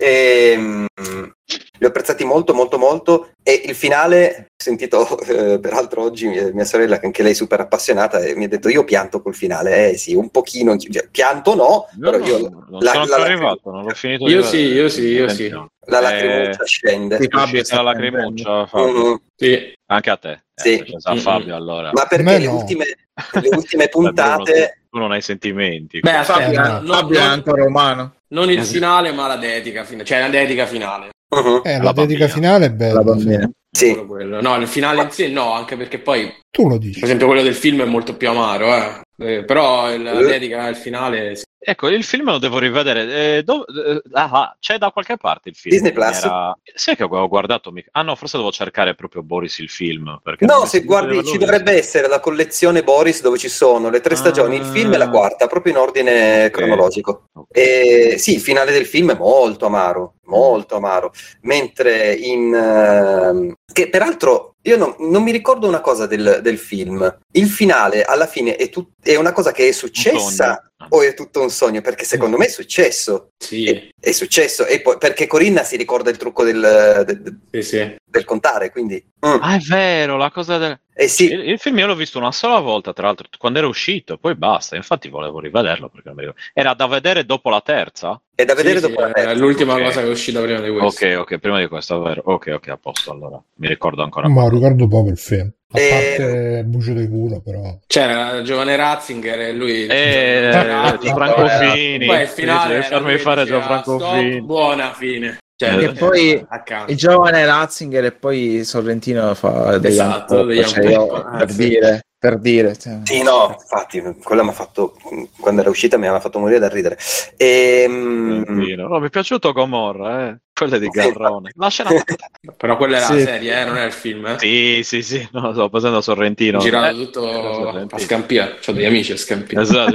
E, mm, li ho apprezzati molto, molto, molto. E il finale, ho sentito eh, peraltro oggi mia, mia sorella, che anche lei è super appassionata, e mi ha detto: io pianto col finale. Eh sì, un pochino, cioè, pianto no, No, però no, io non la, sono la, ancora la, arrivato, non l'ho finito Io di sì, vedere. io sì, io sì. Attenzione. la Eh, lacrimuccia scende. Sì, è Fabio uscita sta la piangendo. lacrimuccia, Fabio. Mm, Sì. Anche a te. Sì. Eh, c'è sta Mm-mm. Fabio allora. ma perché Me le no. ultime, le ultime Beh, Bruno, puntate. tu, tu non hai sentimenti. Beh, Fabio, aspetta, no. non, Fabio è non- anche romano. non il Eh sì. finale, ma la dedica finale. Cioè, la dedica finale. Mhm. Eh, la, La dedica bambina. finale è bella. La bambina. sì. Sì. Solo quello. No, il finale in sé no, anche perché poi, Tu lo per dici. esempio, quello del film è molto più amaro, eh. Eh, però il- la Eh. dedica al finale sì. Ecco, il film lo devo rivedere. Eh, dov- eh, ah, ah, c'è da qualche parte il film? Disney Mi Plus. Era... Sai che avevo guardato? mica- Ah no, forse devo cercare proprio Boris il film. Perché No, non mi se sembra di guardi, averlo ci visto. dovrebbe essere la collezione Boris dove ci sono le tre stagioni, il film e la Ah. quarta, proprio in ordine Ok. cronologico. Ok. E sì, il finale del film è molto amaro, molto amaro, mentre in... ehm, che peraltro io non, non mi ricordo una cosa del, del film, il finale alla fine è, tut- è una cosa che è successa o è tutto un sogno? Perché secondo me è successo, Sì, è, è successo, e poi perché Corinna si ricorda il trucco del, del, sì, sì. del contare, quindi... mm. Ah, è vero, la cosa del... Eh sì, Il, il film io l'ho visto una sola volta, tra l'altro, quando era uscito, poi basta. Infatti volevo rivederlo perché non mi ricordo. Era da vedere dopo la terza? è da vedere Sì, dopo sì, la è terza. l'ultima Ok. cosa che è uscita prima di questo. Ok, ok, prima di questo, vero. Ok, ok, a posto, allora. Mi ricordo ancora. Ma quello. ricordo proprio il film. A Eh, parte Bucio di culo, però. C'era il giovane Ratzinger e lui... Eh, Giovane Gianfranco Ratzinger. Fini. Poi il Sì, finale sì, era farmi lui che fare diceva, Gianfranco "Stop, Fini." buona fine. Cioè, E eh, poi accanto. Il giovane Ratzinger e poi Sorrentino fa degli Esatto, Young degli Pop, cioè Young io, Pop, per ah, sì. dire, per dire. Cioè. Sì, no, infatti, quella mi ha fatto, quando era uscita mi aveva fatto morire da ridere. Ehm, Trentino. No, mi è piaciuto Gomorra, eh. Quella di Garrone. Lasciala. Però quella era Sì. la serie, eh, non era il film. Eh. Sì, sì, sì. No, sto pensando a Sorrentino. Girato Eh, tutto era a Sorrentino. Scampia. C'ho degli amici a Scampia. Esatto.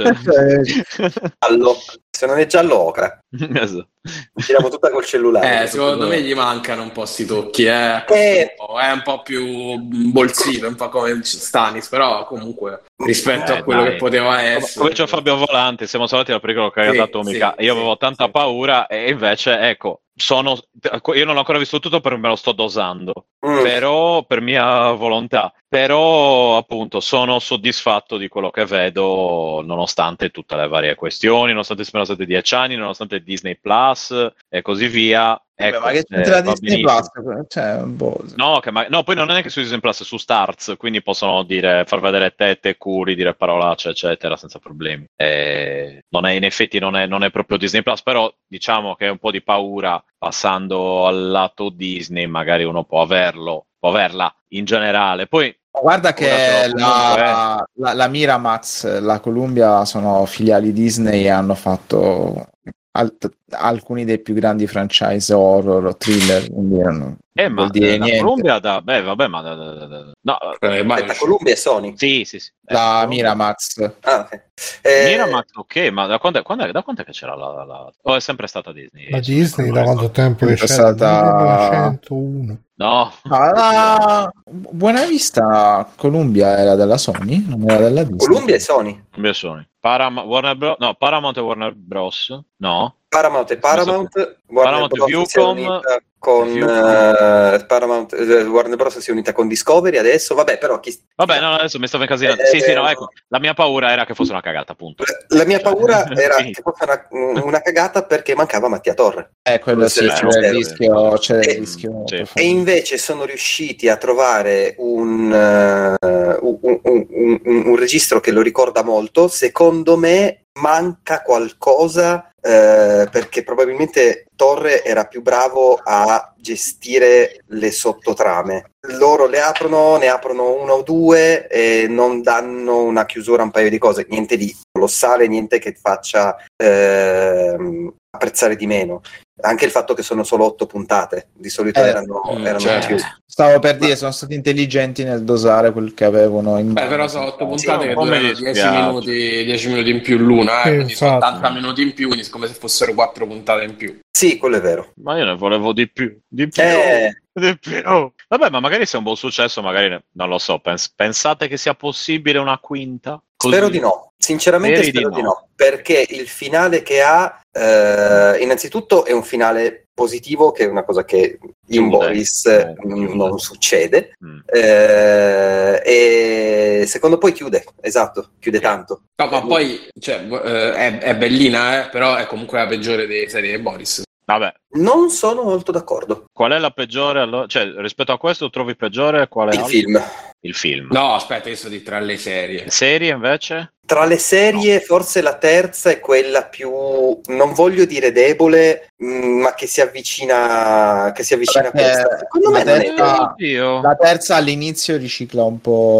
giallo, se non è giallo ocra, Esatto. giriamo tutta col cellulare. Eh, secondo me gli mancano un po' sti tocchi, eh. Eh. È un po' più bolsito, un po' come Stanis, però comunque rispetto Eh, a quello dai. che poteva essere. Come c'è Fabio Volante, siamo salati al pericolo che Sì, ha dato atomica. sì, Io sì, avevo tanta sì. paura e invece, ecco, sono io non ho ancora visto tutto perché me lo sto dosando, Mm. però per mia volontà. Però appunto sono soddisfatto di quello che vedo nonostante tutte le varie questioni, nonostante siano stati dieci anni, nonostante Disney Plus e così via. Ecco, ma che eh, c'entra va Disney benissimo. Plus? Cioè, un po'. No, che ma- no, poi non è neanche su Disney Plus, è su Starz, quindi possono dire, far vedere tette, culi, dire parolacce, eccetera, senza problemi. Eh, non è, in effetti non è, non è proprio Disney Plus, però diciamo che è un po' di paura passando al lato Disney, magari uno può averlo, può averla in generale. Poi Guarda che guardatelo comunque, la, la, la Miramax, la Columbia sono filiali Disney e hanno fatto alt- alcuni dei più grandi franchise horror o thriller, quindi erano- Eh, ma vuol dire la niente. Columbia da... Beh, vabbè, ma... Da, da, da, da. No, Eh, vai, Aspetta, Columbia e Sony. sì, sì, sì. Eh, La Columbia- Miramax. Ah, ok. Eh, Miramax, ok, ma da quando, è, quando, è, da quando è che c'era la... la... O è sempre stata Disney? La Sì, Disney non da lo quanto ricordo. tempo che È c'è? stata- millenovecentouno. No. No, la Buena Vista Columbia era della Sony, non era della Disney. Columbia e Sony. Columbia Sony. Param- Warner Bros. No, Paramount e Warner Bros. No. Paramount e Paramount, Warner Paramount e Bros. si è Viacom, unita con Viacom. eh, Paramount, eh, Warner Bros. Si è unita con Discovery adesso, vabbè, però chi... Vabbè, no, adesso mi stavo incasinando. Eh, sì, sì, no, ecco. La mia paura era che fosse una cagata, appunto. La mia paura era Sì. che fosse una, una cagata perché mancava Mattia Torre. Eh, quello sì, Eh, c'era no, il rischio, c'era il Eh, rischio. sì. E invece sono riusciti a trovare un, uh, un, un, un, un registro che lo ricorda molto. Secondo me manca qualcosa eh, perché probabilmente Torre era più bravo a gestire le sottotrame. Loro le aprono, ne aprono una o due e non danno una chiusura a un paio di cose, niente di colossale, niente che faccia ehm, apprezzare di meno. Anche il fatto che sono solo otto puntate, di solito Eh, erano, mm, erano certo. più. Stavo per dire, sono stati intelligenti nel dosare quel che avevano in Beh, però sono otto puntate un che po' mi durano dispiace. dieci minuti, dieci minuti in più l'una, eh, Sì, quindi sono infatti. ottanta minuti in più, quindi come se fossero quattro puntate in più. Sì, quello è vero. Ma io ne volevo di più. Di più. Eh, Di più. Vabbè, ma magari se è un buon successo, magari ne- non lo so. Pens- pensate che sia possibile una quinta? Così? spero di no. Sinceramente Speri di spero di no. no. perché il finale che ha, eh, innanzitutto è un finale positivo, che è una cosa che in Chiude. Boris Eh, mm, chiude. non succede, Mm. eh, e secondo poi chiude, esatto, chiude tanto. No, ma poi cioè, eh, è, è bellina, eh, però è comunque la peggiore delle serie di Boris. Vabbè, Non sono molto d'accordo. qual è la peggiore? Allora? Cioè, rispetto a questo trovi peggiore? Qual è Il altro? film. Il film. No, aspetta, io sto di tra le serie. Le serie invece? Tra le serie, forse la terza è quella più, non voglio dire debole, mh, ma che si avvicina, che si avvicina a Perché questa. Secondo la me non è terza- Oddio. La terza all'inizio ricicla un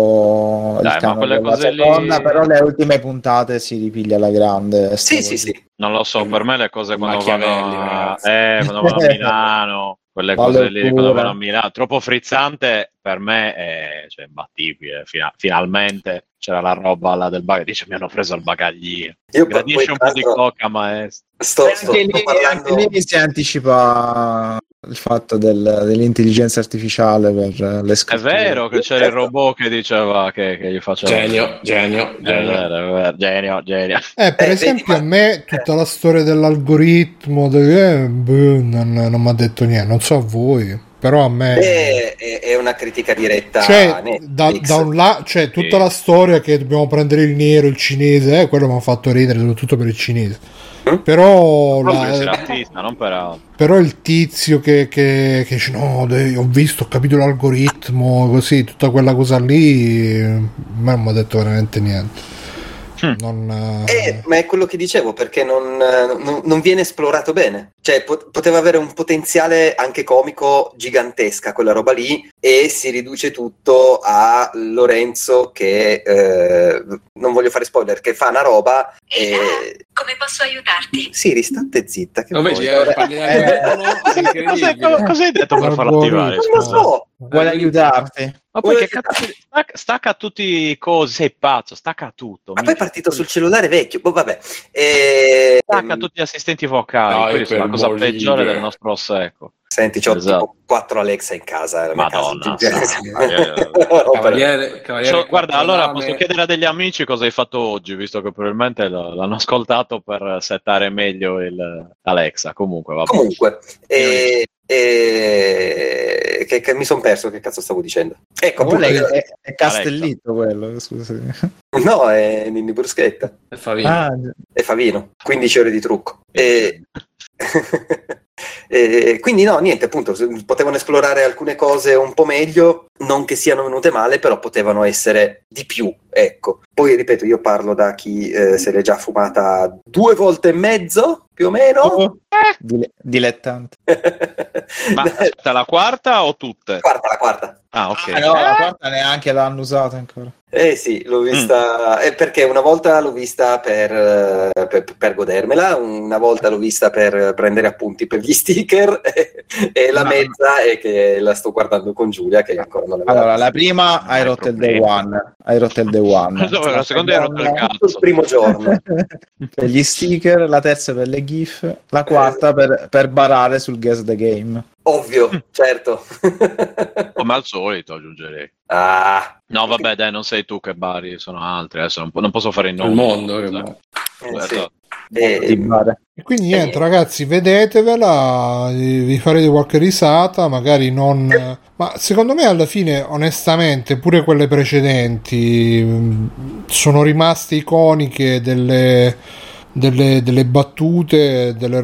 po' Dai, il ma canone quelle della cose lì- seconda, però le ultime puntate si ripiglia alla grande. Sì, sì, sì. Non lo so, per me le cose quando Machiavelli, vanno, a... ragazzi. eh, quando vanno a Milano, quelle La cose lì, quando locura. vanno a Milano, troppo frizzante per me è cioè, imbattibile. Fina- finalmente c'era la roba là del bagaglio, dice mi hanno preso il bagaglino. Io Gradisce poi, un tra po' di l'altro, coca, maestro. sto, E sto, anche, sto lì, parlando... anche lì si anticipa il fatto del- dell'intelligenza artificiale per le È scritture. vero che c'era il robot che diceva che, che gli faceva... Genio, genio, È genio. vero, è vero, genio, genio. Eh, per Eh, esempio, vedi, a ma- me tutta la storia dell'algoritmo de- eh, boh, non, non mi ha detto niente, non so a voi, però a me... È, è- è una critica diretta Cioè, a da, Netflix. da un lato, cioè, tutta Sì. la storia che dobbiamo prendere il nero, il cinese, eh, quello mi ha fatto ridere, soprattutto per il cinese. Mm? Però, Proprio la- che sei razzista, non per altro. però il tizio che, che, che dice no, dai, ho visto, ho capito l'algoritmo, così, tutta quella cosa lì, a me non mi ha detto veramente niente. Mm. Non, Eh, ma è quello che dicevo, perché non, non- non viene esplorato bene. Cioè, pot- poteva avere un potenziale anche comico gigantesca quella roba lì, e si riduce tutto a Lorenzo che, eh, non voglio fare spoiler, che fa una roba e... Come posso aiutarti? Siri, state zitta, che Lo vuoi? vedi, eh, parli al telefono, è Cos'è, incredibile. cosa hai detto per farlo attivare? Non lo so. Vuole aiutarti? Ma poi che cazzo di- stacca, stacca tutti i cosi, sei pazzo, stacca tutto. Ma poi è minchia. partito sul cellulare vecchio, boh, vabbè. E... Stacca tutti gli assistenti vocali, No, quelli sono la cosa iperbolide. peggiore del nostro secco. Senti, c'ho Esatto. tipo quattro Alexa in casa. la mia Madonna, casa. santa, eh. Cavaliere, cavaliere Cioè, guarda, quattro allora lame. posso chiedere a degli amici cosa hai fatto oggi, visto che probabilmente l- l'hanno ascoltato per settare meglio il Alexa. Comunque, vabbè. Comunque, e, e- che, che mi sono perso, che cazzo stavo dicendo? Ecco, Quello appunto, è, è Castellitto quello, scusi. no, è Ninni Bruschetta, E fa via. Ah, è Favino, quindici ore di trucco. E... e quindi no, niente, appunto, potevano esplorare alcune cose un po' meglio, non che siano venute male, però potevano essere di più. ecco. Poi ripeto, io parlo da chi eh, se l'è già fumata due volte e mezzo, più o meno. Oh, dile- dilettante. Ma aspetta, la quarta o tutte? La quarta, la quarta. Ah, ok. Ah, no, la quarta neanche l'hanno usata ancora. Eh sì, l'ho vista, mm. eh, perché una volta l'ho vista per, per, per godermela, una volta l'ho vista per prendere appunti per gli sticker e, e la No, mezza è che la sto guardando con Giulia che ancora non l'aveva Allora, vista. la prima hai rotto il day one, hai rotto il day one. Dove, la seconda hai rotto il cazzo. Il primo giorno. Per gli sticker, la terza per le gif, la quarta per, per barare sul Guess the Game. Ovvio, certo. Come al solito, aggiungerei. Ah. No, vabbè, dai, non sei tu che bari, sono altri. Adesso non, po- non posso fare il nome. Il mondo che Esatto. Eh, Esatto. sì. E- Di bare. E quindi niente, ragazzi, vedetevela, vi farete qualche risata, magari non... Ma secondo me alla fine, onestamente, pure quelle precedenti mh, sono rimaste iconiche delle... Delle, delle battute, delle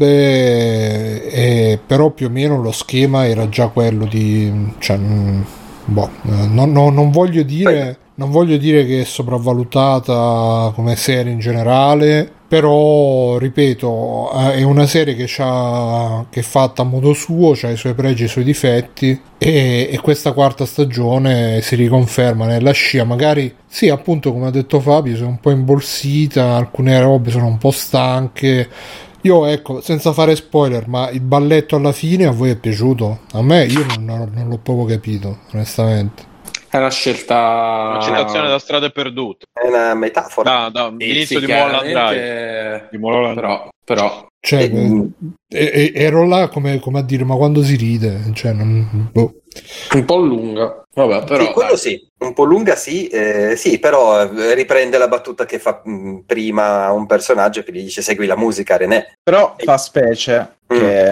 robe, e, però più o meno lo schema era già quello di, cioè, mh, boh, no, no, non voglio dire, non voglio dire che è sopravvalutata come serie in generale, però ripeto, è una serie che, c'ha, che è fatta a modo suo, ha i suoi pregi e i suoi difetti, e, e questa quarta stagione si riconferma nella scia. Magari sì, appunto, come ha detto Fabio, sono un po' imbolsita, alcune robe sono un po' stanche. Io, ecco, senza fare spoiler, ma il balletto alla fine a voi è piaciuto? A me, io non, non l'ho proprio capito, onestamente. È una scelta... Una citazione da Strade Perdute. È una metafora. Da, da Sì, inizio sì, di Mulholland Drive. chiaramente, Di Mulholland Drive. Però, però Cioè, Mm. e- e- ero là come, come a dire, ma quando si ride? Cioè, non, boh. un po' lunga. Vabbè, però Sì, quello dai. sì, un po' lunga sì, eh, sì, però eh, riprende la battuta che fa mh, prima un personaggio che gli dice segui la musica, René. Però fa specie Mm. che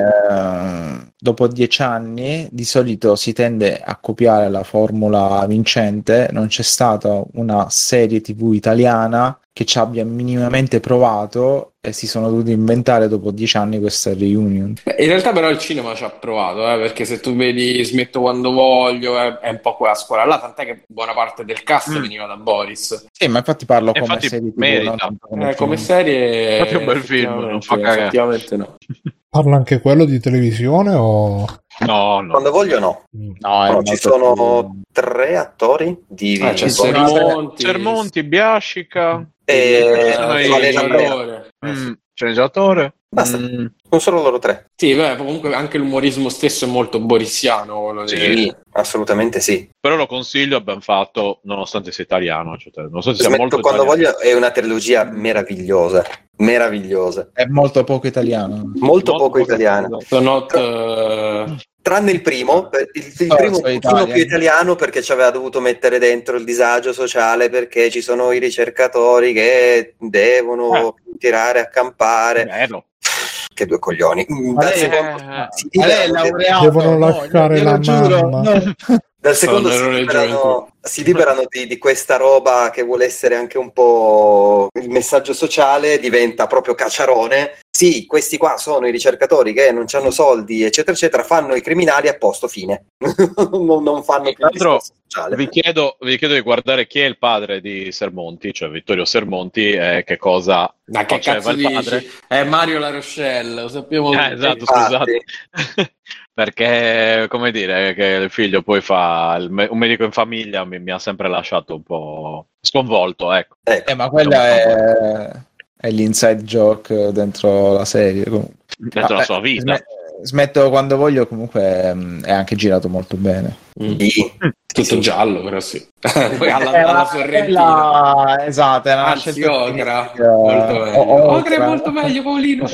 eh, dopo dieci anni di solito si tende a copiare la formula vincente. Non c'è stata una serie tivù italiana che ci abbia minimamente provato e si sono dovuti inventare dopo dieci anni questa reunion. Beh, in realtà però il cinema ci ha provato, eh, perché se tu vedi Smetto quando voglio, è, è un po' quella scuola là, tant'è che buona parte del cast Mm. veniva da Boris. Sì, ma infatti parlo E come infatti serie tivù, merita. non tanto come Eh, come film. serie Proprio un bel film, non fa cagare. effettivamente no. Parla anche quello di televisione o... No, no. Quando voglio no. No, è No, ci molto sono più- tre attori di Ah, c'è di- Sermonti, Sermonti, Biascica, e eh, sono i- Valera Brera. sceneggiatore. Eh, sì. mm, sceneggiatore. Basta. Mm, Non solo loro tre. Sì, beh, comunque anche l'umorismo stesso è molto borissiano. quello Sì. di- Sì, assolutamente sì. però lo consiglio, è ben fatto, nonostante sia italiano. Cioè, nonostante sia Smetto molto quando italiano. voglio è una trilogia meravigliosa, meravigliosa. È molto poco italiano. Molto poco poco- italiana. So not, eh, Tranne il primo, per- il, il Oh, primo so è un pochino Italia. più italiano perché ci aveva dovuto mettere dentro il disagio sociale perché ci sono i ricercatori che devono tirare a campare. Bello. Che due coglioni. Mm, Ma Dal lei- secondo, Eh, si Ma lei è liberano, di- laureato? Devono No, lasciare glielo la giuro, mamma. no. dal secondo Sono si errori di liberano, gioventù. si liberano di, di questa roba che vuole essere anche un po' il messaggio sociale, diventa proprio cacciarone. Sì, questi qua sono i ricercatori che non hanno soldi, eccetera, eccetera, fanno i criminali a posto, fine. non, non fanno più il Tra l'altro, discorso sociale. Vi chiedo, vi chiedo di guardare chi è il padre di Sermonti, cioè Vittorio Sermonti, e che cosa Ma che faceva cazzo il padre. dici? È Mario La Rochelle, lo sappiamo Eh, tutti. esatto, Infatti. scusate. Perché, come dire, che il figlio poi fa il me- un medico in famiglia mi, mi ha sempre lasciato un po' sconvolto, ecco. Ecco. Eh, ma quella è, è l'inside joke dentro la serie. Comunque. Dentro la Ah, sua vita. sm- Smetto quando voglio, comunque mh, è anche girato molto bene. Mm. Sì. Tutto Sì. giallo, però sì. Poi alla, Eh, alla ma Sorrentina. quella- esatto, era una Anzi, scelta Ocra, stilistica. molto meglio. O- Ocra è molto meglio, Paolino.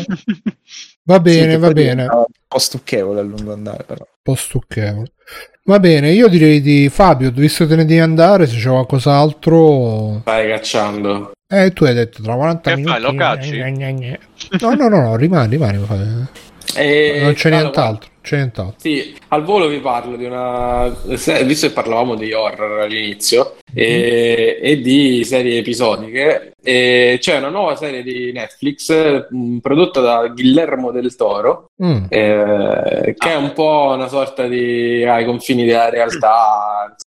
Va Sì, bene, che va poi bene. diventa un po' stucchevole a lungo andare, però. Un po' stucchevole. Va bene, io direi di Fabio, visto che te ne devi andare, se c'è qualcos'altro... Stai cacciando. Eh, tu hai detto tra quaranta Che minuti... fai, lo cacci? No, no, no, no, rimani, rimani. fai- E, Non c'è allora, nient'altro, c'è nient'altro. Sì, al volo vi parlo di una... se- visto che parlavamo di horror all'inizio e, e di serie episodiche, e c'è una nuova serie di Netflix mh, prodotta da Guillermo del Toro, Mm. eh, che è un po' una sorta di ai confini della realtà,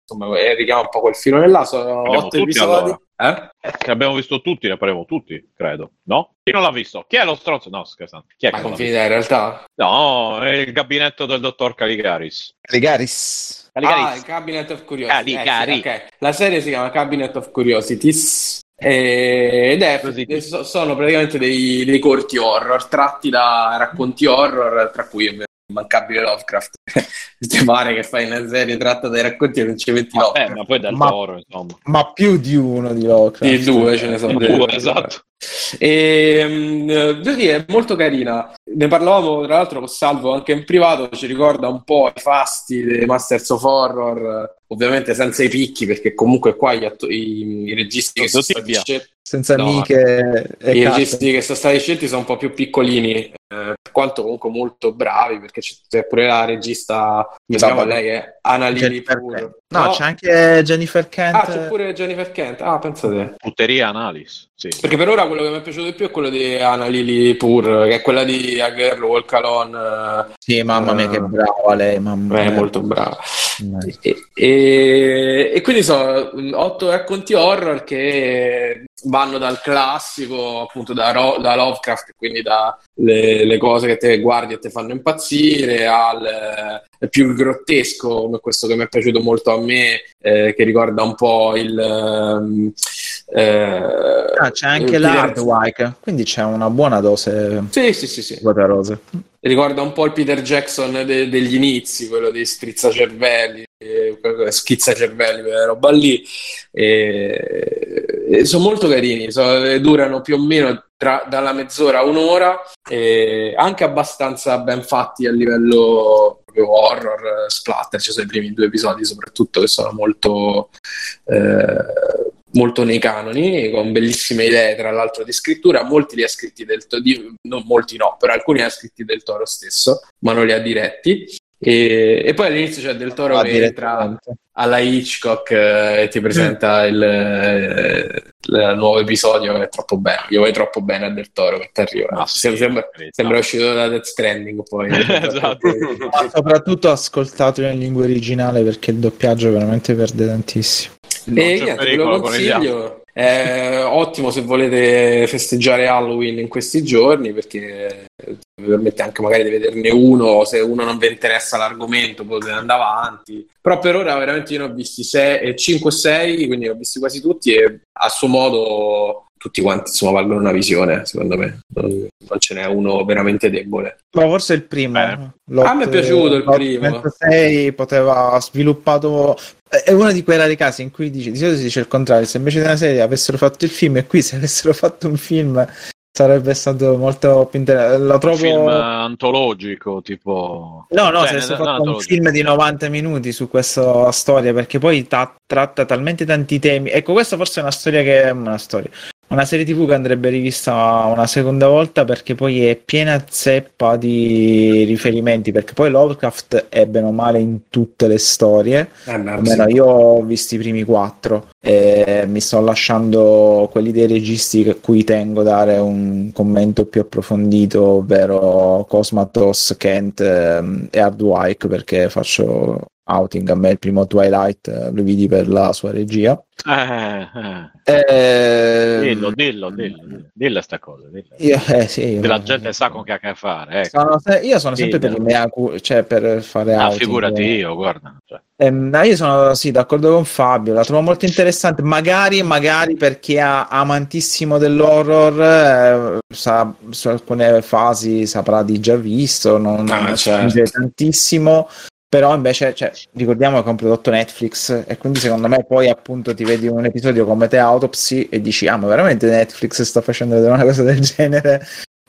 insomma eh, richiama un po' quel filone là, sono Abbiamo otto tutti, episodi. allora. Eh? Eh, che abbiamo visto tutti, ne parliamo tutti, credo. No? Chi non l'ha visto? Chi è lo stronzo? No, scherzando. Chi è Ma che non l'ha confida in realtà? visto? No, è il gabinetto del dottor Caligaris. Caligaris. Ah, il Cabinet of Curiosity. Caligari. Eh, sì, ok. La serie si chiama Cabinet of Curiosities e- ed è, Così. so- sono praticamente dei, dei corti horror tratti da racconti horror, tra cui ovviamente immancabile Lovecraft. Ti pare che fai una serie tratta dai racconti e non ci metti Ma, Lovecraft? eh, ma poi del Ma- Toro, insomma. Ma più di uno di Lovecraft. Di due ce ne sono. Due, due. esatto. E mh, devo dire, è molto carina. Ne parlavamo tra l'altro con Salvo anche in privato. Ci ricorda un po' i fasti dei Masters of Horror, ovviamente senza i picchi, perché comunque qua gli atto- i, i registi che sono Tutti stati via. scelti, Senza No, amiche e i cazzo. registi che sono stati scelti sono un po' più piccolini, eh, per quanto comunque molto bravi, perché c'è, c'è pure la regista, come si chiama Vabbè. lei? È Anna Lily Jennifer Poor. Kent. No, c'è anche Jennifer Kent. Ah, c'è pure Jennifer Kent. Ah, pensate. Putteria Analysis. Sì. Perché per ora quello che mi è piaciuto di più è quello di Anna Lily Poor, che è quella di A Girl Walk Alone. Sì, mamma mia, che brava lei. Mamma Eh, è mia. molto brava. Eh. E, e- e quindi sono otto racconti horror che vanno dal classico, appunto da, Ro- da Lovecraft, quindi da le, le cose che te guardi e ti fanno impazzire, al eh, più grottesco, come questo che mi è piaciuto molto a me, eh, che ricorda un po' il... ehm, eh, Ah, c'è anche il- l'Hardwike, quindi c'è una buona dose Sì, sì, sì, sì. di quote rose. Ricorda un po' il Peter Jackson de- degli inizi, quello dei strizzacervelli, eh, schizzacervelli, quella roba lì. E, e sono molto carini, so- durano più o meno tra- dalla mezz'ora a un'ora, e anche abbastanza ben fatti a livello proprio horror, splatter. Ci sono i primi due episodi soprattutto che sono molto... Eh, molto nei canoni, con bellissime idee tra l'altro di scrittura. Molti li ha scritti del Toro, non molti no, però alcuni li ha scritti del Toro stesso, ma non li ha diretti. E, e poi all'inizio c'è Del Toro Ah, che entra direttamente. alla Hitchcock eh, e ti presenta il, eh, il nuovo episodio, che è troppo bello. Io vuoi troppo bene a Del Toro che ti arriva. Ah, Sem- sì, sembra, carità. sembra uscito da Death Stranding poi. Esatto. Ma soprattutto ascoltatelo in lingua originale, perché il doppiaggio veramente perde tantissimo. Non E c'è niente, ve pericolo lo con gli altri. consiglio. È ottimo se volete festeggiare Halloween in questi giorni, perché vi permette anche magari di vederne uno. Se uno non vi interessa l'argomento potete andare avanti, però per ora veramente io ne ho visti cinque o sei, quindi ne ho visti quasi tutti, e a suo modo tutti quanti insomma valgono una visione, secondo me. Non, non ce n'è uno veramente debole. Ma forse il primo. Bene. Lot- A me è piaciuto il Lot primo. ventisei poteva sviluppato. È uno di quei rari casi in cui dice, di solito si dice il contrario: se invece di una serie avessero fatto il film, e qui se avessero fatto un film sarebbe stato molto più interessante. Lo trovo... Un film antologico, tipo... No, no, Cioè, se avessero non fatto un antologico. film di novanta minuti su questa storia, perché poi ta- tratta talmente tanti temi. Ecco, questa forse è una storia che è una storia. Una serie tivù che andrebbe rivista una seconda volta, perché poi è piena zeppa di riferimenti, perché poi Lovecraft è bene o male in tutte le storie. Eh, beh, Almeno sì. io ho visti i primi quattro e mi sto lasciando quelli dei registi a cui tengo dare un commento più approfondito, ovvero Cosmatos, Kent ehm, e Hardwike, perché faccio outing. A me il primo Twilight eh, lo vidi per la sua regia. Eh, eh. Eh, Dillo, dillo, dillo, dillo sta cosa. Dillo. io, eh, sì, io- La gente sa con che ha a che fare. Ecco. sono se- io sono sempre Dillo. per i mea cu- cioè per fare Ah, outing. figurati io, guarda. Cioè. Ehm, io sono sì d'accordo con Fabio, la trovo molto interessante, magari, magari per chi è amantissimo dell'horror, eh, sa- su alcune fasi saprà di già visto, non, Ah, non certo. spinge tantissimo, però invece, cioè, ricordiamo che è un prodotto Netflix, e quindi secondo me poi appunto ti vedi un episodio come The Autopsy e dici, ah, ma veramente Netflix sta facendo vedere una cosa del genere?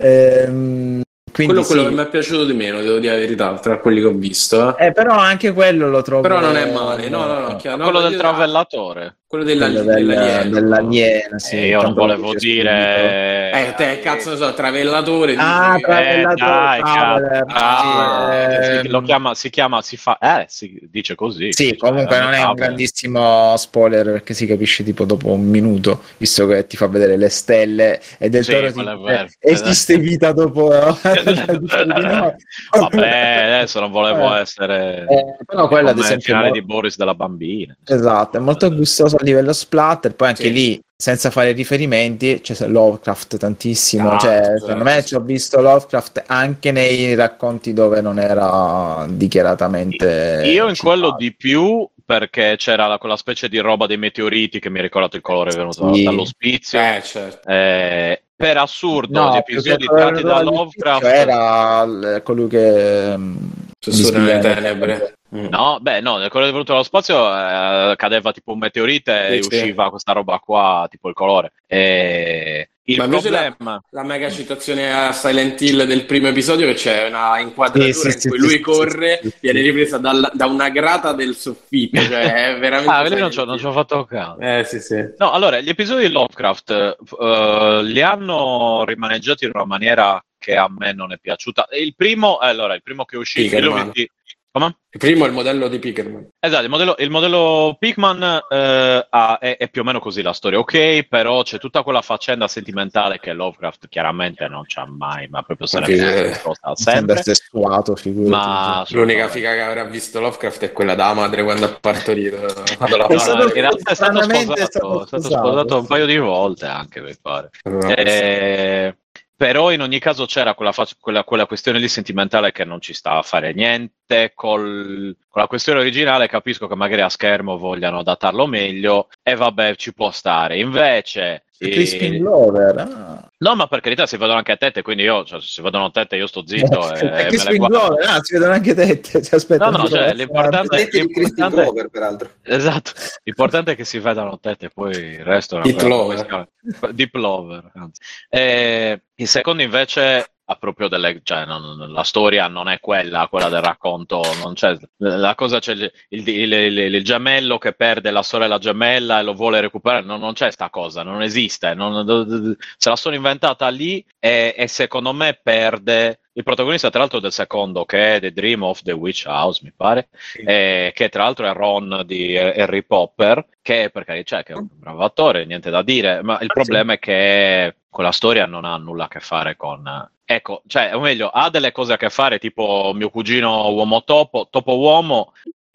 Ehm, quindi Quello, quello sì. che mi è piaciuto di meno, devo dire la verità, tra quelli che ho visto. eh. Eh, però anche quello lo trovo. Però non è male, no, no, no. chiaro, no, Quello ma del io- travellatore. Quello della, Quello della, del- dell'alieno. dell'aliena, sì. Eh, io non tanto volevo lo dice dire... Eh, te, cazzo ne so, travellatore. Ah, dici- tra- Eh, dai, Traveler, cazzo. sì, Ah, si, ehm, lo chiama, si chiama, si fa... Eh, si dice così. Sì, cioè, comunque la non è un metafora. grandissimo spoiler perché si capisce tipo dopo un minuto, visto che ti fa vedere le stelle e del Sì, Toro ti quello è dice, vero. esiste vita dopo. Dice di no. Vabbè, adesso non volevo Eh, essere eh, però quella ad come il esempio finale mo- di Boris della bambina. esatto, è molto gustoso a livello splatter, poi anche Sì. lì senza fare riferimenti c'è Lovecraft tantissimo, Ah, cioè certo, secondo me sì. ci ho visto Lovecraft anche nei racconti dove non era dichiaratamente Io in quello citato. di più perché c'era la- quella specie di roba dei meteoriti che mi ha ricordato il colore venuto Sì. dall'ospizio. Eh, certo. Eh, per assurdo, No, gli più che episodi quello tratti da dell'ospizio Lovecraft. era l- colui che mm, Sussurra nelle dispiega- tenebre. Mm. No, beh, no, nel colore venuto dallo spazio eh, cadeva tipo un meteorite e Sì, sì. usciva questa roba qua, tipo il colore. E il Ma invece problema. La mega citazione a Silent Hill del primo episodio, che c'è una inquadratura Sì, sì, in sì, cui sì, lui sì, corre, sì, sì, viene sì. ripresa dalla- da una grata del soffitto, cioè è veramente Ah, lì non Silent ci ho, non Hill. ci ho fatto caso. Eh sì sì. No, allora, gli episodi di Lovecraft eh, li hanno rimaneggiati in una maniera che a me non è piaciuta. Il primo, eh, allora, il primo che è uscito... io l'ho Pickerman. visti- Come? Il primo è il modello di Pickerman. Esatto, il modello, il modello Pikman eh, ha- è, è più o meno così la storia, ok, però c'è tutta quella faccenda sentimentale che Lovecraft chiaramente non c'ha mai, ma proprio se ne Sì, frega, eh. sta Sembra sempre. sessuato, figurati. Ma L'unica figa che avrà visto Lovecraft è quella da madre quando ha partorito. Quando l'ha È No, stato- no, in realtà è stato stranamente sposato, è stato è stato sposato, sposato un sì. paio di volte anche, mi pare. No, Eh, però in ogni caso c'era quella, fac- quella, quella questione lì sentimentale che non ci sta a fare niente col- con la questione originale. Capisco che magari a schermo vogliano datarlo meglio e vabbè, ci può stare. Invece Crispin eh, Glover. Ah. no, ma per carità si vedono anche a tette, quindi io, cioè, se si vedono tette io sto zitto e, È e me le Crispin guardo. Glover, ah, si vedono anche tette. Ti aspetta, No, no, non cioè, so. l'importante, Detti di Crispin l'importante, Glover, peraltro. esatto, l'importante è che si vedano tette, poi il resto è una Deep cosa Lover. poi- Deep Lover, anzi. E il secondo invece ha proprio delle, cioè, non- la storia non è quella, quella del racconto, non c'è, la cosa c'è il, il- il- il- il gemello che perde la sorella gemella e lo vuole recuperare, non, non c'è sta cosa, non esiste, non- se la sono inventata lì e, e secondo me perde. Il protagonista, tra l'altro, del secondo, che è The Dream of the Witch House, mi pare, eh, che tra l'altro è Ron di eh, Harry Potter, che per carità cioè, che è un bravo attore, niente da dire, ma il problema è che quella storia non ha nulla a che fare con... Ecco, cioè, o meglio, ha delle cose a che fare, tipo mio cugino uomo topo, topo uomo,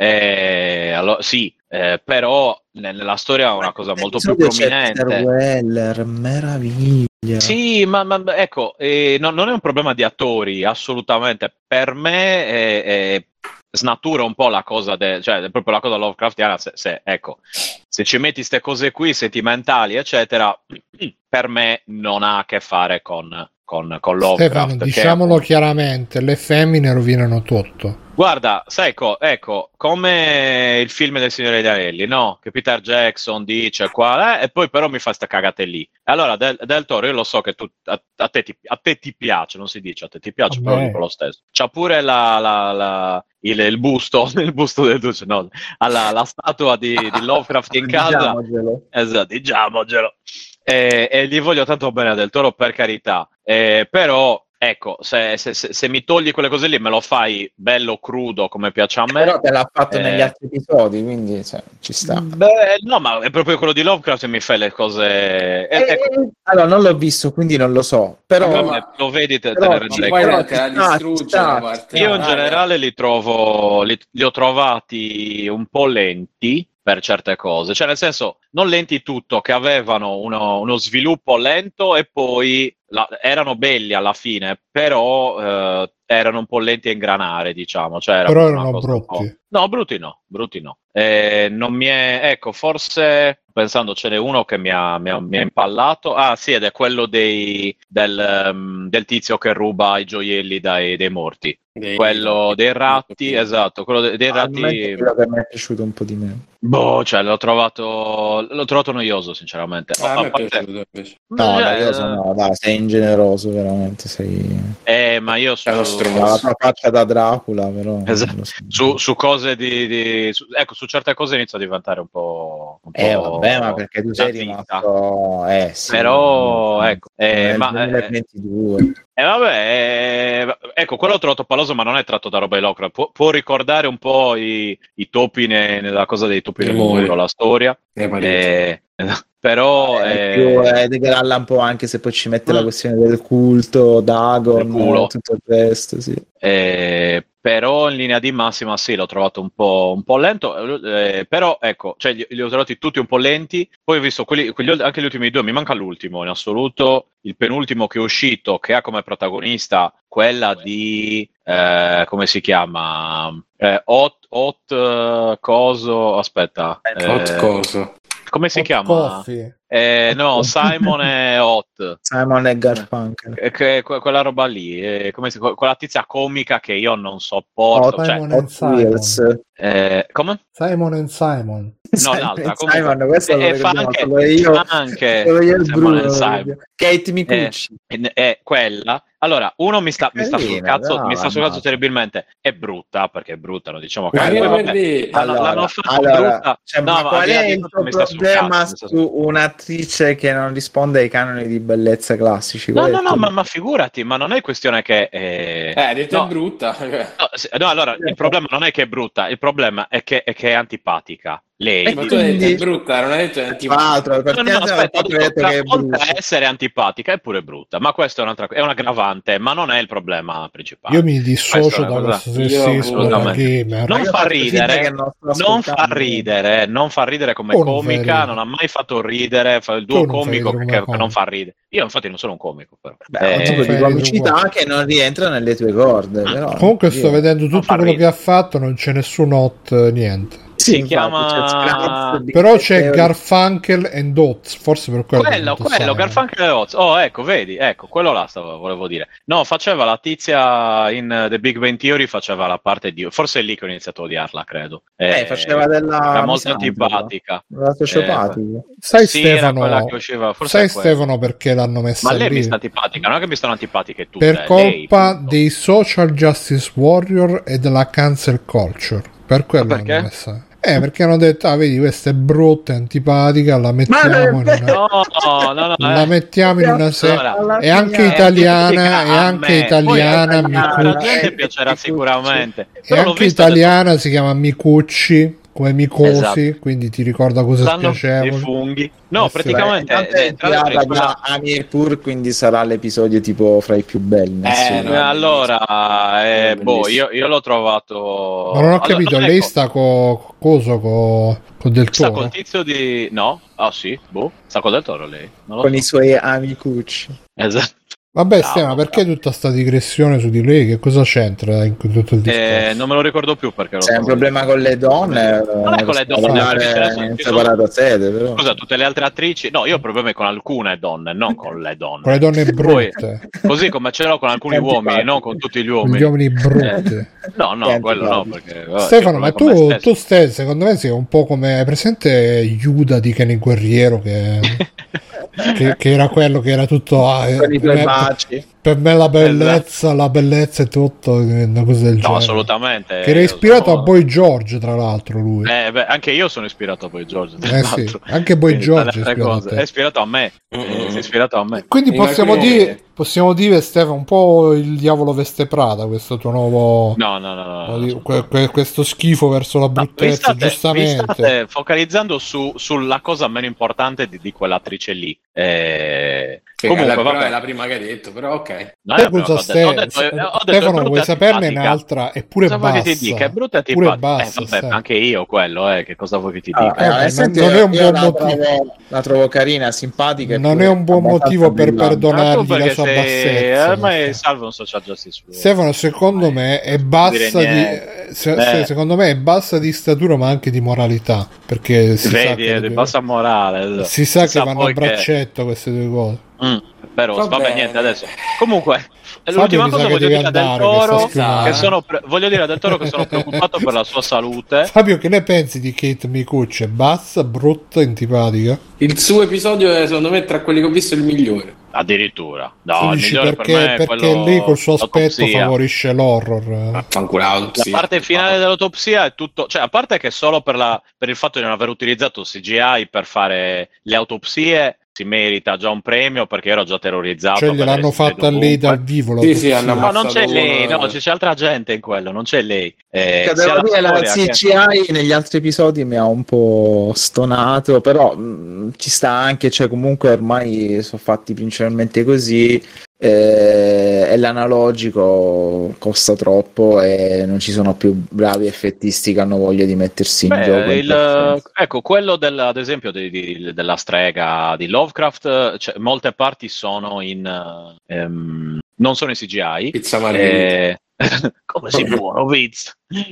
eh, allo- sì, eh, però nella storia ha una cosa molto più L'episodio c'è Peter prominente. Weller, meraviglia. Sì, ma, ma ecco, eh, no- non è un problema di attori, assolutamente. Per me è, è- snatura un po' la cosa, de- cioè è proprio la cosa Lovecraftiana. Se, se, ecco, se ci metti queste cose qui, sentimentali, eccetera, per me non ha a che fare con, con, con Lovecraft. Stefano, che- diciamolo chiaramente, le femmine rovinano tutto. Guarda, sai, ecco, ecco, come il film del Signore degli Anelli, no? Che Peter Jackson dice qua, eh, e poi però mi fa sta cagate lì. Allora, del, del Toro, io lo so che tu, a, a, te ti, a te ti piace, non si dice a te ti piace, Vabbè. però dico lo stesso. C'ha pure la, la, la, il, il busto, il busto del Duce, no? alla la statua di, di Lovecraft in casa. Diciamocelo. Esatto, diciamocelo. E, e gli voglio tanto bene a Del Toro, per carità. Eh, però, ecco, se, se, se, se mi togli quelle cose lì, me lo fai bello crudo come piace a me. Però te l'ha fatto Eh. negli altri episodi, quindi cioè, ci sta. Beh, no, ma è proprio quello di Lovecraft che mi fa le cose. eh, Eh, ecco, allora, non l'ho visto, quindi non lo so. Però, Vabbè, come lo vedi, te, te però ne ci renderai Poi però conto. te la ci sta, distrugge ci sta, la ci parte. Io in Ah, generale li trovo, li, li ho trovati un po' lenti per certe cose, cioè nel senso non lenti tutto, che avevano uno, uno sviluppo lento e poi la- erano belli alla fine, però eh, erano un po' lenti a ingranare, diciamo. Cioè, era Però una erano cosa un po'- brutti. No, brutti no, brutti no. Eh, non mi è, ecco, forse pensando ce n'è uno che mi ha, mi ha- mi ha impallato. Ah, sì, ed è quello dei, del, ehm, del tizio che ruba i gioielli dai, dei morti. dei- Quello dei ratti, esatto, quello de- dei al momento è ratti. quello che mi è piaciuto un po' di meno. Boh, cioè, l'ho trovato, l'ho trovato noioso, sinceramente. Ah, a me A è parte- piaciuto invece. No, Cioè, no, io sono, dai, sei ingeneroso, veramente. Sei... Eh, ma io Cioè, lo su- mostruoso. La tua faccia da Dracula, però. Esatto. Su, su cose di, di su, ecco, su certe cose inizia a diventare un po'. Un Eh, po' vabbè, ma perché tu sei nazista. rimasto. Eh, sì, Però, no, ecco, eh, nel ma, duemilaventidue. E eh, vabbè, eh, ecco, quello l'ho trovato paloso, ma non è tratto da roba di Lovecraft. Può, può ricordare un po' i, i topi ne- nella cosa dei topi nel muro, la storia. Eh, però è eh, più Edgar Allan Poe, anche se poi ci mette la questione del culto, Dagon, culo. tutto il resto, sì. Eh, però in linea di massima sì, l'ho trovato un po', un po' lento, eh, però ecco, cioè, li, li ho trovati tutti un po' lenti, poi ho visto quelli, quelli, anche gli ultimi due, mi manca l'ultimo in assoluto, il penultimo che è uscito, che ha come protagonista quella di, eh, come si chiama, eh, Hot, Hot uh, Coso, aspetta. Eh, Hot Coso. Come si Hot chiama? Coffee. Eh, no, Simon e Hot. Simon e Garfunkel. Eh, che, que- quella roba lì, eh, come si, quella tizia comica che io non sopporto. Hot, cioè, Simon Hot and Simon. Wheels. eh, come? Simon and Simon. No, l'altra. Simon, Simon, questo e, lo e fa ricordiamo, anche, solo io, fa anche solo io e Simon Bruno, and Simon. Kate Micucci. È, è quella. Allora, uno mi sta, mi sta sul Carina, cazzo, no, mi sta sul no. cazzo terribilmente. È brutta, perché è brutta, lo diciamo che Ma poi, io vabbè, per dire- l'hanno, Allora, l'hanno fatto allora, brutta. cioè, No, ma ma qual al di là è di il tutto tuo mi sta sul problema cazzo, mi sta sul- su un'attrice che non risponde ai canoni di bellezza classici? No, Qual è no, il no, tuo- ma, ma figurati, ma non è questione che... Eh, Eh, hai detto no, è brutta. no, se- no, allora, il problema non è che è brutta, il problema è che è, che è antipatica. Lei... E Ma di- tu hai detto è quindi- brutta, non hai detto è Tra antipatica. l'altro, No, no, partiamo no, dal aspetta, ho fatto che hai detto, detto che è oltre brutta. a essere antipatica è pure brutta, ma questo è un'altra è un aggravante, ma non è il problema principale. Io mi Questa dissocio è una da cosa- questo Io sessismo da assolutamente. gamer. Non io fa faccio finta ridere, che non sto non fa ascoltando. ridere, non fa ridere come Tu non fai comica, ridere. non ha mai fatto ridere, fa il duo Tu non fai comico ridere che, come che non fa comico. ridere. Io infatti non sono un comico, però. Beh, è un Eh, tipo non di fai comicità uguale. che non rientra nelle tue corde. Però, Comunque io- sto vedendo non tutto fa quello che ridere. ha fatto, non c'è nessun hot eh, niente. Sì, si infatti, chiama- c'è Scraps, Big Però Bang c'è Theory. Garfunkel and Oates, forse per quello. che è Quello, venuto quello, Simon. Garfunkel e Oates. Oh, ecco, vedi, ecco, quello là stavo, volevo dire. No, faceva la tizia in uh, The Big Bang Theory, faceva la parte di... Forse è lì che ho iniziato a odiarla, credo. Eh, faceva della Era molto misantropa, antipatica. la sociopatica. Sai Sì, era Stefano, quella che usciva, forse sai è quella. Stefano perché l'hanno messa Ma lei lì? mi sta antipatica, non è che mi stanno antipatiche tutte. Per colpa lei, tutto. dei social justice warrior e della cancel culture. Per quello Ma perché? l'hanno messa. Eh, perché hanno detto, ah, vedi, questa è brutta, è antipatica, la mettiamo in una... No, no, no, La eh. mettiamo in una serie. Allora, È anche eh, italiana, è a anche me. italiana, Poi a- a- alla Micucci. gente piacerà sicuramente. È Però l'ho anche visto e ho detto, italiana, si chiama Micucci, come Micosi, Esatto. quindi ti ricorda cose sanno i spiacevoli. funghi. No, Eh sì. praticamente Intanto eh, è tra l'altro, tirata quella- da Amirpur, quindi sarà l'episodio tipo fra i più belli. Eh, nessuno. no. allora, eh, È boh, bellissimo. io, io l'ho trovato. Ma non ho Allora, capito, no, lei ecco, sta co coso co, con del sta toro? col tizio di. No? Ah, sì, boh, sta con del toro lei. Non lo Con so. i suoi amicucci. Esatto. Vabbè, Bravo, Stefano, perché bravo. tutta sta digressione su di lei? Che cosa c'entra in tutto il discorso? Eh, non me lo ricordo più perché lo C'è un so. problema con le donne. Non è con le donne, parlare capisci? Adesso in ci sono- separata sede, però. Scusa, tutte le altre attrici. No, io ho problemi con alcune donne, non con le donne. Con le donne Poi, brutte, così come ce l'ho con alcuni Antipatico. uomini, non con tutti gli con uomini. gli uomini brutti. No, no, È quello no, antipatico. perché vabbè, Stefano, c'ho ma problemi con me tu, stesso. tu stai, secondo me sei un po' come hai presente Yuda di Kenny Guerriero che, che, che era quello che era tutto ah, Con i per, tuoi me, baci. per me la bellezza, la bellezza è tutto una cosa del No, genere. assolutamente. Che era Io ispirato sono- a Boy George, tra l'altro lui. Eh, beh, anche io sono ispirato a Boy George. tra Eh sì, l'altro. anche Boy Quindi, George dalle è altre ispirato a cose. te. È ispirato a me. Mm-mm. Eh, si è ispirato a me. Quindi In possiamo alcuni- dire, possiamo dire, Stefano, un po' il diavolo veste Prada, questo tuo nuovo... No, no, no, no, no, no. que- que- questo schifo verso la No, vi bruttezza, state, vi giustamente. state focalizzando su, sulla cosa meno importante di, di quell'attrice lì. Eh, Che comunque, la- però vabbè. è la prima che hai detto, però ok. No, Te è la prima cosa cosa. Ho detto- stai- ho detto- ho detto, è Stefano, brutta vuoi e saperne antipatica. un'altra? È pure Cosa vuoi bassa. che ti dica? È brutta e Pure antipatica. bassa, Eh, vabbè, sai. anche io quello, eh, che cosa vuoi che ti Ah, dica? eh, vabbè, nel senso, non è un io buon la motivo. trovo, la trovo carina, simpatica. Non eppure è un buon abbastanza motivo per brillante. perdonare- Ma tu la perché sua sei... bassezza, ormai Stefano. salvo un social justice warrior. Stefano, secondo me è bassa dire di, niente. se- Eh. se- secondo me è bassa di statura, ma anche di moralità, perché si sa Vedi, che, è di bassa morale. si sa che vanno a poi che- braccetto queste due cose. Mm, però Va vabbè, bene. niente adesso. Comunque, Fabio, l'ultima mi sa cosa che voglio devi dire a Del andare, che Toro sta scrivendo. che sono pre- voglio dire a Del Toro che sono preoccupato per la sua salute. Fabio, che ne pensi di Kate Micucci? È bassa, brutta, antipatica? Il suo episodio è secondo me tra quelli che ho visto il migliore. Addirittura. No, il dici migliore perché, per me è perché quello lei col suo aspetto l'autopsia. favorisce l'horror. Fanculo, La sì. parte finale dell'autopsia è tutto, cioè a parte che solo per, la, per il fatto di non aver utilizzato C G I per fare le autopsie si merita già un premio, perché ero già terrorizzato. Cioè a vedere gliel'hanno Siegfried fatta lei ovunque. dal vivo Sì, sì, l'autopsia. hanno No, non c'è ammazzato lei, uno- no, c'è altra gente in quello, non c'è lei. Eh, Cioè, sia devo dire, la storia C che- G I negli altri episodi mi ha un po' stonato, però mh, ci sta anche, cioè comunque ormai sono fatti principalmente così, eh, e l'analogico costa troppo e non ci sono più bravi effettisti che hanno voglia di mettersi in Beh, gioco. in il- quel senso. ecco, quello del, ad esempio di- di- della strega di Lovecraft, cioè, molte parti sono in ehm, non sono in C G I. Pizza Margherita. Eh, come si buono, Viz?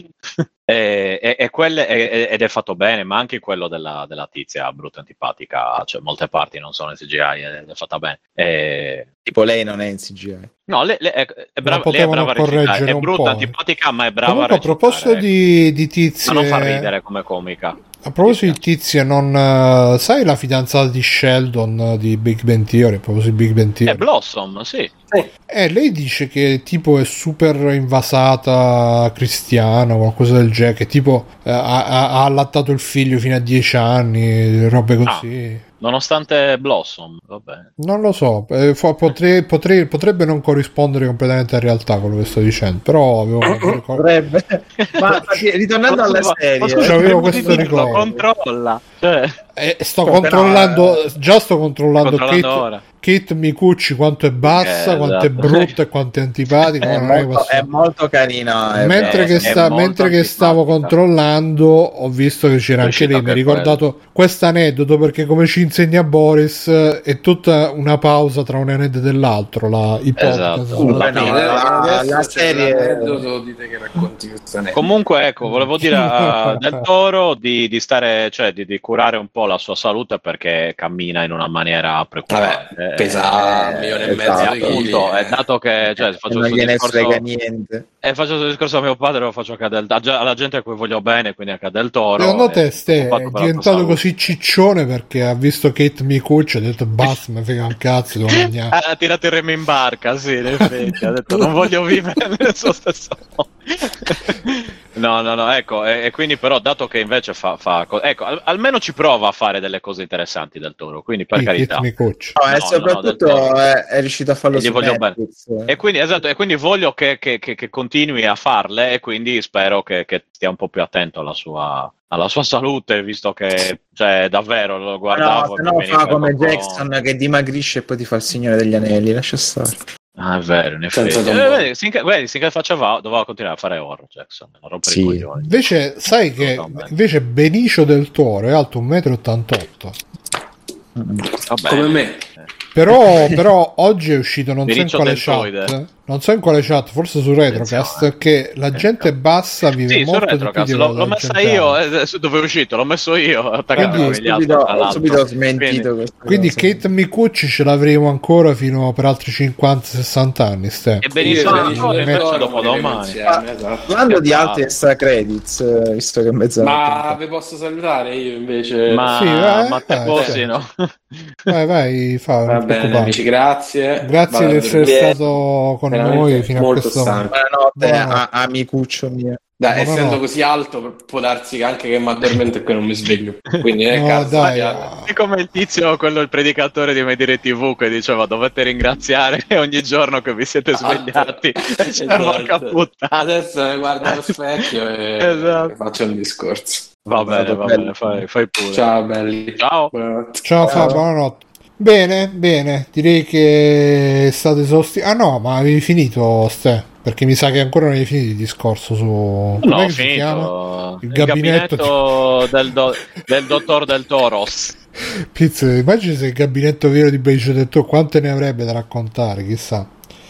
e, e, e quelle, e- ed è fatto bene, ma anche quello della, della tizia brutta antipatica, cioè molte parti non sono in C G I ed è fatta bene. E- Tipo lei non è in C G I. no, lei, lei è, è brava, La lei è potevano brava a recitare, correggere è un brutta po', eh. antipatica, ma è brava Comunque a a recitare. proposito ecco. di, di tizie, Ma non fa ridere come comica. a proposito di tizie, non eh, sai la fidanzata di Sheldon eh, di Big Bang Theory? A proposito di Big Bang È Theory, Blossom, sì. eh, lei dice che tipo è super invasata cristiana o qualcosa del genere, che tipo eh, ha, ha- ha allattato il figlio fino a dieci anni, robe così. Nonostante Blossom, va bene. Non lo so, eh, fo- potrei- potrei- potrebbe non corrispondere completamente alla realtà quello che sto dicendo, però avevo questo ricordo. Potrebbe. Ma infatti, ritornando alla Ma- serie, ma scusa, C'avevo che questo motivo ricordo. lo controlla. Cioè, Eh, sto Comunque no, controllando, già sto controllando, controllando Kate, ora. Kate Micucci quanto è bassa, Eh, quanto è esatto. brutta e quanto è antipatica. è, non è molto, questo. è molto carina. è mentre vero. che, è sta- molto mentre che stavo antipatica. controllando ho visto che c'era anche Riuscito lei, mi ha anche ricordato questo aneddoto perché come ci insegna Boris eh, è tutta una pausa tra un aneddoto e l'altro, la, i podcast. Esatto. Comunque no, Adesso la, c'è la serie l'aneddoto, dite che racconti questa aneddoto. Comunque, ecco, volevo dire a Del Toro di, di stare, cioè di, di curare un po' la sua salute perché cammina in una maniera preoccupante. Vabbè, pesa un milione e mezzo esatto. di chili. Appunto, è dato che cioè, faccio non questo gliene discorso, frega niente. e faccio questo discorso a mio padre, lo faccio anche a Del, a- alla gente a cui voglio bene, quindi anche a Del Toro. Secondo e te Ste, preoccupato è per la diventato sua salute. così ciccione perché ha visto Kate Micucci e ha detto basta, mi frega un cazzo, devo mangiare. Ha tirato il remo in barca, sì, in effetti. Ha detto non voglio vivere nel suo stesso modo. No, no, no, ecco, e, e quindi però dato che invece fa, fa co- ecco, al- almeno ci prova a fare delle cose interessanti Del Toro, quindi per Sì, carità. Kate Micucci. No, No, e no, no, soprattutto del Toro. è, è riuscito a farlo E gli su voglio Netflix. E quindi, esatto, e quindi voglio che, che- che- che continui a farle e quindi spero che, che stia un po' più attento alla sua, alla sua salute, visto che cioè, davvero lo guardavo. No, e se mi no veniva fa come proprio- Jackson che dimagrisce e poi ti fa il Signore degli Anelli, lascia stare. Ah, è vero, in effetti. Senza Eh, Tom vedi, finché, vedi, finché faceva, doveva continuare a fare horror Jackson, a rompere Sì. i coglioni. Invece, sai che Vabbè. invece Benicio Del Toro è alto uno virgola ottantotto m. Vabbè. Come me. Però, però oggi è uscito, non so in Benicio quale deltoide. chat, non so in quale chat, forse su Retrocast, Attenzione. che la gente bassa vive Sì, su molto di più Retrocast, di l'ho, la l'ho messa gente io, alta. eh, su dove è uscito, l'ho messo io, attaccato Quindi, con gli altri, subito, tra l'altro. subito ho smentito Quindi- questa Quindi cosa. Kate Micucci ce l'avremo ancora fino per altri cinquanta sessanta anni, Ste. E Benicio Io del Benicio Toro del invece Toro dopo volevo domani. insieme, esatto. Parlando di Esatto. altri extra credits, eh, visto che è mezzanotte. Ma vi posso salutare io invece? Ma, Sì, eh, ma te eh, posi, sì. no? Vai, vai, fa, Va non bene preoccupare. amici, grazie. Grazie Vado di a essere dormire. stato con Veramente noi fino a molto questo stanco. momento. Buonanotte, Buonanotte. a- amicuccio mio. Dai, No, no, essendo no. così alto, può darsi che anche che mi addormento e che non mi sveglio. Quindi, eh, No, cazzo, dai, andiamo. È come il tizio, quello il predicatore di Medire tivù che diceva dovete ringraziare ogni giorno che vi siete svegliati. E c'è Esatto. porca puttana. Adesso mi guardo allo specchio e Esatto. e faccio un discorso. Va bene, va bello. bene, fai, fai pure. Ciao belli. Ciao. Buonanotte. Ciao Fa, buonanotte. Bene, bene, direi che è stato esaustivo. Ah no, ma avevi finito, Ste? Perché mi sa che ancora non avevi finito il discorso su... No, com'è ho che si chiama? finito. Il Il gabinetto gabinetto del, do- del dottor Del Toros. Pizzo, immagini se il gabinetto vero di Benicio Del Toro, quante ne avrebbe da raccontare, chissà.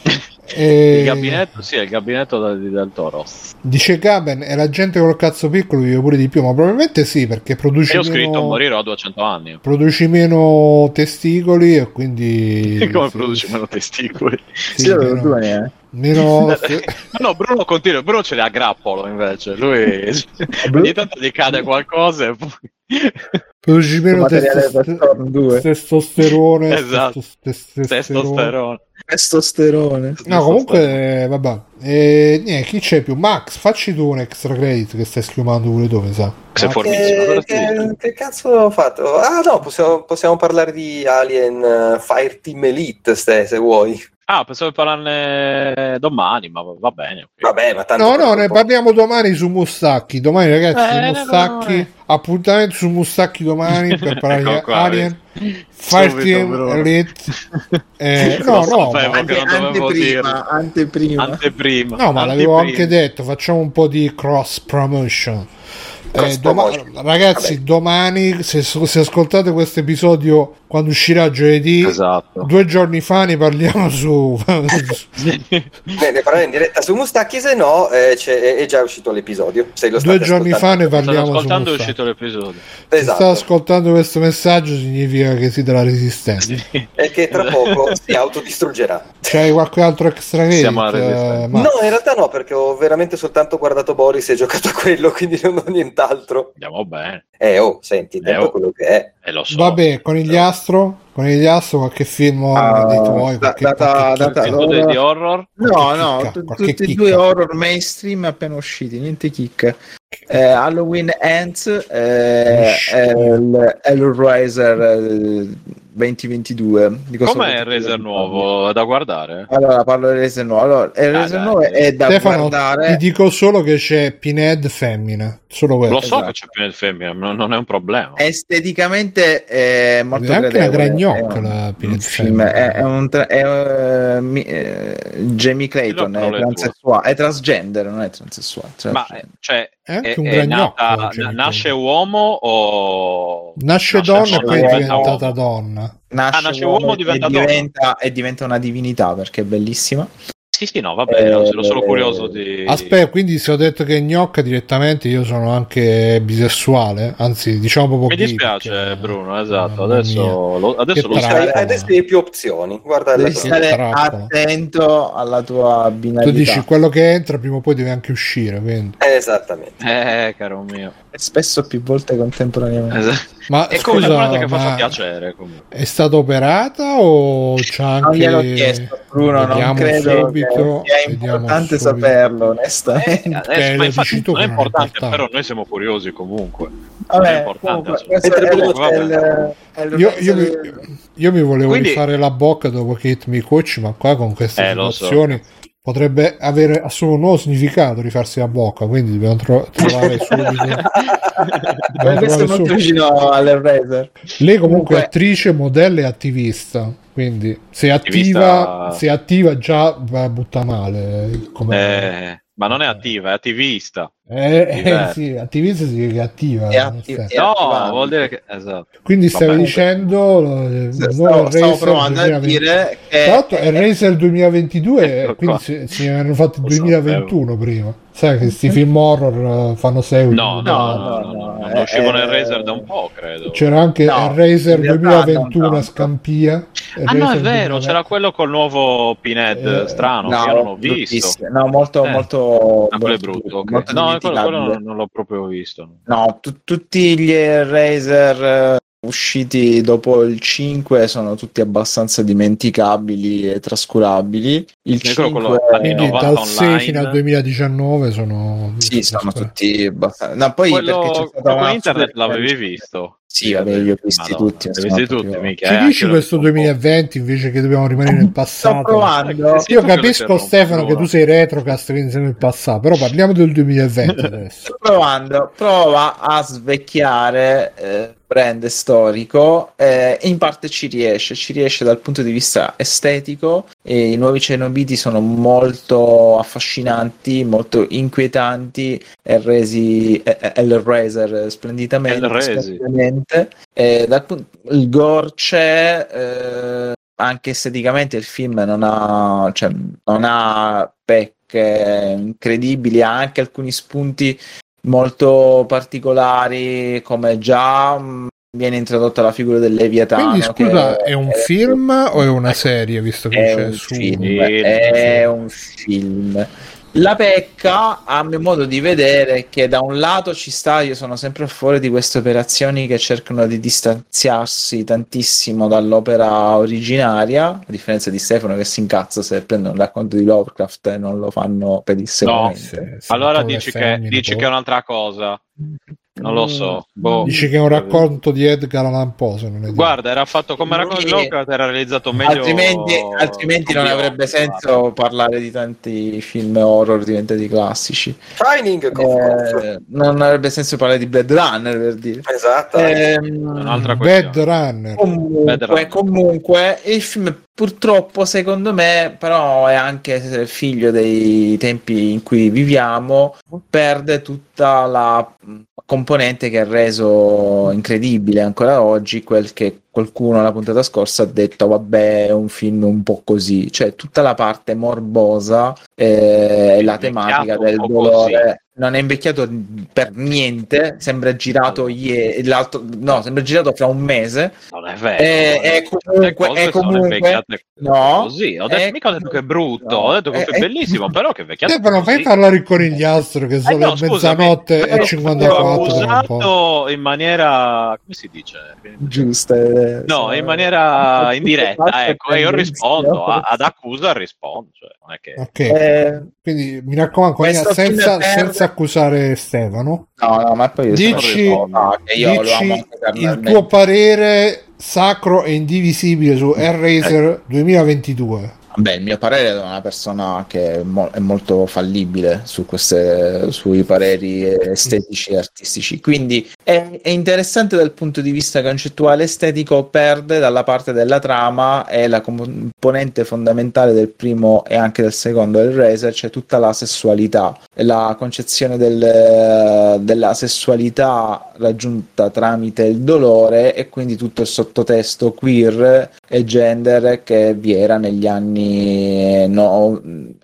E... Il gabinetto, sì, il gabinetto del, del Toros. Dice Gaben, e la gente col cazzo piccolo vive pure di più, ma probabilmente sì, perché produci Io ho scritto meno... morirò a duecento anni. produci meno testicoli e quindi... Come sì, produci meno testicoli? sì, Sì, avevo meno- due, eh. Meno... No, Bruno continua, Bruno ce li ha a grappolo invece, lui ogni tanto gli cade qualcosa e poi... Produci meno testosterone, testosterone, esatto. testosterone. Testosterone. No, comunque, vabbè. E, niente, chi c'è più? Max, facci tu un extra credit che stai schiumando pure tu, mi sa. Sei Ah, fortissimo. che, che, che cazzo ho fatto? Ah no, possiamo, possiamo parlare di Alien uh, Fireteam Elite se, se vuoi. Ah, pensavo di parlarne domani, ma va bene. Okay. Vabbè, ma tanto no, no, ne parliamo domani su Mustacchi. Domani, ragazzi, eh, su Mustacchi. No, appuntamento su Mustacchi domani per parlare di Alien Fireteam Elite. Eh, no, no, ma ante, anteprima, anteprima. anteprima. No, ma anteprima. l'avevo anche detto, facciamo un po' di cross promotion. Eh, doma- ragazzi, Vabbè. domani, se, se ascoltate questo episodio quando uscirà giovedì, esatto. due giorni fa ne parliamo su. ne, ne parliamo in diretta su Mustacchi, se no eh, c'è, è già uscito l'episodio. Se lo due giorni fa ne parliamo. Sto ascoltando su è uscito l'episodio. Se esatto. sta ascoltando questo messaggio significa che siete la resistenza sì. E che tra poco si autodistruggerà. C'hai qualche altro extra credit? Eh, no, in realtà no, perché ho veramente soltanto guardato Boris e giocato a quello, quindi non ho nient'altro. Andiamo bene. Eh oh, senti, il tempo eh, oh. è quello che è. Eh, lo so. Vabbè, Conigliastro, Conigliastro, qualche film uh, dei tuoi, qualche, data, qualche data, data, di horror? No, no, tutti e due horror mainstream appena usciti, niente chicca. Eh, Halloween Ends, eh, Hellraiser eh, duemilaventidue. Com'è il Razer nuovo? È da guardare? Allora, parlo del Razer nuovo. Allora, il Razer ah, nuovo è da Stefano, guardare. Ti dico solo che c'è Pinhead femmina. Solo questo. Lo so esatto. che c'è Pinhead femmina, non, non è un problema. Esteticamente è molto è anche una gragnocca è un, la Pinhead femmina. È, è un tra- è, uh, mi, uh, Jamie Clayton è, transessuale, è transgender, non è transessuale. Ma cioè è anche è, un è nata, nata, nasce uomo o nasce, nasce donna e poi è diventata uomo. donna? Nasce, ah, nasce uomo, uomo diventa e, diventa, e diventa una divinità perché è bellissima. Sì, sì, no, va bene, eh, ero solo curioso di... Aspetta, quindi se ho detto che è gnocca direttamente io sono anche bisessuale, anzi diciamo proprio mi dispiace perché... Bruno, esatto, adesso lo, adesso lo sai, adesso hai più opzioni, guarda, devi stare attento alla tua binarietà. Tu dici quello che entra prima o poi deve anche uscire, quindi. Esattamente. Eh, caro mio. E spesso più volte contemporaneamente. Esatto. Ma è scusa, come che faccia piacere comunque. È stata operata o c'ha anche... Non gliel'ho chiesto, Bruno, non credo subito, che sia importante subito. saperlo, onestamente. Eh, adesso, ma infatti non è importante, importante, però noi siamo curiosi comunque. Vabbè, non è importante. Comunque, è il, è il io, io, mi, io mi volevo Quindi... rifare la bocca dopo che Hit Me Coach, ma qua con queste eh, situazioni... So. Potrebbe avere assunto un nuovo significato rifarsi la bocca, quindi dobbiamo tro- trovare subito. Questo è molto vicino all'Hellraiser. Lei comunque è attrice, modella e attivista, quindi se attiva, se attiva già va butta male. Come... Eh, ma non è attiva, è attivista. Eh, eh, sì, attivista si dice che è attiva. È atti- è no, attivante. vuol dire che esatto. Quindi stavi Vabbè, dicendo stavo, stavo provando a dire che tra l'altro è il Razer duemilaventidue, ecco, quindi si, si erano fatti il duemilaventuno sapevo. Prima. Sai che questi film horror fanno seguito. No, no, no, no, no, no, no. non uscivo nel Razer da un po', credo. C'era anche no, il Razer duemilaventuno a Scampia. Ah no, è vero, c'era quello col nuovo Pinhead eh, strano, no, che io non ho visto. No, molto, eh. molto... Ah, quello è brutto, okay. Molto no, quello, quello non, non l'ho proprio visto. No, t- tutti gli Razer uh, usciti dopo il cinque sono tutti abbastanza dimenticabili e trascurabili. Il cinque quindi dal sei fino al duemiladiciannove sono... Sì, sono tutti abbastanza... No, poi quello, perché c'è stata con internet l'avevi visto? Sì, vabbè, li ho visti Madonna, tutti. Li ho visti tutti, mica. Ci dici questo duemilaventi invece che dobbiamo rimanere nel passato? Sto provando. Io capisco, Stefano, che tu sei retrocast, quindi sei nel passato, però parliamo del duemilaventi adesso. Sto provando, prova a svecchiare eh, brand storico, eh, in parte ci riesce, ci riesce dal punto di vista estetico, e i nuovi Cenobiti sono molto affascinanti, molto inquietanti, e resi Hellraiser splendidamente, splendidamente. Eh, dal punto, il gore c'è, eh, anche esteticamente il film non ha, cioè, non ha pecche incredibili, ha anche alcuni spunti molto particolari, come già mh, viene introdotta la figura del Leviatano. Quindi scusa, che è un film o è una serie, visto che è c'è un su film, è un film. La pecca, a mio modo di vedere, è che da un lato ci sta, io sono sempre a favore di queste operazioni che cercano di distanziarsi tantissimo dall'opera originaria, a differenza di Stefano che si incazza se prendono un racconto di Lovecraft e non lo fanno pedissequamente. se- se Allora con le dici, che, femmine, dici poi. che è un'altra cosa. Non lo so. Boh. Dici che è un racconto di Edgar Allan Poe, se non è Guarda, era fatto come racconto di Lovecraft, era realizzato meglio. Altrimenti, altrimenti non avrebbe senso parlare di tanti film horror diventati classici. Shining, Eh, non avrebbe senso parlare di Blade Runner, per dire. esatto. Ehm, Un'altra questione. Bad Runner. Comunque, Bad Runner. comunque, il film purtroppo, secondo me, però è anche figlio dei tempi in cui viviamo, perde tutta la componente che ha reso incredibile ancora oggi quel che qualcuno la puntata scorsa ha detto vabbè è un film un po' così, cioè tutta la parte morbosa e la tematica del dolore non è invecchiato per niente, sembra girato ieri, l'altro, no, sembra girato fra un mese. Non è vero. è, è comunque, è comunque no, così. Ho detto, mica ho detto che è brutto, no, ho detto che è, è bellissimo, è, però che è vecchiato. Stefano, fai parlare il conigliastro che sono eh no, le mezzanotte scusami, e cinquantaquattro. accusato in maniera, come si dice? Giusta. Eh, no, sono... in maniera indiretta, ecco, e io rispondo, a, ad accusa rispondo. Cioè, non è che... Okay. Eh, quindi mi raccomando, senza, senza, senza accusare Stefano. No, no, ma poi io dici, sono che io dici lo amo il tuo parere sacro e indivisibile su Hellraiser duemilaventidue. Beh, il mio parere è una persona che è, mo- è molto fallibile su queste, sui pareri estetici e artistici, quindi è, è interessante dal punto di vista concettuale estetico, perde dalla parte della trama e la componente fondamentale del primo e anche del secondo Hellraiser, c'è tutta la sessualità, la concezione del, della sessualità raggiunta tramite il dolore e quindi tutto il sottotesto queer e gender che vi era negli anni no,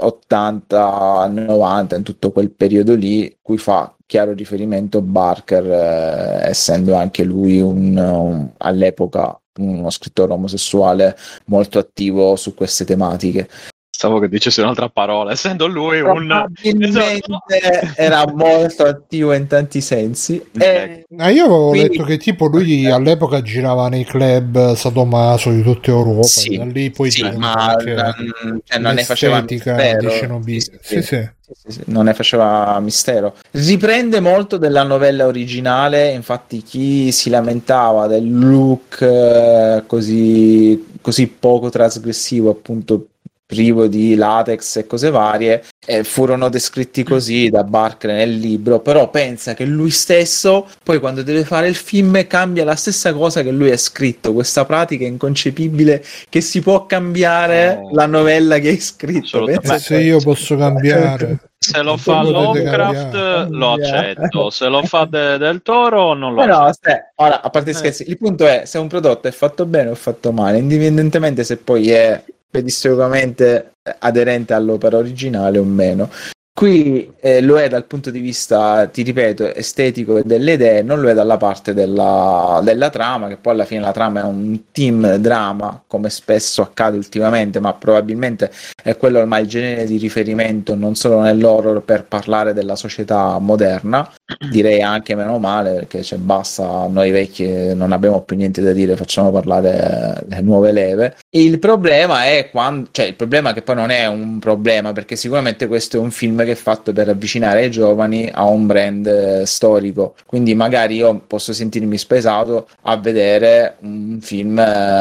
ottanta novanta, in tutto quel periodo lì, cui fa chiaro riferimento Barker, eh, essendo anche lui un, un, all'epoca uno scrittore omosessuale molto attivo su queste tematiche. Stavo che dicessi un'altra parola, essendo lui un... Probabilmente era molto attivo in tanti sensi. E... Ah, io avevo quindi... letto che tipo lui all'epoca girava nei club sadomaso di tutta Europa, sì, e da lì poi sì, ma anche non, cioè, non ne faceva mistero. Sì, sì, sì. Sì. Sì, sì, non ne faceva mistero. Riprende molto della novella originale, infatti chi si lamentava del look eh, così, così poco trasgressivo, appunto privo di latex e cose varie, eh, furono descritti così da Barker nel libro, però pensa che lui stesso poi quando deve fare il film cambia la stessa cosa che lui ha scritto, questa pratica inconcepibile che si può cambiare oh. la novella che hai scritto. Pensa se io posso cambiare. Se lo fa Lovecraft lo accetto, se lo fa de- del Toro non lo no, accetto. No, se, ora, a parte scherzi, eh. il punto è se un prodotto è fatto bene o fatto male, indipendentemente se poi è pedissequamente aderente all'opera originale o meno. Qui eh, lo è dal punto di vista, ti ripeto, estetico e delle idee, non lo è dalla parte della, della trama, che poi alla fine la trama è un team drama, come spesso accade ultimamente, ma probabilmente è quello ormai il genere di riferimento non solo nell'horror per parlare della società moderna, direi anche meno male, perché c'è basta, noi vecchi non abbiamo più niente da dire, facciamo parlare le nuove leve. Il problema è quando, cioè il problema che poi non è un problema, perché sicuramente questo è un film che è fatto per avvicinare i giovani a un brand eh, storico, quindi magari io posso sentirmi spesato a vedere un film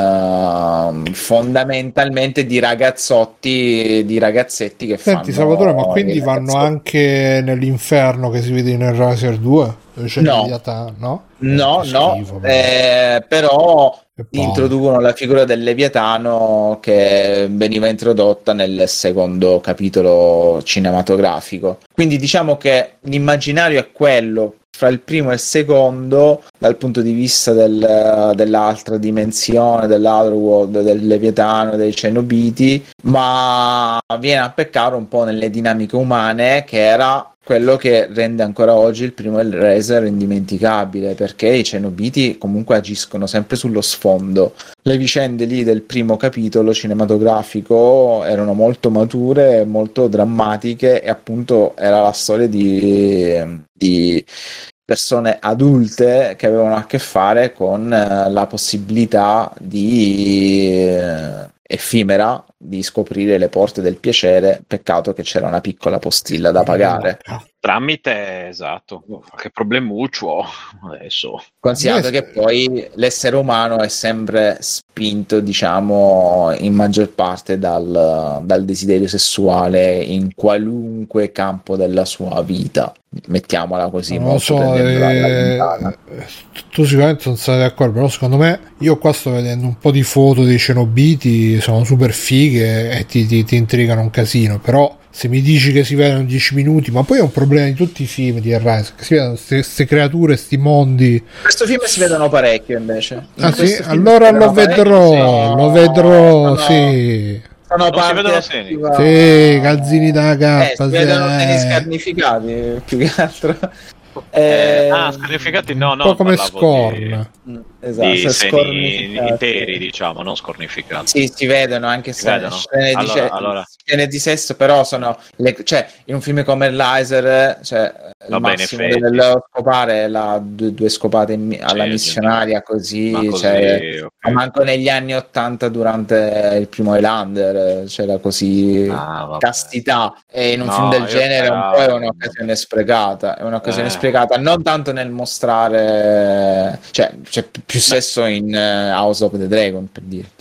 eh, fondamentalmente di ragazzotti, di ragazzetti che Senti, fanno... Salvatore, ma quindi vanno anche nell'inferno che si vede in Hellraiser due? C'è no. Leviatano, no? No, schifo, no, eh, però introducono la figura del Leviatano che veniva introdotta nel secondo capitolo cinematografico. Quindi diciamo che l'immaginario è quello fra il primo e il secondo dal punto di vista del, dell'altra dimensione, dell'Otherworld, del Leviatano, dei Cenobiti, ma viene a peccare un po' nelle dinamiche umane, che era quello che rende ancora oggi il primo Hellraiser indimenticabile, perché i Cenobiti comunque agiscono sempre sullo sfondo. Le vicende lì del primo capitolo cinematografico erano molto mature, molto drammatiche, e appunto era la storia di, di persone adulte che avevano a che fare con eh, la possibilità di eh, effimera di scoprire le porte del piacere. Peccato che c'era una piccola postilla da pagare. Tramite, esatto, che problemuccio adesso. Considerato che poi l'essere umano è sempre spinto, diciamo, in maggior parte dal, dal desiderio sessuale in qualunque campo della sua vita, mettiamola così. Non lo so, eh, tu sicuramente non sei d'accordo, però secondo me, io qua sto vedendo un po' di foto dei Cenobiti, sono super fighe e ti, ti, ti intrigano un casino, però se mi dici che si vedono dieci minuti, ma poi è un problema di tutti i film di Hellraiser, che si vedono queste creature, sti mondi. Questo film si vedono parecchio invece. Ah sì? Allora lo vedrò, sì. lo vedrò, no, sì. Sono non si vedono seni. attiva... Sì, calzini da eh, cappa, si vedono seni scarnificati più che altro. Eh, ah, scarnificati no, no, un po' come parlavo Scorn. di, esatto, di cioè seni interi, diciamo, non scornificati. Sì, si vedono anche si se vedono? Scene, allora, di, allora. scene di sesso, però sono le, cioè in un film come Hellraiser, cioè il Vabbè, massimo dello scopare è la due, due scopate in, alla sì, missionaria, così, così cioè, okay. manco negli anni ottanta durante il primo Highlander c'era così ah, castità, e in un no, film del genere speravo... un po' è un'occasione sprecata, è un'occasione eh. sprecata, non tanto nel mostrare, cioè c'è più sesso in uh, House of the Dragon, per dirti.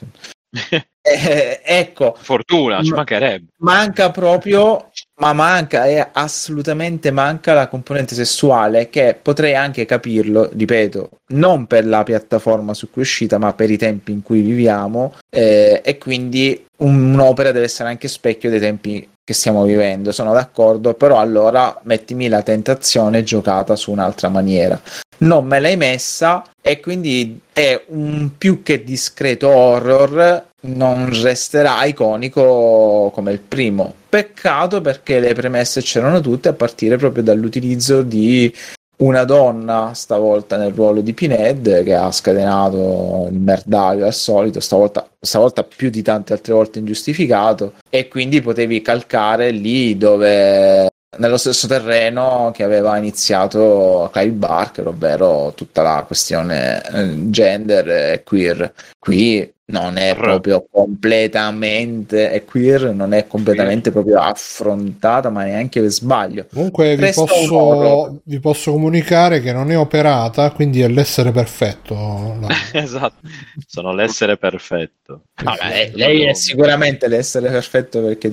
eh, ecco, fortuna, ci mancherebbe. Manca proprio, ma manca, è assolutamente manca la componente sessuale, che potrei anche capirlo, ripeto, non per la piattaforma su cui è uscita, ma per i tempi in cui viviamo, eh, e quindi un'opera deve essere anche specchio dei tempi che stiamo vivendo, sono d'accordo, però allora mettimi la tentazione giocata su un'altra maniera. Non me l'hai messa, e quindi è un più che discreto horror, non resterà iconico come il primo. Peccato, perché le premesse c'erano tutte, a partire proprio dall'utilizzo di una donna, stavolta nel ruolo di Pinhead, che ha scatenato il merdaio al solito, stavolta, stavolta più di tante altre volte ingiustificato, e quindi potevi calcare lì dove, nello stesso terreno che aveva iniziato Clive Barker, ovvero tutta la questione gender e queer. Qui non è proprio completamente è queer, non è completamente proprio affrontata, ma neanche per sbaglio. Comunque vi posso, vi posso comunicare che non è operata, quindi è l'essere perfetto. No. Esatto, sono l'essere perfetto. Vabbè, lei è sicuramente l'essere perfetto, perché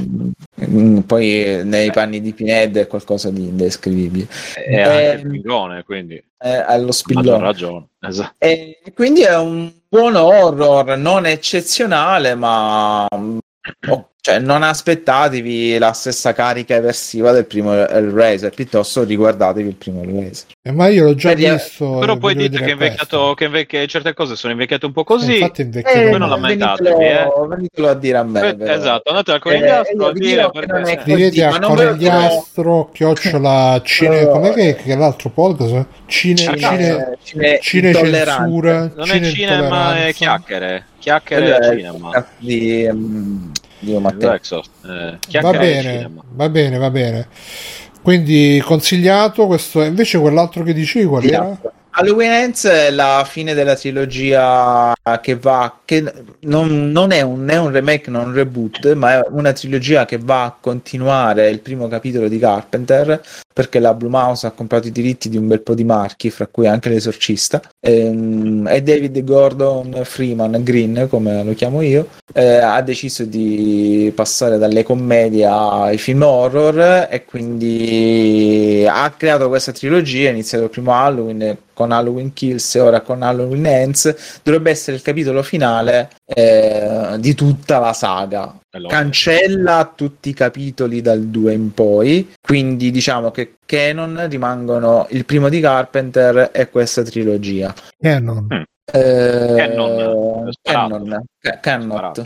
poi nei panni di Pinhead è qualcosa di indescrivibile. È eh, anche il spillone, quindi è allo spillone. Ha ragione. Esatto. E quindi è un buon horror, non eccezionale, ma oh, cioè non aspettatevi la stessa carica eversiva del primo Hellraiser, piuttosto riguardatevi il primo Hellraiser. Eh, ma io l'ho già Vedi, visto. Però poi dite che, invecchiato, che, invec- che certe cose sono invecchiate un po' così. Eh, infatti invecchiato eh, voi non lamentatevi, venitelo, eh. venitelo a dire a me. Eh, esatto, andate al conigliastro eh, a dire perché... Direte a conigliastro chiocciola cine, com'è che, che l'altro podcast? Cine, cine, cine, cine, cine censura, non cine è cinema, è chiacchiere, chiacchiere e cinema. Di, um, di Matteo. Eh, va bene, va bene, va bene. Quindi consigliato questo. Invece quell'altro che dicevi qual era? Halloween Ends è la fine della trilogia che va che non, non è un, è un remake, non un reboot, ma è una trilogia che va a continuare il primo capitolo di Carpenter, perché la Blumhouse ha comprato i diritti di un bel po' di marchi, fra cui anche L'Esorcista, e, e David Gordon Freeman Green, come lo chiamo io, eh, ha deciso di passare dalle commedie ai film horror, e quindi ha creato questa trilogia. Ha iniziato il primo Halloween con Halloween Kills e ora con Halloween Ends. Dovrebbe essere il capitolo finale eh, di tutta la saga. Allora, cancella tutti i capitoli dal due in poi, quindi diciamo che canon rimangono il primo di Carpenter e questa trilogia. Canon. Mm. Eh, Canon, Canon, Canon.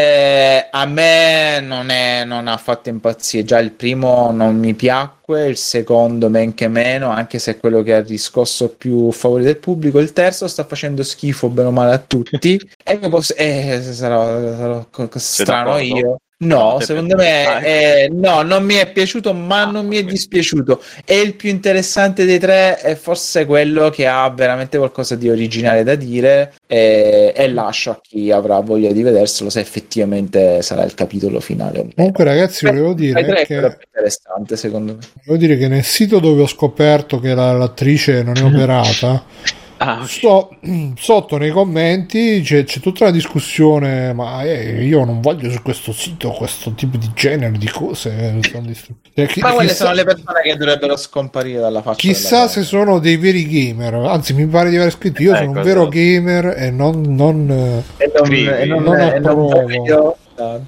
Eh, a me non, è, non ha fatto impazzire. Già il primo non mi piacque, il secondo men che meno, anche se è quello che ha riscosso più favore del pubblico. Il terzo sta facendo schifo bene o male a tutti. E io posso, eh, sarò, sarò co- co- strano io. No, No, secondo te- me ah, eh, no, non mi è piaciuto, ma Ah, non mi è ok. dispiaciuto. E il più interessante dei tre è forse quello che ha veramente qualcosa di originale da dire e, e lascio a chi avrà voglia di vederselo se effettivamente sarà il capitolo finale o meno. Comunque, ragazzi, volevo Dai dire tre è quello che più interessante, secondo me. volevo dire che nel sito dove ho scoperto che la- l'attrice non è operata, Ah, ok. sto- sotto nei commenti c'è, c'è tutta una discussione, ma eh, io non voglio su questo sito questo tipo di genere di cose. Sono distru- eh, chi- Ma quelle chissà, sono le persone che dovrebbero scomparire dalla faccia chissà della se terra. sono dei veri gamer, anzi mi pare di aver scritto io sono un Ecco, vero esatto. gamer e non, non, eh, E non, Scrivi. e non, Non e non approvo. voglio-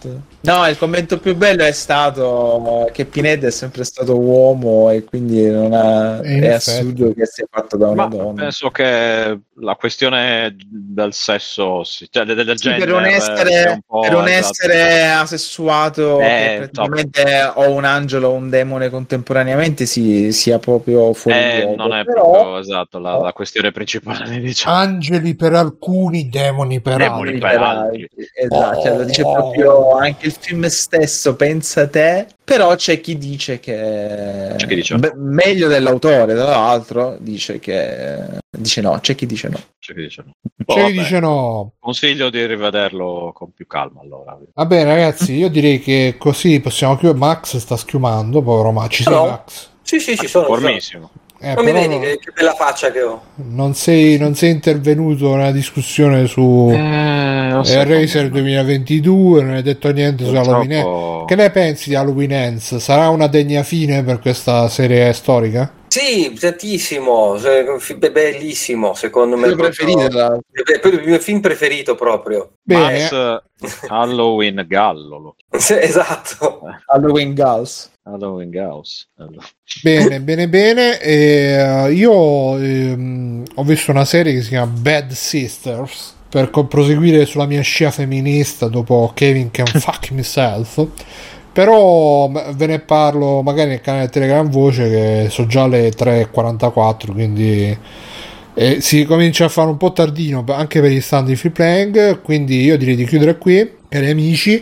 No, il commento più bello è stato che Pineda è sempre stato uomo e quindi non ha... E in è effetti. assurdo che sia fatto da una Ma donna. penso che la questione del sesso, sì, cioè del, del Sì, per gender, un eh, essere, sia un po', per un esatto. essere asessuato Eh, che praticamente o un angelo o un demone contemporaneamente si, sia proprio fuori Eh, luogo. non è Però proprio esatto la, la questione principale, diciamo. angeli per alcuni, demoni per Demoni altri. per altri. Esatto, cioè, lo dice proprio anche il film stesso, pensa te. Però c'è chi dice che C'è chi dice Beh, meglio dell'autore, tra l'altro, dice che dice no, c'è chi dice no. C'è chi dice no. C'è Oh, chi vabbè. dice no. Consiglio di rivederlo con più calma allora. Va bene ragazzi, io direi che così possiamo chiudere. Max sta schiumando, povero Max. Ci sei, No. Max? Sì, sì, ci sono. ci sono. Formissimo. Eh, Non mi però vedi no- che, che bella faccia che ho. non, sei, non sei intervenuto nella discussione su Eh, lo eh, so Razer come- duemilaventidue, non hai detto niente su Halloween Ends. Purtroppo- Che ne pensi di Halloween Ends? Sarà una degna fine per questa serie storica? Sì, tantissimo, se- be- bellissimo, secondo me. Il mio proprio- preferito, tra l'altro. è proprio il mio film preferito proprio. Bene, Max Halloween Gallo. lo- Sì, esatto. Halloween Girls. Halloween Gauss. Allora. bene, bene, bene. E, eh, io ehm, ho visto una serie che si chiama Bad Sisters per co- proseguire sulla mia scia femminista dopo Kevin Can Fuck Himself. Però m- ve ne parlo magari nel canale Telegram Voce, che so già le tre e quarantaquattro, quindi eh, si comincia a fare un po' tardino anche per gli stand di free playing, quindi io direi di chiudere qui, cari amici.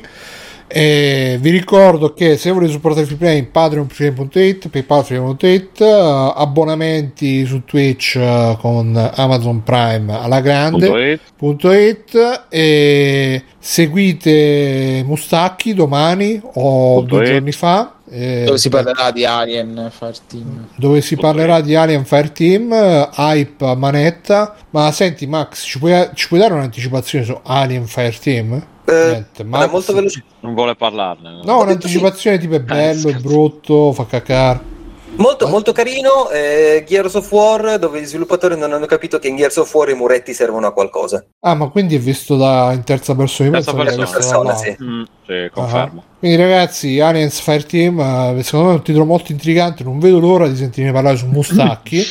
E vi ricordo che se volete supportare free play, patreon punto it, paypal punto it, uh, abbonamenti su Twitch uh, con Amazon Prime alla grande Punto it. punto it, e seguite Mustacchi domani o Punto due it. giorni fa, eh, Dove si parlerà di Alien Fire Team. dove si Punto parlerà it. di Alien Fireteam, uh, hype a manetta. Ma senti Max, ci puoi, ci puoi dare un'anticipazione su Alien Fireteam? Eh, Niente, guarda, Max- molto veloce. Non vuole parlarne. No, Ho detto un'anticipazione tipo è bello, è scherzo. brutto, fa cacare. Molto, molto carino. eh, Gears of War, dove gli sviluppatori non hanno capito che in Gears of War i muretti servono a qualcosa. Ah, ma quindi è visto da in terza persona? Io Terza pensavo che persona. l'avesse Persona, parlato. sì. Mm, sì, confermo. Ah. Quindi ragazzi, Aliens Fireteam, eh, secondo me è un titolo molto intrigante, non vedo l'ora di sentirne parlare su Mustacchi.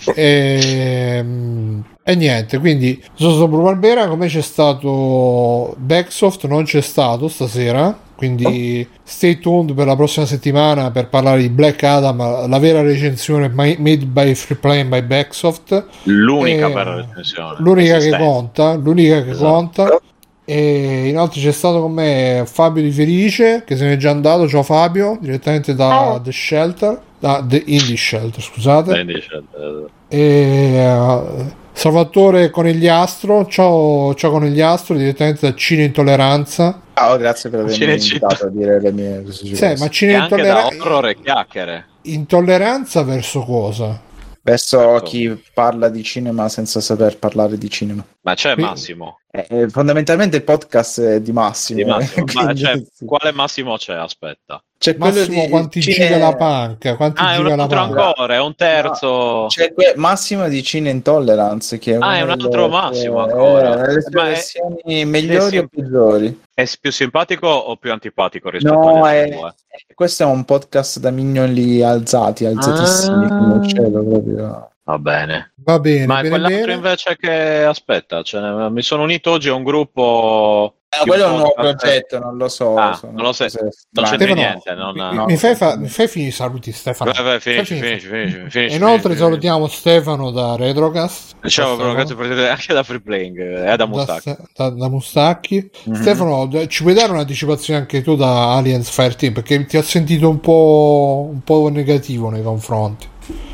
e, e niente, quindi sono stato Bruno Barbera, come c'è stato Backsoft, non c'è stato stasera, quindi stay tuned per la prossima settimana per parlare di Black Adam, la vera recensione my- made by Free Play by Backsoft. L'unica Eh, per recensione. L'unica che esistente. conta, l'unica che Esatto. conta. E inoltre c'è stato con me Fabio Di Felice, che se n'è già andato. Ciao Fabio, direttamente da The Shelter, da The Indie Shelter, scusate. Quindi, cioè, eh, E uh, Salvatore Conigliastro, ciao, ciao Conigliastro, direttamente da Cine Intolleranza. Ciao, grazie per avermi Cinecittà. invitato a dire le mie cose. Sì, ma e Cine anche da Intolleranza, horror e chiacchiere. intolleranza verso cosa? Verso chi parla di cinema senza saper parlare di cinema. Ma c'è Qui- Massimo. Eh, eh, fondamentalmente il podcast è di Massimo. Di Massimo. Ma quindi, c'è- sì. quale Massimo c'è? Aspetta. C'è quello Massimo di quanti Cine- giga la panca? Quanti Ah, è un giga la altro panca? ancora, è un terzo. C'è que- Massimo di Cine Intolerance, che è Ah, è uno un altro delle- Massimo eh, ancora. nelle sue Ma è- versioni migliori è o peggiori. È più simpatico o più antipatico rispetto No, agli è, altri due? questo è un podcast da mignoli alzati, alzatissimi, Ah. fino al cielo proprio. Va bene. Va bene, Ma bene, quell'altro bene. invece che aspetta, cioè, mi sono unito oggi a un gruppo. Ah, di quello è un nuovo podcast. progetto, non lo so. Ah, sono non lo so, cose non strane. c'entra Stefano, niente. Non... mi, no. mi fai, fa- mi fai finire i saluti, Stefano? Vai, vai, finisci, Fai finire. finisci, finisci, finisci, E inoltre finisci. salutiamo Stefano da Retrocast. Ciao, Stefano, grazie per anche da Free Playing e da da, Mustacchi. da, da Mustacchi. Mhm. Stefano, d- ci puoi dare un'anticipazione anche tu da Aliens Fireteam? Perché ti ho sentito un po', un po' negativo nei confronti.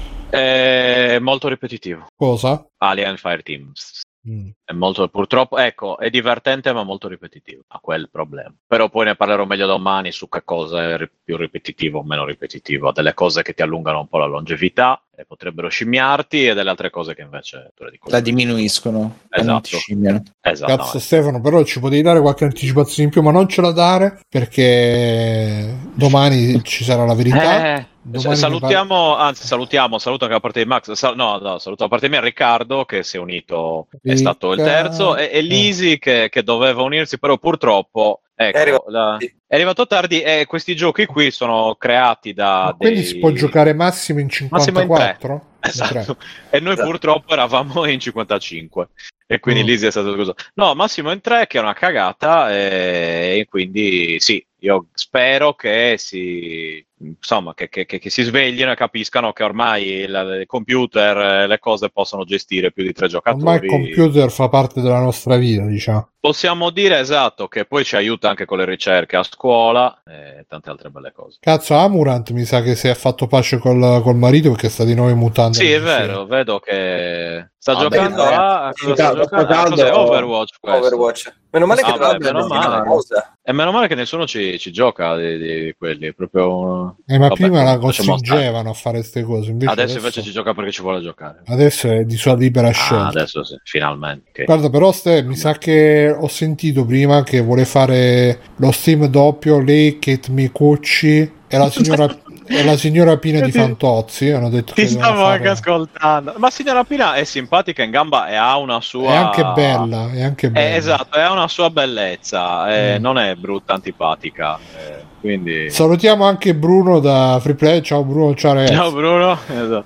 È molto ripetitivo. Cosa? Alien Fireteam. Mm. È molto, purtroppo, ecco, è divertente ma molto ripetitivo, ha quel problema. Però poi ne parlerò meglio domani su che cosa è ri- più ripetitivo o meno ripetitivo, delle cose che ti allungano un po' la longevità e potrebbero scimmiarti e delle altre cose che invece tu le dico. La diminuiscono e Esatto. non ti scimmiano. Esatto. Cazzo Stefano, però ci potevi dare qualche anticipazione in più, ma non ce la dare perché domani ci sarà la verità. Eh, Domani salutiamo, anzi salutiamo, saluto anche da parte di Max, sal- no, no, saluto da parte mia Riccardo che si è unito, è stato il terzo, e, e Lisi che, che doveva unirsi, però purtroppo ecco, È arrivato la- tardi. è arrivato tardi e questi giochi qui sono creati da Ma quindi dei- si può giocare massimo in Massimo in tre. cinquantaquattro? In tre. Esatto. E noi Esatto. purtroppo eravamo in cinquantacinque e quindi Mm. Lisi è stato così. No, Massimo in tre che è una cagata e, e quindi sì, io spero che si insomma che, che, che, che si sveglino e capiscano che ormai il, il computer e le cose possono gestire più di tre giocatori. Ormai il computer fa parte della nostra vita, diciamo. Possiamo dire esatto che poi ci aiuta anche con le ricerche a scuola e tante altre belle cose. Cazzo, Amurant mi sa che si è fatto pace col, col marito perché sta di nuovo in mutande. Sì, è vero, vedo che sta Vabbè, giocando dai. a, a cosa sta Caldo, giocando? caldo. Cos'è? Overwatch questo. Overwatch. Meno male che Ah, doveva beh, meno avere una male. pausa. E meno male che nessuno ci, ci gioca di, di- di quelli, è proprio... Eh, ma Vabbè, prima la lasciamo stare. costringevano a fare queste cose. Invece Adesso invece ci gioca perché ci vuole giocare. adesso è di sua libera Ah, scelta. adesso sì, finalmente. Ok. Guarda, però Ste, mi sa che ho sentito prima che vuole fare lo stream doppio lei, Kate Micucci e la signora, e la signora Pina di Fantozzi. Hanno detto Ti che devono stavo anche fare... ascoltando. Ma signora Pina è simpatica in gamba e ha una sua... È anche bella, è anche bella. Eh, esatto, ha una sua bellezza, eh, Mm. non è brutta, antipatica. eh, quindi... Salutiamo anche Bruno da Freeplay. Ciao Bruno, ciao ragazzi. Ciao Bruno. Esatto.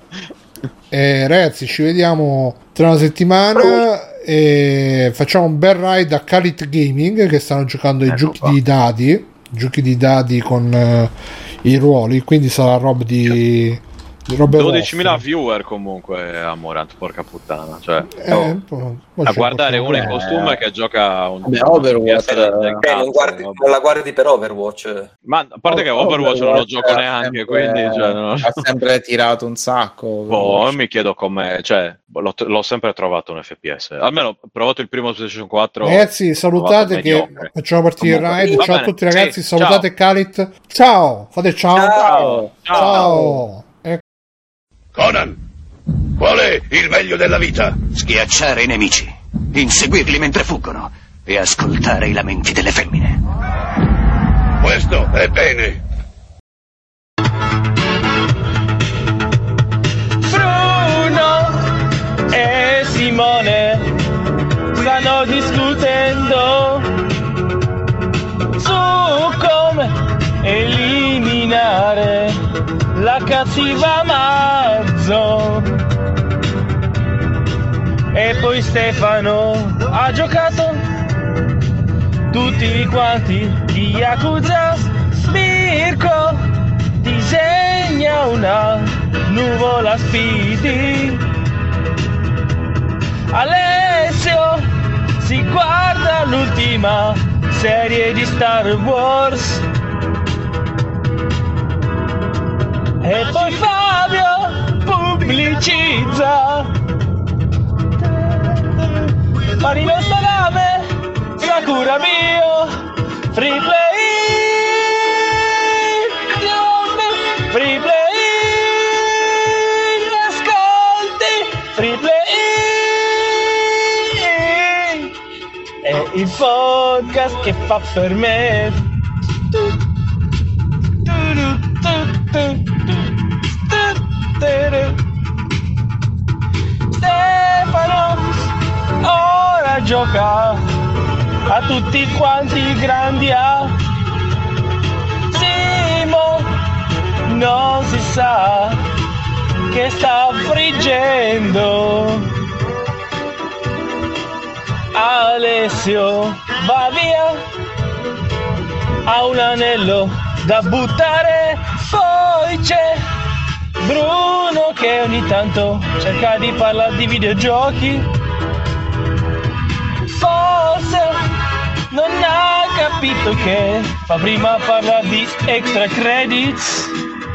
Eh, ragazzi, ci vediamo tra una settimana e facciamo un bel ride a Calit Gaming che stanno giocando ai Ecco giochi qua. di dadi, giochi di dadi con eh, i ruoli, quindi sarà roba di, di robe dodicimila vostre. viewer comunque a Morant, porca puttana. Cioè, Eh, oh, poi- poi a c'è guardare qualche- uno in costume che gioca un Vabbè, Overwatch, del Eh, non, cazzo, guardi- vabbè. non la guardi per Overwatch. Ma a parte che Overwatch non lo gioco neanche, quindi cioè, non... ha sempre tirato un sacco. Boh, mi chiedo come, cioè, l'ho, l'ho sempre trovato un F P S. Almeno ho provato il primo PlayStation quattro. Ragazzi, salutate trovato che mediocre. facciamo partire il Comunque, ride. va Ciao a bene, tutti ragazzi, sì, salutate Calit. Ciao, fate ciao. Ciao. Ciao. Eh, Conan, qual è il meglio della vita? Schiacciare i nemici, inseguirli mentre fuggono e ascoltare i lamenti delle femmine. Questo è bene. Bruno e Simone stanno discutendo su come eliminare la cattiva Mazzo. E poi Stefano ha giocato tutti quanti di Yakuza. Mirko disegna una nuvola Speedy. Alessio si guarda l'ultima serie di Star Wars. E poi Fabio pubblicizza Marino Salame, Sakura Mio, Free Play, Free Play, ascolti, Free Play, è il podcast che fa per me. potere. Stefano ora gioca a tutti quanti i grandi A. Simo non si sa che sta friggendo. Alessio va via, ha un anello da buttare. Poi c'è Bruno che ogni tanto cerca di parlare di videogiochi. Forse non ha capito che fa prima parlare di extra credits.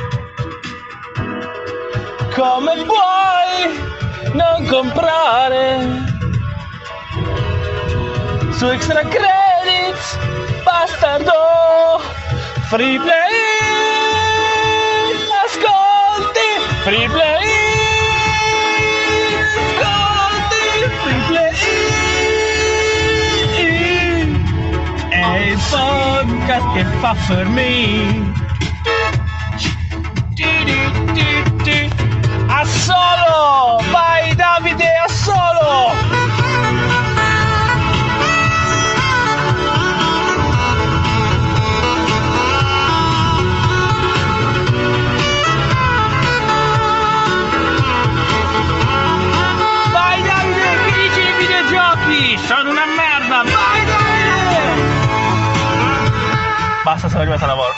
Come puoi non comprare su extra credits, bastardo? Free play, ascolti, free play, ascolti, free play, è il podcast che fa per me. A solo, vai Davide, a solo. Sono una merda, vai Davide! Basta, sono arrivato a lavoro.